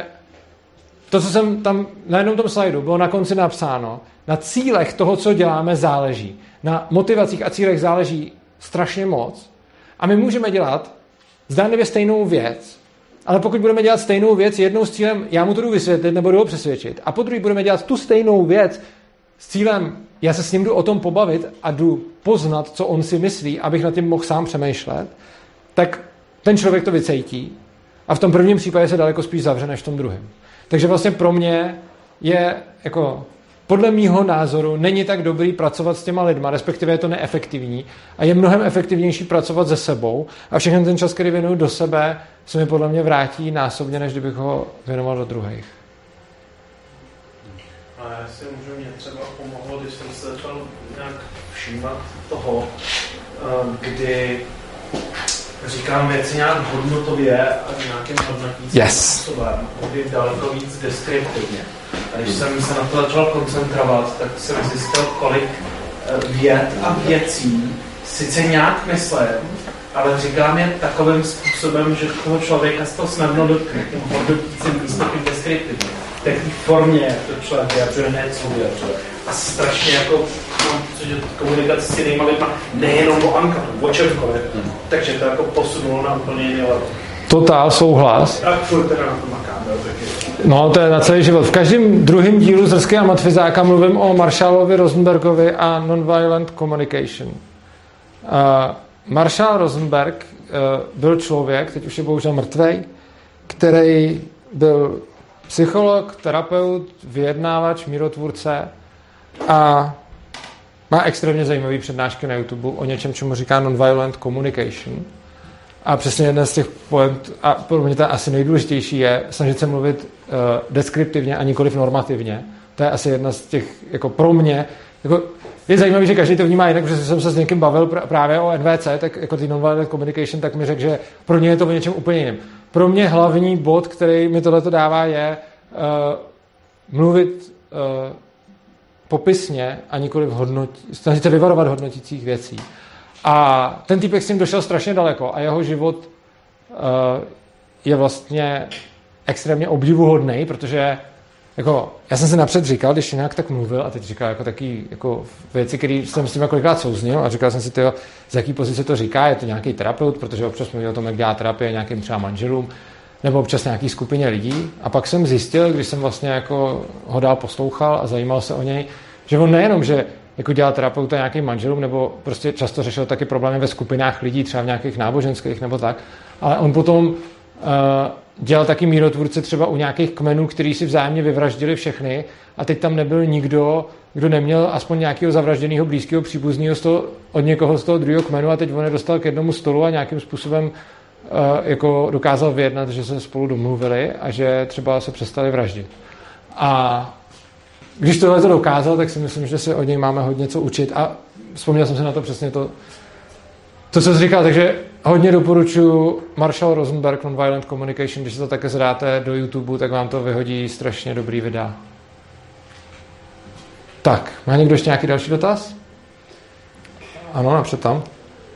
to, co jsem tam na jednom tom slajdu, bylo na konci napsáno, na cílech toho, co děláme, záleží. Na motivacích a cílech záleží strašně moc. A my můžeme dělat zdánlivě stejnou věc, ale pokud budeme dělat stejnou věc jednou s cílem, já mu to jdu vysvětlit nebo jdu ho přesvědčit, a po druhý budeme dělat tu stejnou věc s cílem, já se s ním jdu o tom pobavit a jdu poznat, co on si myslí, abych nad tím mohl sám přemýšlet, tak ten člověk to vycejtí a v tom prvním případě se daleko spíš zavře než v tom druhém. Takže vlastně pro mě je jako podle mýho názoru není tak dobrý pracovat s těma lidma, respektive je to neefektivní a je mnohem efektivnější pracovat se sebou a všechny ten čas, který věnuju do sebe, se mi podle mě vrátí násobně, než kdybych ho věnoval do druhých. A já si můžu, mě třeba pomohlo, když jsem se začal nějak všímat toho, kdy říkám věci nějak hodnotově a nějakým hodnotícím způsobem, kdy daleko víc deskriptivně. A když jsem se na to začal koncentrovat, tak jsem zjistil, kolik vět a věcí sice nějak myslím, ale říkám je takovým způsobem, že toho člověka z toho snadno dotkne, tím hodnotícím místo tím deskriptivním. V té formě to člověk vyjadřuje, ne co vyjadřuje. A strašně jako, protože komunikace s jinýma lidma, nejenom o Anka, o čemkoliv. Takže to jako posunulo na úplně jiný level. Totál souhlas. A furt teda na to makám, taky. No, to je na celý život. V každém druhém dílu Zrsky a Matfizáka mluvím o Marshallovi Rosenbergovi a Nonviolent Communication. Marshall Rosenberg byl člověk, teď už je bohužel mrtvej, který byl psycholog, terapeut, vyjednávač, mírotvůrce a má extrémně zajímavé přednášky na YouTube o něčem, čemu říká Nonviolent Communication. A přesně jeden z těch point, a pro mě to asi nejdůležitější je snažit se mluvit deskriptivně a nikoliv normativně. To je asi jedna z těch, jako pro mě, jako je zajímavé, že každý to vnímá jinak, protože jsem se s někým bavil právě o NVC, tak jako ty Nonviolent Communication, tak mi řekl, že pro ně je to o něčem úplně jiném. Pro mě hlavní bod, který mi tohleto dává, je mluvit popisně a nikoliv snažit se vyvarovat hodnotících věcí. A ten týpek s tím došel strašně daleko a jeho život je vlastně extrémně obdivuhodný, protože jako, já jsem si napřed říkal, když nějak tak mluvil a teď říkal jako taky jako věci, které jsem s tím kolikrát souznil a říkal jsem si, tyjo, z jaký pozice to říká, je to nějaký terapeut, protože občas mluví o tom, jak dělá terapie nějakým třeba manželům, nebo občas nějaký skupině lidí. A pak jsem zjistil, když jsem vlastně jako ho dál poslouchal a zajímal se o něj, že on nejenom, že jako dělal terapeuta nějakým manželům, nebo prostě často řešil taky problémy ve skupinách lidí, třeba v nějakých náboženských nebo tak, ale on potom dělal taky mírotvůrce třeba u nějakých kmenů, který si vzájemně vyvraždili všechny a teď tam nebyl nikdo, kdo neměl aspoň nějakého zavražděného blízkého příbuzného od někoho z toho druhého kmenu a teď on je dostal k jednomu stolu a nějakým způsobem jako dokázal vyjednat, že se spolu domluvili a že třeba se přestali vraždit. A když tohle to dokázal, tak si myslím, že se od něj máme hodně co učit a vzpomněl jsem si na to přesně to, co jsi říkal, takže hodně doporučuji Marshall Rosenberg Nonviolent Communication, když se to také zadáte do YouTube, tak vám to vyhodí strašně dobrý videa. Tak, má někdo ještě nějaký další dotaz? Ano, napřed tam.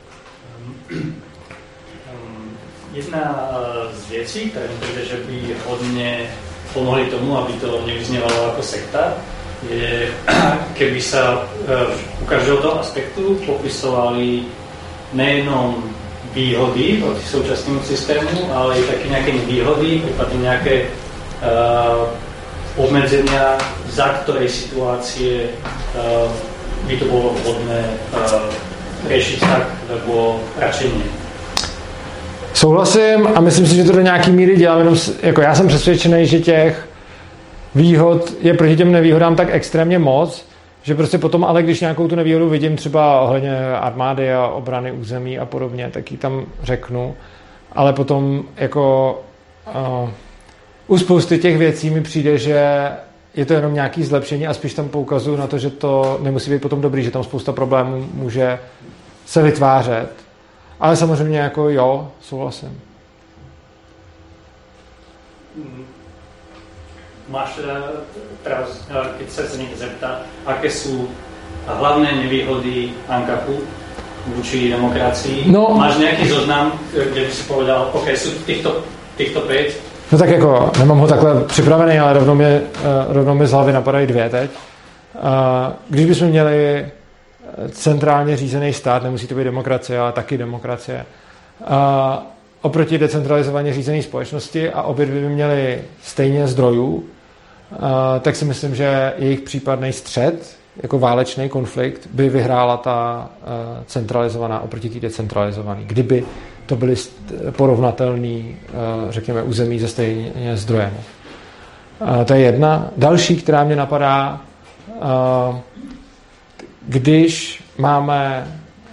Jedna z věcí, které mi přijde, že by hodně pomohli tomu, aby to nevyzněvalo jako sekta, je, keby sa u každého toho aspektu popisovali nejenom výhody proti současnému systému, ale i taky nějaké nevýhody, případně nějaké obmedzenia, za ktorej situácie by to bolo vhodné riešiť tak, nebo radšej nie. Souhlasím a myslím si, že to do nějaký míry dělám, jenom jako já jsem přesvědčený, že těch výhod je proti těm nevýhodám tak extrémně moc, že prostě potom, ale když nějakou tu nevýhodu vidím třeba ohledně armády a obrany území a podobně, tak ji tam řeknu, ale potom jako u spousty těch věcí mi přijde, že je to jenom nějaké zlepšení a spíš tam poukazuju na to, že to nemusí být potom dobrý, že tam spousta problémů může se vytvářet. Ale samozřejmě jako jo, souhlasím. Máš teraz, keď sa niekto zeptá, aké sú hlavné nevýhody ANCAPu vůči demokracii? No, máš nějaký zoznam, kde by si povedal, OK, sú týchto 5? No tak jako, nemám ho takhle připravený, ale rovnou mi z hlavy napadají 2 teď. Když bychom měli centrálně řízený stát, nemusí to být demokracie, ale taky demokracie, oproti decentralizovaně řízené společnosti a obě by měly stejně zdrojů, tak si myslím, že jejich případný střet, jako válečný konflikt, by vyhrála ta centralizovaná oproti té decentralizované. Kdyby to byly porovnatelné, řekněme, území se stejně zdrojem. To je jedna. Další, která mě napadá, když máme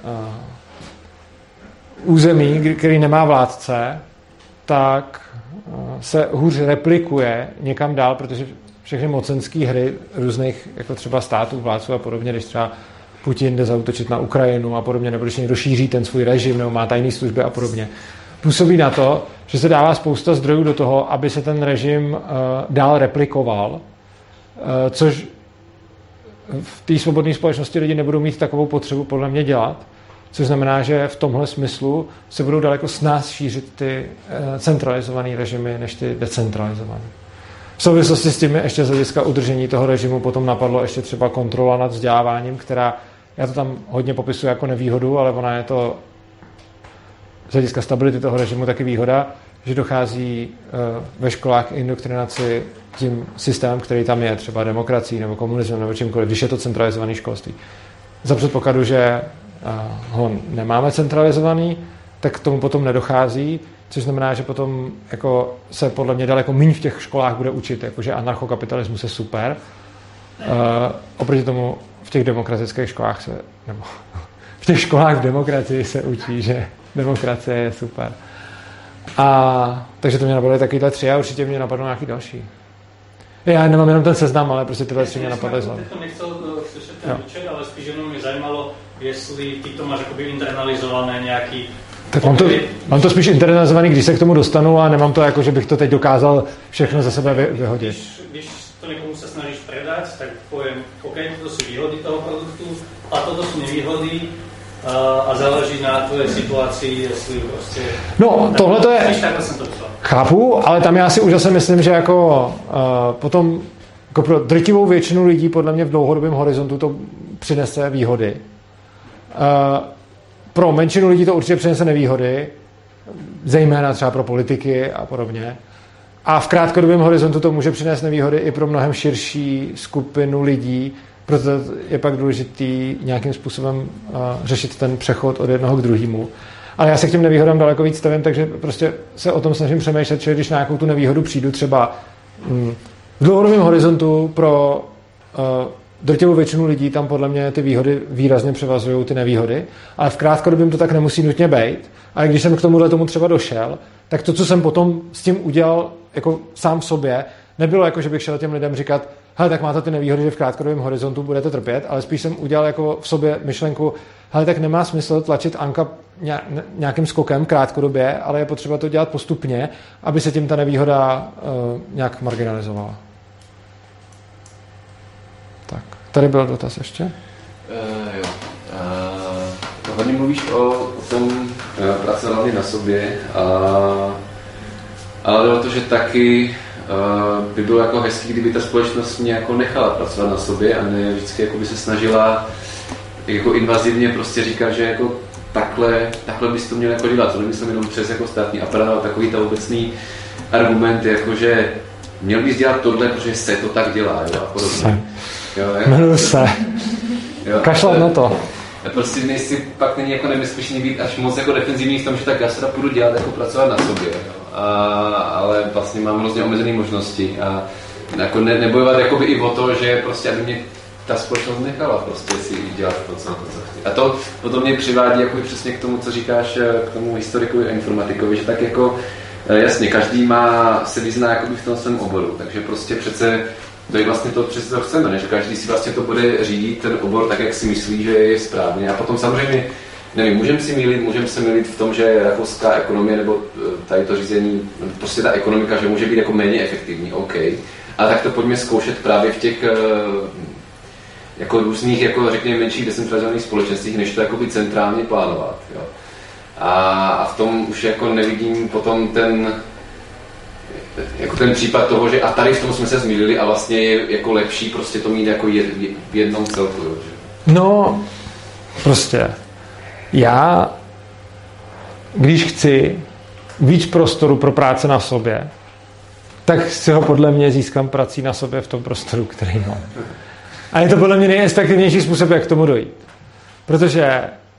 území, který nemá vládce, tak se hůř replikuje někam dál, protože všechny mocenské hry různých, jako třeba států, vládců a podobně, když třeba Putin jde zaútočit na Ukrajinu a podobně, nebo když někdo šíří ten svůj režim, nebo má tajné služby a podobně, působí na to, že se dává spousta zdrojů do toho, aby se ten režim dál replikoval, což v té svobodné společnosti lidi nebudou mít takovou potřebu podle mě dělat, což znamená, že v tomhle smyslu se budou daleko snáz šířit ty centralizované režimy než ty decentralizované. V souvislosti s tím ještě z hlediska udržení toho režimu potom napadlo ještě třeba kontrola nad vzděláváním, která, já to tam hodně popisuji jako nevýhodu, ale ona je to z hlediska stability toho režimu taky výhoda, že dochází ve školách k indoktrinaci tím systémem, který tam je, třeba demokracií nebo komunismem nebo čímkoliv, když je to centralizované školství. Za předpokladu, že ho nemáme centralizovaný, tak k tomu potom nedochází, což znamená, že potom jako se podle mě daleko méně v těch školách bude učit, jakože anarchokapitalismus je super. Oproti tomu v těch demokratických školách nebo v těch školách v demokracii se učí, že demokracie je super. Takže to mě napadly takovýhle 3 a určitě mě napadnou nějaký další. Já nemám jenom ten seznam, ale prostě tyhle 3 mě napadly z hlavy. Já jsem nechcel slyšet ten výčet, ale spíš jenom mě zajímalo, jestli ty to máš jakoby internalizované nějaký... Tak mám to spíš internalizovaný, když se k tomu dostanu a nemám to jako, že bych to teď dokázal všechno za sebe vyhodit. Když to někomu se snažíš předat, tak povím, OK, toto jsou výhody toho produktu a toto jsou nevýhody a záleží na tvoje situaci, jestli prostě... No, tohle to je... Chápu, ale tam já si už zase myslím, že jako potom jako pro drtivou většinu lidí podle mě v dlouhodobém horizontu to přinese výhody. Pro menšinu lidí to určitě přinese nevýhody, zejména třeba pro politiky a podobně. A v krátkodobém horizontu to může přinést nevýhody i pro mnohem širší skupinu lidí, proto je pak důležitý nějakým způsobem řešit ten přechod od jednoho k druhému. Ale já se k těm nevýhodám daleko víc stavím, takže prostě se o tom snažím přemýšlet, že když na nějakou tu nevýhodu přijdu třeba v dlouhodobém horizontu pro drtivou většinu lidí tam podle mě ty výhody výrazně převažují ty nevýhody, ale v krátkodobém to tak nemusí nutně být. Ale když jsem k tomu třeba došel, tak to, co jsem potom s tím udělal jako sám v sobě, nebylo jako, že bych šel těm lidem říkat, hele, tak máte ty nevýhody, že v krátkodobém horizontu budete trpět, ale spíš jsem udělal jako v sobě myšlenku, hele, tak nemá smysl tlačit ANCAP nějakým skokem krátkodobě, ale je potřeba to dělat postupně, aby se tím ta nevýhoda nějak marginalizovala. tady byl dotaz ještě? Jo. Hodně mluvíš o tom práce hlavně na sobě, ale o to, že taky by bylo jako hezký, kdyby ta společnost mě jako nechala pracovat na sobě a ne vždycky jako by se snažila jako invazivně prostě říkat, že jako takhle bys to měl jako dělat, to nemyslím jenom přes jako státní aparát, ale takový ta obecný argument, jako že měl bys dělat tohle, protože se to tak dělá, jo, a podobně. Jmenuji se. Kašlat na to. Prostě nejsi pak není jako nebezpečný být až moc jako defenzivní v tom, že tak já se teda půjdu dělat, jako pracovat na sobě. Ale vlastně mám hrozně omezené možnosti a jako nebojovat jakoby i o to, že prostě aby mě ta společnost nechala prostě si dělat to, co chci. A to potom mě přivádí jako přesně k tomu, co říkáš, k tomu historikovi a informatikovi, že tak jako jasně, každý se vyzná jakoby v tom svém oboru, takže prostě přece to je vlastně to, přesně to chceme, ne? Že každý si vlastně to bude řídit ten obor tak, jak si myslí, že je správně. A potom samozřejmě, nevím, můžeme se mýlit v tom, že rakouská ekonomie nebo tady to řízení, prostě ta ekonomika, že může být jako méně efektivní, OK. A tak to pojďme zkoušet právě v těch jako různých, jako řekněme, menších decentralizovaných společenstvích, než to jakoby centrálně plánovat. Jo. A v tom už jako nevidím potom ten případ toho, že a tady v tom jsme se zmýlili a vlastně je jako lepší prostě to mít jako v jednom celku. Že? No, prostě já, když chci víc prostoru pro práce na sobě, tak si ho podle mě získám prací na sobě v tom prostoru, který mám. A je to podle mě nejefektivnější způsob, jak k tomu dojít. Protože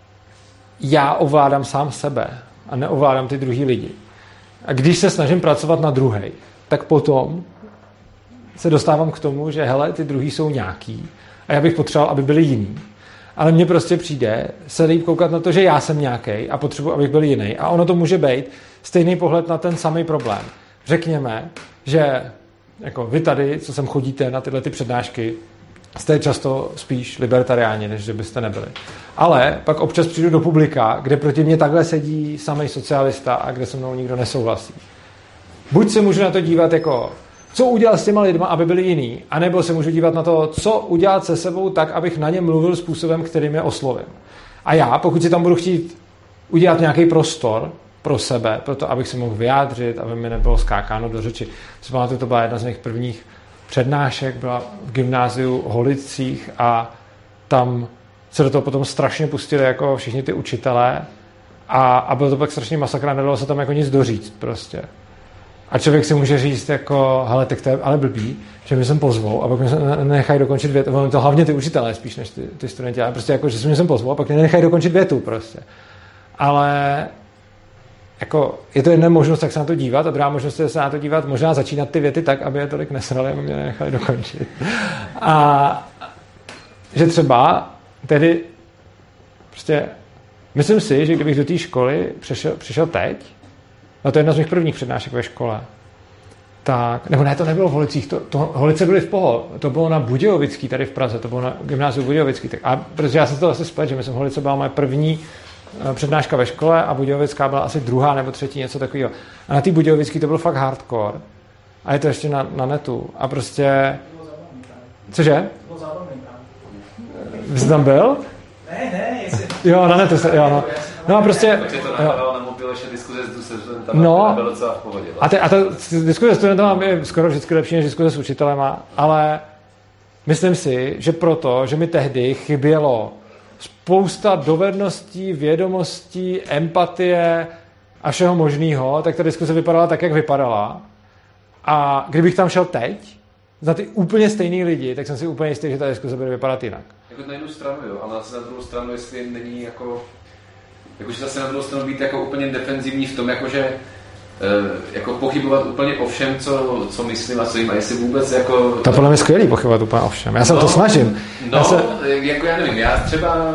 já ovládám sám sebe a neovládám ty druhý lidi. A když se snažím pracovat na druhej, tak potom se dostávám k tomu, že hele, ty druhý jsou nějaký a já bych potřeboval, aby byli jiný. Ale mně prostě přijde se líp koukat na to, že já jsem nějaký a potřebuji, abych byl jiný. A ono to může být stejný pohled na ten samý problém. Řekněme, že jako vy tady, co sem chodíte na tyhle ty přednášky, jste často spíš libertariáni, než že byste nebyli. Ale pak občas přijdu do publika, kde proti mě takhle sedí samej socialista a kde se mnou nikdo nesouhlasí. Buď se můžu na to dívat jako, co udělat s těma lidma, aby byli jiný, anebo se můžu dívat na to, co udělat se sebou tak, abych na něm mluvil způsobem, kterým je oslovím. A já, pokud si tam budu chtít udělat nějaký prostor pro sebe, proto abych se mohl vyjádřit, aby mi nebylo skákáno do řeči. Si pamatuju, to byla jedna z mých prvních přednášek, byla v gymnáziu Holicích a tam se do toho potom strašně pustili jako všichni ty učitelé a byl to pak strašně masakr, nedalo se tam jako nic doříct prostě. A člověk si může říct jako, hele, tak to je ale blbý, že mi sem pozvou a pak mi nenechají dokončit větu. To hlavně ty učitelé spíš než ty studenti, ale prostě jako, že si mi sem pozvou a pak nenechají dokončit větu prostě. Ale jako, je to jedna možnost, jak se na to dívat a druhá možnost je se na to dívat, možná začínat ty věty tak, aby je tolik nesrali, aby mě nenechali dokončit. A že třeba tedy prostě myslím si, že kdybych do té školy přišel teď, no to je jedna z mých prvních přednášek ve škole, tak, nebo ne, to nebylo v Holicích, to Holice byly v Poho, to bylo na Budějovický tady v Praze, to bylo na gymnáziu Budějovický, tak a protože já jsem to asi splet, že myslím, Holice byla moje první přednáška ve škole a Budějovická byla asi druhá nebo třetí, něco takového. A na té Budějovický to bylo fakt hardcore. A je to ještě na netu. A prostě... Cože? To bylo zábavný právě. Jsi tam byl? Ne, jestli... Jo, na netu se, jo, no. No a prostě... Protože to nahrávalo na mobil ještě diskuze s studentama, no, bylo docela v pohodě. A ta diskuze s studentama je skoro vždycky lepší než diskuze s učitelema, ale myslím si, že proto, že mi tehdy chybělo spousta dovedností, vědomostí, empatie a všeho možného, tak ta diskuze vypadala tak, jak vypadala. A kdybych tam šel teď, za ty úplně stejný lidi, tak jsem si úplně jistý, že ta diskuze bude vypadat jinak. Jako na jednu stranu, jo, ale zase na druhou stranu, jestli není jakože zase na druhou stranu být jako úplně defenzivní v tom, jakože jako pochybovat úplně o všem, co myslím a co jim a jestli vůbec jako... To podle mě skvělý pochybovat úplně o všem. Já se to snažím. Jako já nevím, já třeba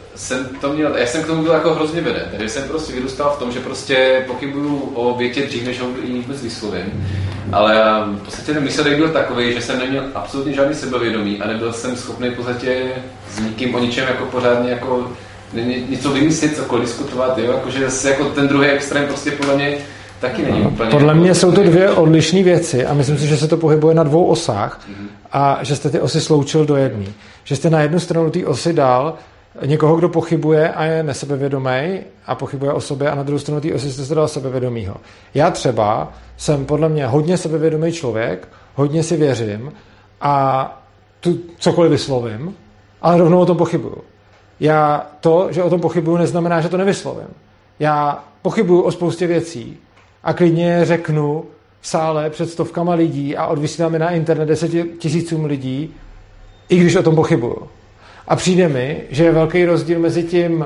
já jsem k tomu byl jako hrozně veden, takže jsem prostě vyrůstal v tom, že prostě pochybuju o větě dřív, než ho ji vůbec vyslovím. Ale v podstatě ten výsledek byl takový, že jsem neměl absolutně žádný sebevědomí a nebyl jsem schopný v podstatě s nikým o ničem jako pořádně jako něco vymyslet, cokoliv diskutovat, jo, jakože jako ten druhý extrém prostě podle mě taky není úplně... Podle mě jsou to dvě odlišné věci a myslím si, že se to pohybuje na dvou osách a že jste ty osy sloučil do jedné. Že jste na jednu stranu té osy dal někoho, kdo pochybuje a je nesebevědomý a pochybuje o sobě a na druhou stranu té osy jste se dal sebevědomýho. Já třeba jsem podle mě hodně sebevědomý člověk, hodně si věřím a tu cokoliv vyslovím, ale rovnou o tom pochybuju. Já to, že o tom pochybuju, neznamená, že to nevyslovím. Já pochybuju o spoustě věcí a klidně řeknu v sále před stovkama lidí a odvysílám je na internet 10 000 lidí, i když o tom pochybuju. A přijde mi, že je velký rozdíl mezi tím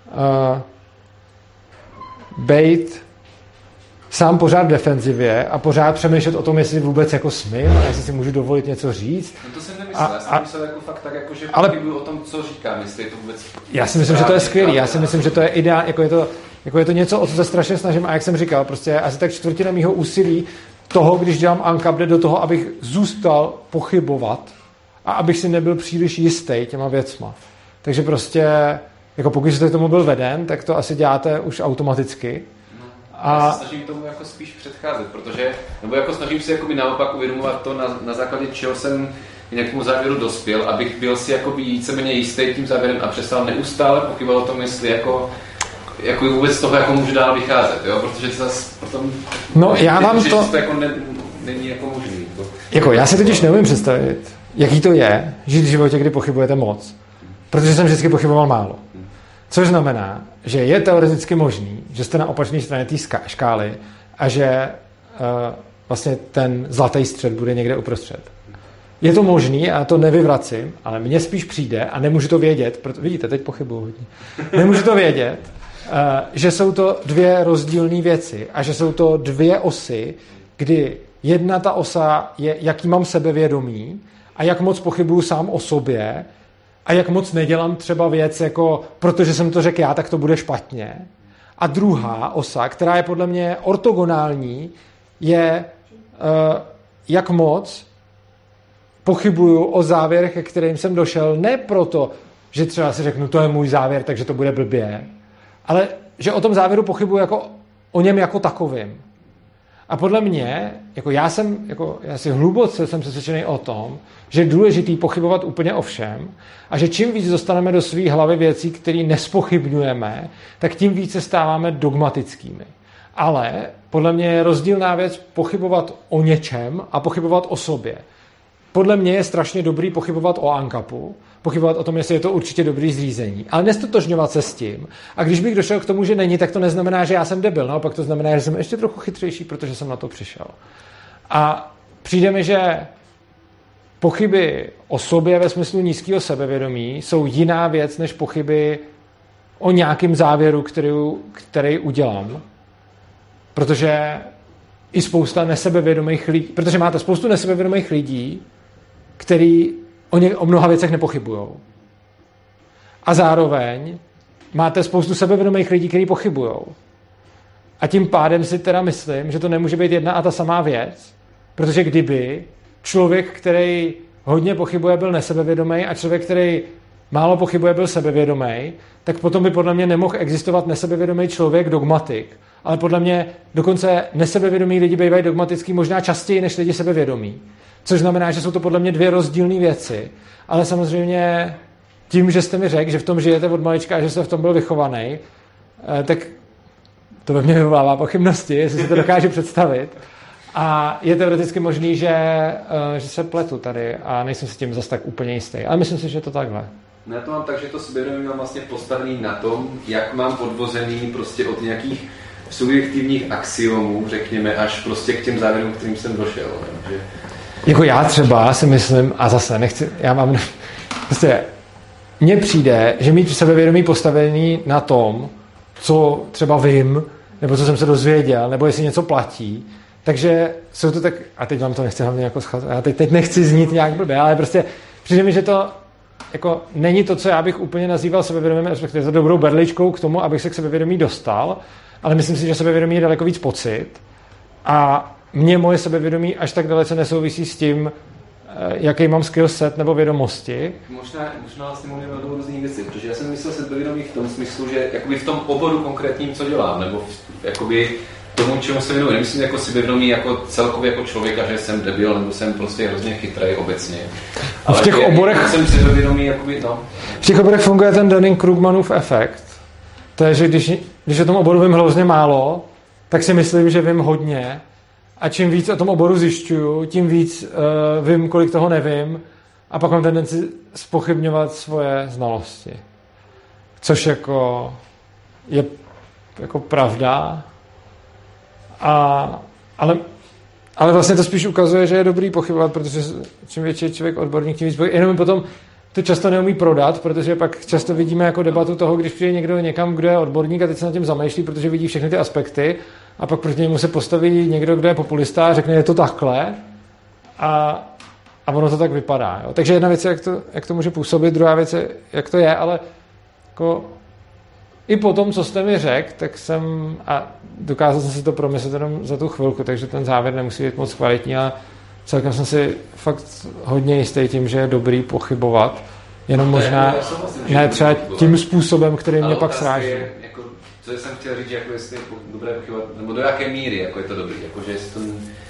bejt sám pořád v defenzivě a pořád přemýšlet o tom, jestli vůbec jako smím a jestli si můžu dovolit něco říct. No to jsem nemyslel, já jsem myslel jako fakt tak, jako, že pochybuju o tom, co říkám, jestli je to vůbec... Já si myslím, že to je skvělý, já si myslím, že to je ideál, jako je to něco, o co se strašně snažím a jak jsem říkal, prostě asi tak čtvrtina mýho úsilí toho, když dělám ANCAP, jde do toho, abych zůstal pochybovat a abych si nebyl příliš jistý těma věcma. Takže prostě, jako pokud jste tomu byl veden, tak to asi děláte už automaticky. Já se snažím tomu jako spíš předcházet, protože, nebo jako snažím si jako mi naopak uvědomovat to, na základě čeho jsem k nějakému závěru dospěl, abych byl si jakoby víceméně jistý tím závěrem a přestal neustále pochybovat o tom, jestli jako vůbec z toho jako můžu dál vycházet, jo? Protože to zase potom... No já vám to... jako není jako možný. Jako já si totiž neumím představit, jaký to je žít v životě, kdy pochybujete moc. Protože jsem vždycky pochyboval málo. Což znamená, že je teoreticky možný, že jste na opačné straně té škály a že vlastně ten zlatý střed bude někde uprostřed. Je to možný a to nevyvracím, ale mně spíš přijde a nemůžu to vědět, vidíte, teď pochybuju hodně, nemůžu to vědět, že jsou to dvě rozdílné věci a že jsou to dvě osy, kdy jedna ta osa je, jaký mám sebevědomí a jak moc pochybuju sám o sobě a jak moc nedělám třeba věc jako, protože jsem to řekl já, tak to bude špatně. A druhá osa, která je podle mě ortogonální, je jak moc pochybuju o závěrech, ke kterým jsem došel, ne proto, že třeba si řeknu, to je můj závěr, takže to bude blbě, ale že o tom závěru pochybuju jako o něm jako takovým. A podle mě, já si hluboce jsem přesvědčený o tom, že je důležitý pochybovat úplně o všem a že čím víc dostaneme do své hlavy věcí, které nespochybňujeme, tak tím víc se stáváme dogmatickými. Ale podle mě je rozdílná věc pochybovat o něčem a pochybovat o sobě. Podle mě je strašně dobrý pochybovat o ANCAPu, pochybovat o tom, jestli je to určitě dobrý zřízení, ale nestotožňovat se s tím. A když bych došel k tomu, že není, tak to neznamená, že já jsem debil, naopak to znamená, že jsem ještě trochu chytřejší, protože jsem na to přišel. A přijde mi, že pochyby o sobě ve smyslu nízkého sebevědomí jsou jiná věc, než pochyby o nějakém závěru, který udělám. Protože i spousta nesebevědomých lidí, protože máte spoustu nesebevědomých lidí, který o mnoha věcech nepochybujou. A zároveň máte spoustu sebevědomých lidí, kteří pochybujou. A tím pádem si teda myslím, že to nemůže být jedna a ta samá věc, protože kdyby člověk, který hodně pochybuje, byl nesebevědomý a člověk, který málo pochybuje, byl sebevědomý, tak potom by podle mě nemohl existovat nesebevědomý člověk dogmatik. Ale podle mě dokonce nesebevědomí lidi bývají dogmatický možná častěji než lidi sebevědomí. Což znamená, že jsou to podle mě dvě rozdílné věci. Ale samozřejmě tím, že jste mi řekl, že v tom žijete od malička a že jste v tom byl vychovaný, tak to ve mně vyvolává pochybnosti, jestli si to dokážu představit. A je teoreticky možný, že se pletu tady a nejsem si tím zase tak úplně jistý. Ale myslím si, že je to takhle. No já to mám tak, že to sebevědomí mám vlastně postavený na tom, jak mám odvozený prostě od nějakých subjektivních axiomů, řekněme, až prostě k těm závěrům, kterým jsem došel. Takže... Jako já třeba si myslím, a zase nechci, já mám prostě, mně přijde, že mít sebevědomí postavený na tom, co třeba vím, nebo co jsem se dozvěděl, nebo jestli něco platí, takže jsou to tak, a teď vám to nechci hlavně jako já teď nechci znít nějak blbě, ale prostě přijde mi, že to jako není to, co já bych úplně nazýval sebevědomím, respektive za dobrou berličkou k tomu, abych se k sebevědomí dostal, ale myslím si, že sebevědomí je daleko víc pocit a mě moje sebevědomí až tak dalece nesouvisí s tím, jaký mám skill set nebo vědomosti. Možná vlastně mluvíme o různých věcí, protože já jsem myslel sebevědomí v tom smyslu, že jakoby v tom oboru konkrétním, co dělám, nebo jakoby tomu, čemu se věnuji. Nemyslím jako sebevědomí jako celkově jako člověka, že jsem debil, nebo jsem prostě hrozně chytrý obecně. A v těch oborech jsem sebevědomý, jakoby, no. V těch oborech funguje ten Dunning-Krugmanův efekt. To je, že když o tom oboru vím hrozně málo, tak si myslím, že vím hodně. A čím víc o tom oboru zjišťuju, tím víc vím, kolik toho nevím. A pak mám tendenci zpochybňovat svoje znalosti. Což jako je jako pravda. Ale vlastně to spíš ukazuje, že je dobrý pochybovat, protože čím větší je člověk odborník, tím víc pochybovat. Jenom potom to často neumí prodat, protože pak často vidíme jako debatu toho, když přijde někdo někam, kdo je odborník a teď se nad tím zamýšlí, protože vidí všechny ty aspekty a pak proti němu se postaví někdo, kdo je populista a řekne, je to takhle a ono to tak vypadá. Jo. Takže jedna věc je, jak to může působit, druhá věc je, jak to je, ale jako i po tom, co jste mi řekl, tak jsem a dokázal jsem si to promyslet jenom za tu chvilku, takže ten závěr nemusí být moc kvalitní a celkem jsem si fakt hodně jistý tím, že je dobrý pochybovat, jenom možná ne třeba tím způsobem, který mě pak sráží. Jako, co jsem chtěl říct, jako jestli je dobré pochybovat, nebo do jaké míry jako je to dobrý, jako, že jestli to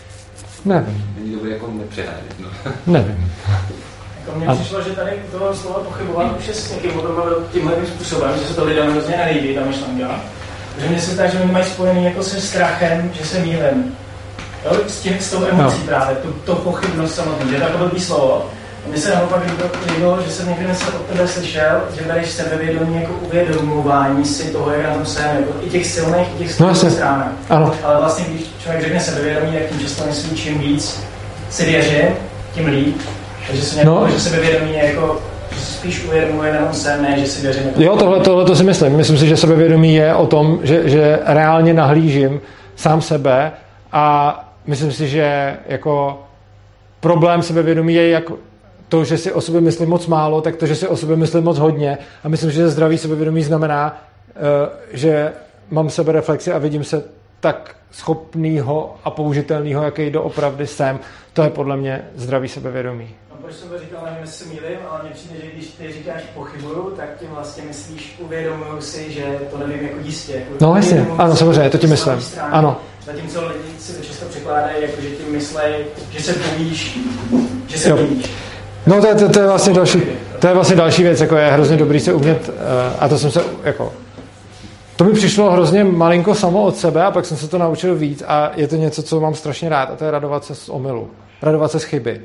není dobré jako nepřehánět. No. Nevím. Jako mně přišlo, že tady toho slova pochybovat už je s někým odbavil tímhle způsobem, že se to lidem hrozně nelíbí, ta myšlenka. Že mně se tak, že oni mají spojený jako se strachem, že se mýlím. Jo, s tou emocí právě, to pochybnost samotný, že je to jako blbý slovo. A mně se naopak líbilo, že jsem někdy od tebe slyšel, že bereš sebevědomí jako uvědomování si toho, jak na tom jsem, jako i těch silných, i těch silných stránek. Ale vlastně, když člověk řekne sebevědomí, tak tím často myslí, čím víc si věřím, tím líp. Takže se že sebevědomí je jako, že si spíš uvědomuje na tom jsem, ne, že si věřím. Jo, tohle to si myslím. Myslím si, že sebevědomí je o tom, že reálně nahlížím sám sebe a myslím si, že jako problém sebevědomí je jako to, že si o sobě myslím moc málo, tak to, že si o sobě myslím moc hodně. A myslím, že zdravý sebevědomí znamená, že mám sebereflexi a vidím se tak schopnýho a použitelnýho, jaký doopravdy jsem. To je podle mě zdravý sebevědomí. No, proč jsem to říkal, nevím, jestli se mýlím, ale mně přijde, že když ty říkáš pochybuju, tak tím vlastně myslíš, uvědomuju si, že to nevím jako jistě. Jako no jasně, ano, samozřejmě, to tím myslím. Ano. Zatímco lidi si to často překládají, jako, že tím myslej, že se bojíš, že se bojíš. No to je vlastně další věc, jako je hrozně dobrý se umět, a to jsem se jako, to mi přišlo hrozně malinko samo od sebe a pak jsem se to naučil víc a je to něco, co mám strašně rád a to je radovat se z omylu, radovat se z chyby.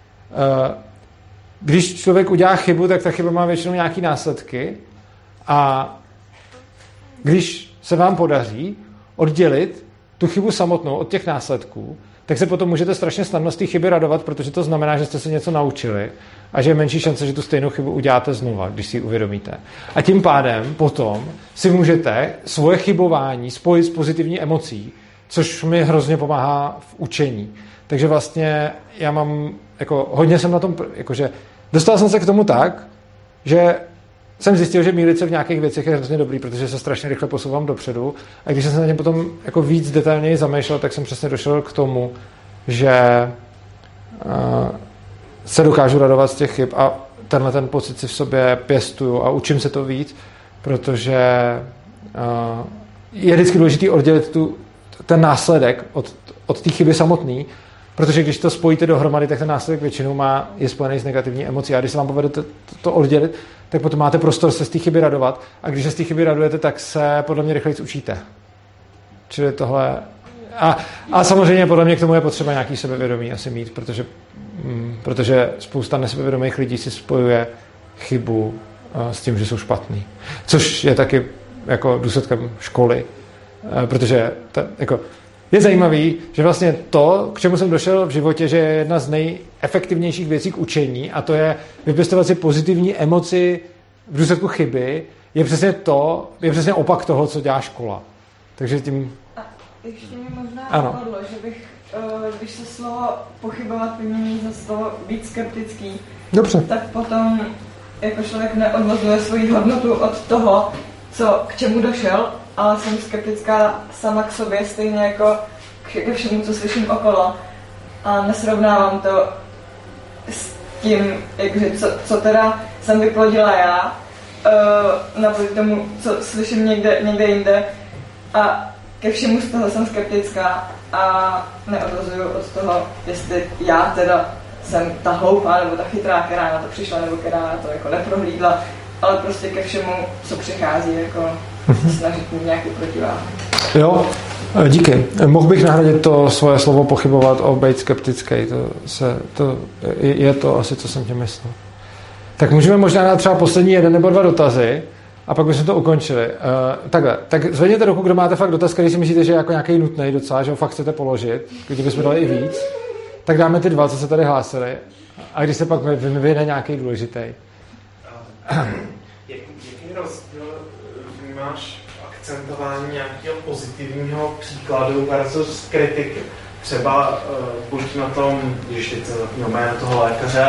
Když člověk udělá chybu, tak ta chyba má většinou nějaký následky a když se vám podaří oddělit tu chybu samotnou od těch následků, tak se potom můžete strašně snadno z té chyby radovat, protože to znamená, že jste se něco naučili a že je menší šance, že tu stejnou chybu uděláte znova, když si ji uvědomíte. A tím pádem potom si můžete svoje chybování spojit s pozitivní emocí, což mi hrozně pomáhá v učení. Takže vlastně já mám, jako hodně jsem na tom, jakože dostal jsem se k tomu tak, že jsem zjistil, že mýlit se v nějakých věcech je hrozně dobrý, protože se strašně rychle posouvám dopředu. A když jsem se na něm potom jako víc detailněji zamýšlel, tak jsem přesně došel k tomu, že se dokážu radovat z těch chyb a tenhle ten pocit si v sobě pěstuju a učím se to víc, protože je vždycky důležitý oddělit ten následek od té chyby samotný, protože když to spojíte dohromady, tak ten následek většinou je spojený s negativní emocí. A když se vám povede to oddělit, tak potom máte prostor se z té chyby radovat. A když se z té chyby radujete, tak se podle mě rychleji učíte. Čili tohle... A samozřejmě podle mě k tomu je potřeba nějaký sebevědomí asi mít, protože spousta nesebevědomých lidí si spojuje chybu s tím, že jsou špatný. Což je taky jako důsledkem školy. Protože je zajímavý, že vlastně to, k čemu jsem došel v životě, že je jedna z nejefektivnějších věcí k učení, a to je vypěstovat si pozitivní emoci v důsledku chyby, je přesně opak toho, co dělá škola. Takže tím... A ještě mi možná napadlo, že bych, když se slovo pochybovat vymění za slovo být skeptický, dobře, tak potom jako člověk neodvozuje svoji hodnotu od toho, k čemu došel, ale jsem skeptická sama k sobě, stejně jako ke všemu, co slyším okolo. A nesrovnávám to s tím, co teda jsem vyplodila já, naproti tomu, co slyším někde jinde. A ke všemu z toho jsem skeptická a neodvozuju od toho, jestli já teda jsem ta hloupá nebo ta chytrá, která na to přišla nebo která na to jako neprohlídla, ale prostě ke všemu, co přichází, jako se snažit mít nějaký protiváhu. Jo, díky. Mohl bych nahradit to svoje slovo pochybovat o být skeptický. Je to asi, co jsem tě myslel. Tak můžeme možná dát třeba poslední 1 nebo 2 dotazy a pak bychom to ukončili. Takhle, tak zvedněte ruku, kdo máte fakt dotaz, který si myslíte, že je jako nějaký nutný docela, že ho fakt chcete položit, kdybychom dali i víc, tak dáme ty 2, co se tady hlásili a když se pak vyvine nějaký důležitý. Jaký rozdíl vnímáš akcentování nějakého pozitivního příkladu versus kritiky? Třeba buď na tom, když teď se zapínám jméno toho lékaře,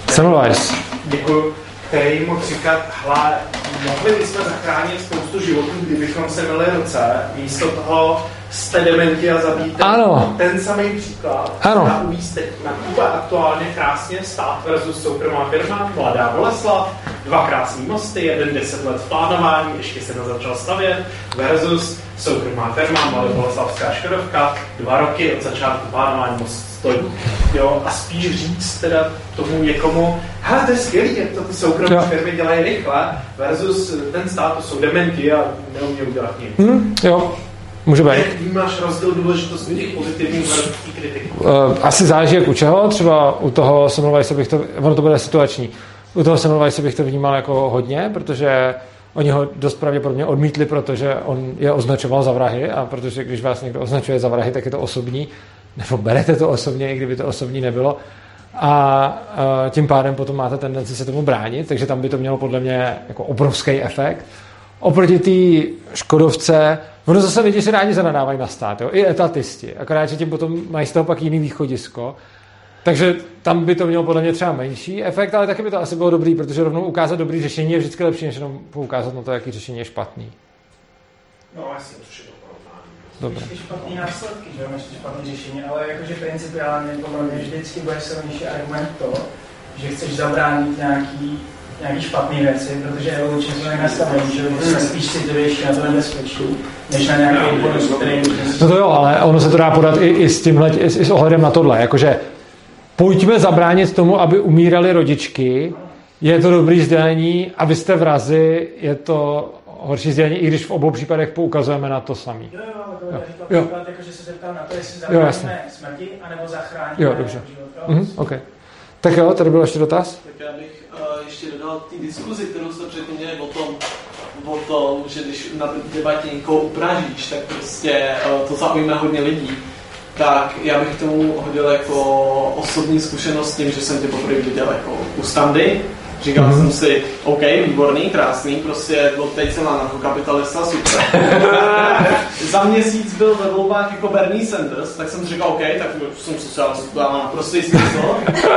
děkuju, který mohl říkat, hle, mohli bychom zachránit spoustu životů, kdybychom se myli ruce, místo toho jste dementi a zabijte. Ten samý příklad na uvíct teď na Kuba aktuálně krásně stát versus soukromá firma, Mladá Boleslav, 2 krásný mosty, 1 10 let v plánování, ještě se nezačal stavět, versus soukromá firma, Mladá Boleslavská Škodovka, 2 roky od začátku plánování most stojí. Jo, a spíš říct teda tomu někomu, hele, to je skvělý, jak to ty soukromé firmy dělají rychle, versus ten stát, to jsou dementi a neumí udělat nic. Jo. Může být. Jak vnímáš rozdíl důležitosti těch pozitivních versus kritiky? Asi záleží jak u čeho, třeba u toho Semmelweise bych to, ono to bude situační, u toho Semmelweise bych to vnímal jako hodně, protože oni ho dost pravděpodobně odmítli, protože on je označoval za vrahy a protože když vás někdo označuje za vrahy, tak je to osobní, nebo berete to osobně, i kdyby to osobní nebylo. A tím pádem potom máte tendenci se tomu bránit, takže tam by to mělo podle mě jako obrovský efekt. Oproti té Škodovce, ono zase lidi si rádi zanadávají na stát, jo? I etatisti, akorát, že tím potom mají z toho pak jiný východisko. Takže tam by to mělo podle mě třeba menší efekt, ale taky by to asi bylo dobrý, protože rovnou ukázat dobrý řešení je vždycky lepší, než jenom poukázat na to, jaký řešení je špatný. No jasně, což je to porovnání. Dobré. Ty špatný následky, že jo, než špatný řešení, ale jakože principiálně podle mě vždycky bude silnější argument to, že chceš zabránit nějaký špatné věci, protože evolučně jsme tak nastavení, že jsme spíš citlivější na to nebezpečí, než na nějaký bonus, který... No to jo, ale ono se to dá podat i s tímhle, i s ohledem na tohle, jakože pojďme zabránit tomu, aby umírali rodičky, je to dobrý sdělení, a vy jste vrazi, je to horší sdělení, i když v obou případech poukazujeme na to samý. Jo, příklad, jakože se zeptám na to, jestli zabráníme smrti, anebo zachráníme život. Okay. Tak jo, tady byl ještě dotaz? Tak já bych ještě dodal té diskuzi, kterou jste předtím měli o tom, že když na debatě někoho upražíš, tak prostě to zaujme hodně lidí. Tak já bych k tomu hodil jako osobní zkušenost tím, že jsem tě poprvé viděl jako u standy. Říkal jsem si, OK, výborný, krásný, prostě od teď jsem anarchokapitalista, super. Za měsíc byl ve volbách jako Bernie Sanders, tak jsem si říkal, OK, tak jsem sociálně dává naprostý smysl.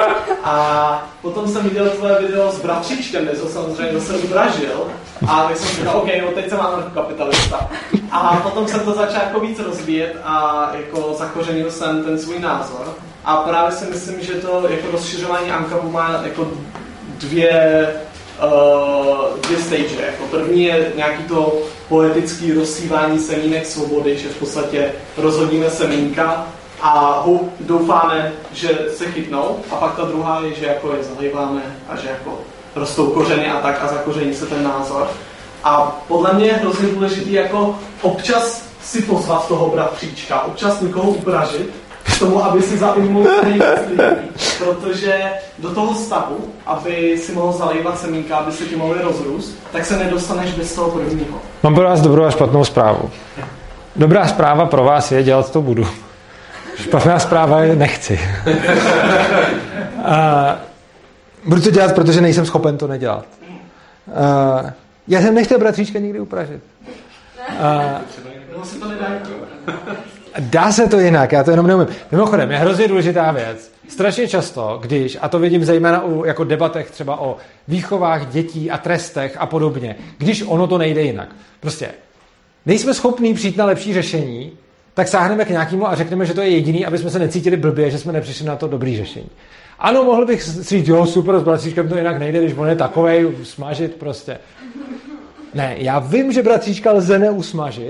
A potom jsem viděl tvoje video s bratříčkem, kde jsem samozřejmě zase ubražil. A tak jsem říkal, OK, od teď jsem anarchokapitalista. A potom jsem to začal jako víc rozvíjet a jako zakořenil jsem ten svůj názor. A právě si myslím, že to jako rozšiřování ANCAPu má jako dvě stage. Jako první je nějaký to poetický rozsívání semínek svobody, že v podstatě rozhodíme semínka a doufáme, že se chytnou. A pak ta druhá je, že jako je zalejváme a že jako rostou kořeny a tak a zakoření se ten názor. A podle mě je hrozně důležitý jako občas si pozvat toho bratříčka, občas někoho upražit, k tomu, aby si zaujmul lidí, protože do toho stavu, aby si mohl zalejvat semínka, aby se ti mohli rozrůst, tak se nedostaneš bez toho prvního. Mám pro vás dobrou a špatnou zprávu. Dobrá zpráva pro vás je, dělat to budu. Špatná zpráva je, nechci. Budu to dělat, protože nejsem schopen to nedělat. Já jsem nechtěl bratříčka nikdy upražit. Se to nedá. Dá se to jinak, já to jenom neumím. Mimochodem, je hrozně důležitá věc. Strašně často, když, a to vidím zejména u jako debatech třeba o výchovách dětí a trestech a podobně, když ono to nejde jinak. Prostě nejsme schopní přijít na lepší řešení, tak sáhneme k nějakému a řekneme, že to je jediný, aby jsme se necítili blbě, že jsme nepřišli na to dobrý řešení. Ano, mohl bych říct, jo, super, s bratříčkem to jinak nejde, když on je takovej, smažit prostě. Ne, já vím, že bratříčka lze neusmažit,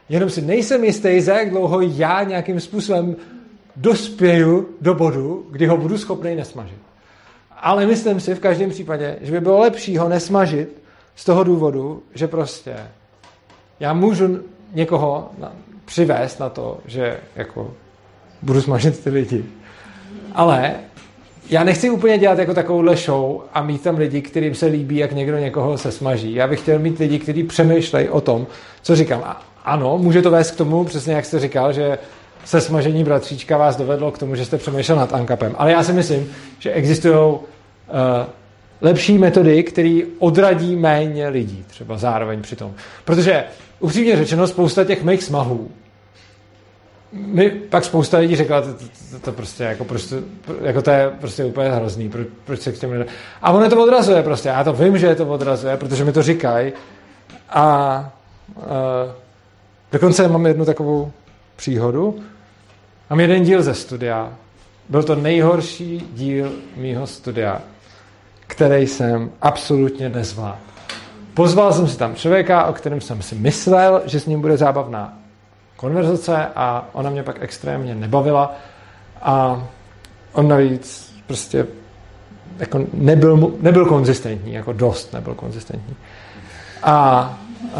Jenom si nejsem jistý, za jak dlouho já nějakým způsobem dospěju do bodu, kdy ho budu schopný nesmažit. Ale myslím si v každém případě, že by bylo lepší ho nesmažit z toho důvodu, že prostě já můžu někoho přivést na to, že jako budu smažit ty lidi. Ale já nechci úplně dělat jako takovouhle show a mít tam lidi, kterým se líbí, jak někdo někoho se smaží. Já bych chtěl mít lidi, kteří přemýšlejí o tom, co říkám. A ano, může to vést k tomu, přesně jak jste říkal, že se smažení bratříčka vás dovedlo k tomu, že jste přemýšlel nad ANCAPem. Ale já si myslím, že existují lepší metody, které odradí méně lidí třeba zároveň při tom. Protože upřímně řečeno, spousta těch mých smahů mi pak spousta lidí řekla, to prostě jako to je prostě úplně hrozný, proč se k těm lidem... A ono to odrazuje prostě, já to vím, že je to odrazuje, protože mi to říkají a dokonce mám jednu takovou příhodu. Mám jeden díl ze studia. Byl to nejhorší díl mýho studia, který jsem absolutně nezvládl. Pozval jsem si tam člověka, o kterém jsem si myslel, že s ním bude zábavná konverzace a ona mě pak extrémně nebavila a on navíc prostě jako nebyl konzistentní, jako dost nebyl konzistentní. A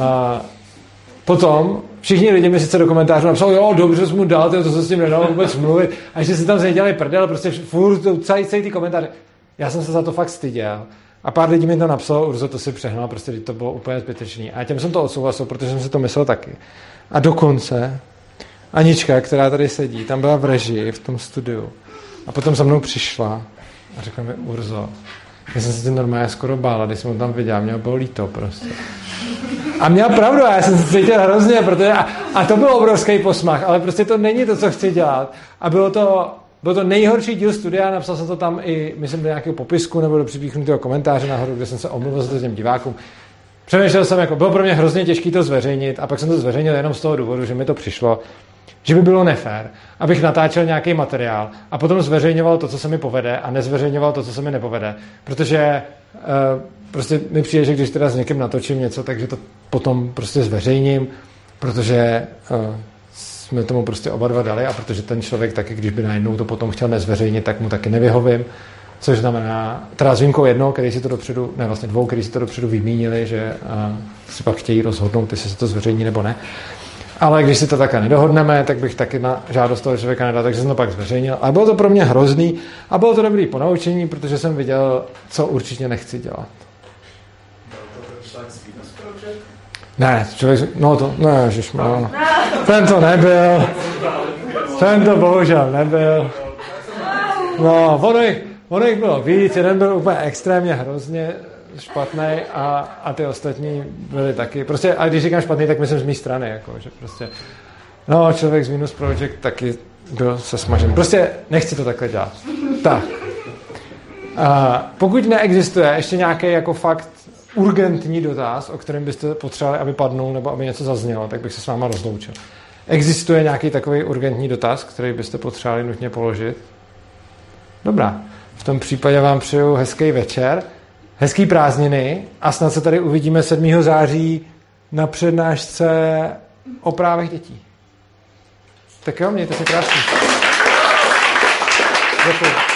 potom všichni lidi mi sice do komentářů napsali, jo, dobře jsi mu dal, to se s tím nedalo vůbec mluvit, a že si tam se dělali prdel, prostě furt celý ty komentáře. Já jsem se za to fakt styděl. A pár lidí mi to napsalo, Urzo, to si přehnal, prostě to bylo úplně zbytečný. A těm jsem to odsouhlasil, protože jsem si to myslel taky. A dokonce Anička, která tady sedí, tam byla v režii, v tom studiu. A potom za mnou přišla a řekla mi, Urzo, já jsem se tím normálně skoro bála, když jsem ho tam viděl, mě bylo líto prostě. A měla pravdu, já jsem se cítil hrozně, protože, a to byl obrovský posmach, ale prostě to není to, co chci dělat. A bylo to nejhorší díl studia, napsal jsem to tam i, myslím, do nějakého popisku nebo do připíchnutého komentáře nahoru, kde jsem se omluvil za to těm divákům. Přemýšlel jsem, jako bylo pro mě hrozně těžké to zveřejnit a pak jsem to zveřejnil jenom z toho důvodu, že mi to přišlo, že by bylo nefér, abych natáčel nějaký materiál a potom zveřejňoval to, co se mi povede a nezveřejňoval to, co se mi nepovede. Protože prostě mi přijde, že když teda s někým natočím něco, takže to potom prostě zveřejním, protože jsme tomu prostě oba dva dali a protože ten člověk taky, když by najednou to potom chtěl nezveřejnit, tak mu taky nevyhovím. Což znamená, teda s výjimkou jednoho, který si to dopředu, ne vlastně dvou, který si to dopředu vymínili, že si pak chtějí rozhodnout, jestli se to zveřejní nebo ne. Ale když si to také nedohodneme, tak bych taky na žádost toho člověka nedal, takže jsem to pak zveřejnil. Ale bylo to pro mě hrozný a bylo to dobrý ponaučení, protože jsem viděl, co určitě nechci dělat. Ne, člověk, no to, ne, ježišmarja. Ten to nebyl. Ten to bohužel nebyl. No, ono jich bylo víc, jeden byl úplně extrémně hrozně špatný a ty ostatní byli taky. Prostě, a když říkám špatný, tak myslím z mé strany, jako, že prostě, no, člověk z Minus Project taky byl se smažen. Prostě nechci to takhle dělat. Tak. Pokud neexistuje ještě nějaký jako fakt urgentní dotaz, o kterém byste potřebovali, aby padnul nebo aby něco zaznělo, tak bych se s váma rozloučil. Existuje nějaký takový urgentní dotaz, který byste potřebovali nutně položit? Dobrá. V tom případě vám přeju hezký večer, hezký prázdniny a snad se tady uvidíme 7. září na přednášce o právech dětí. Tak jo, mějte se krásně. Děkuji.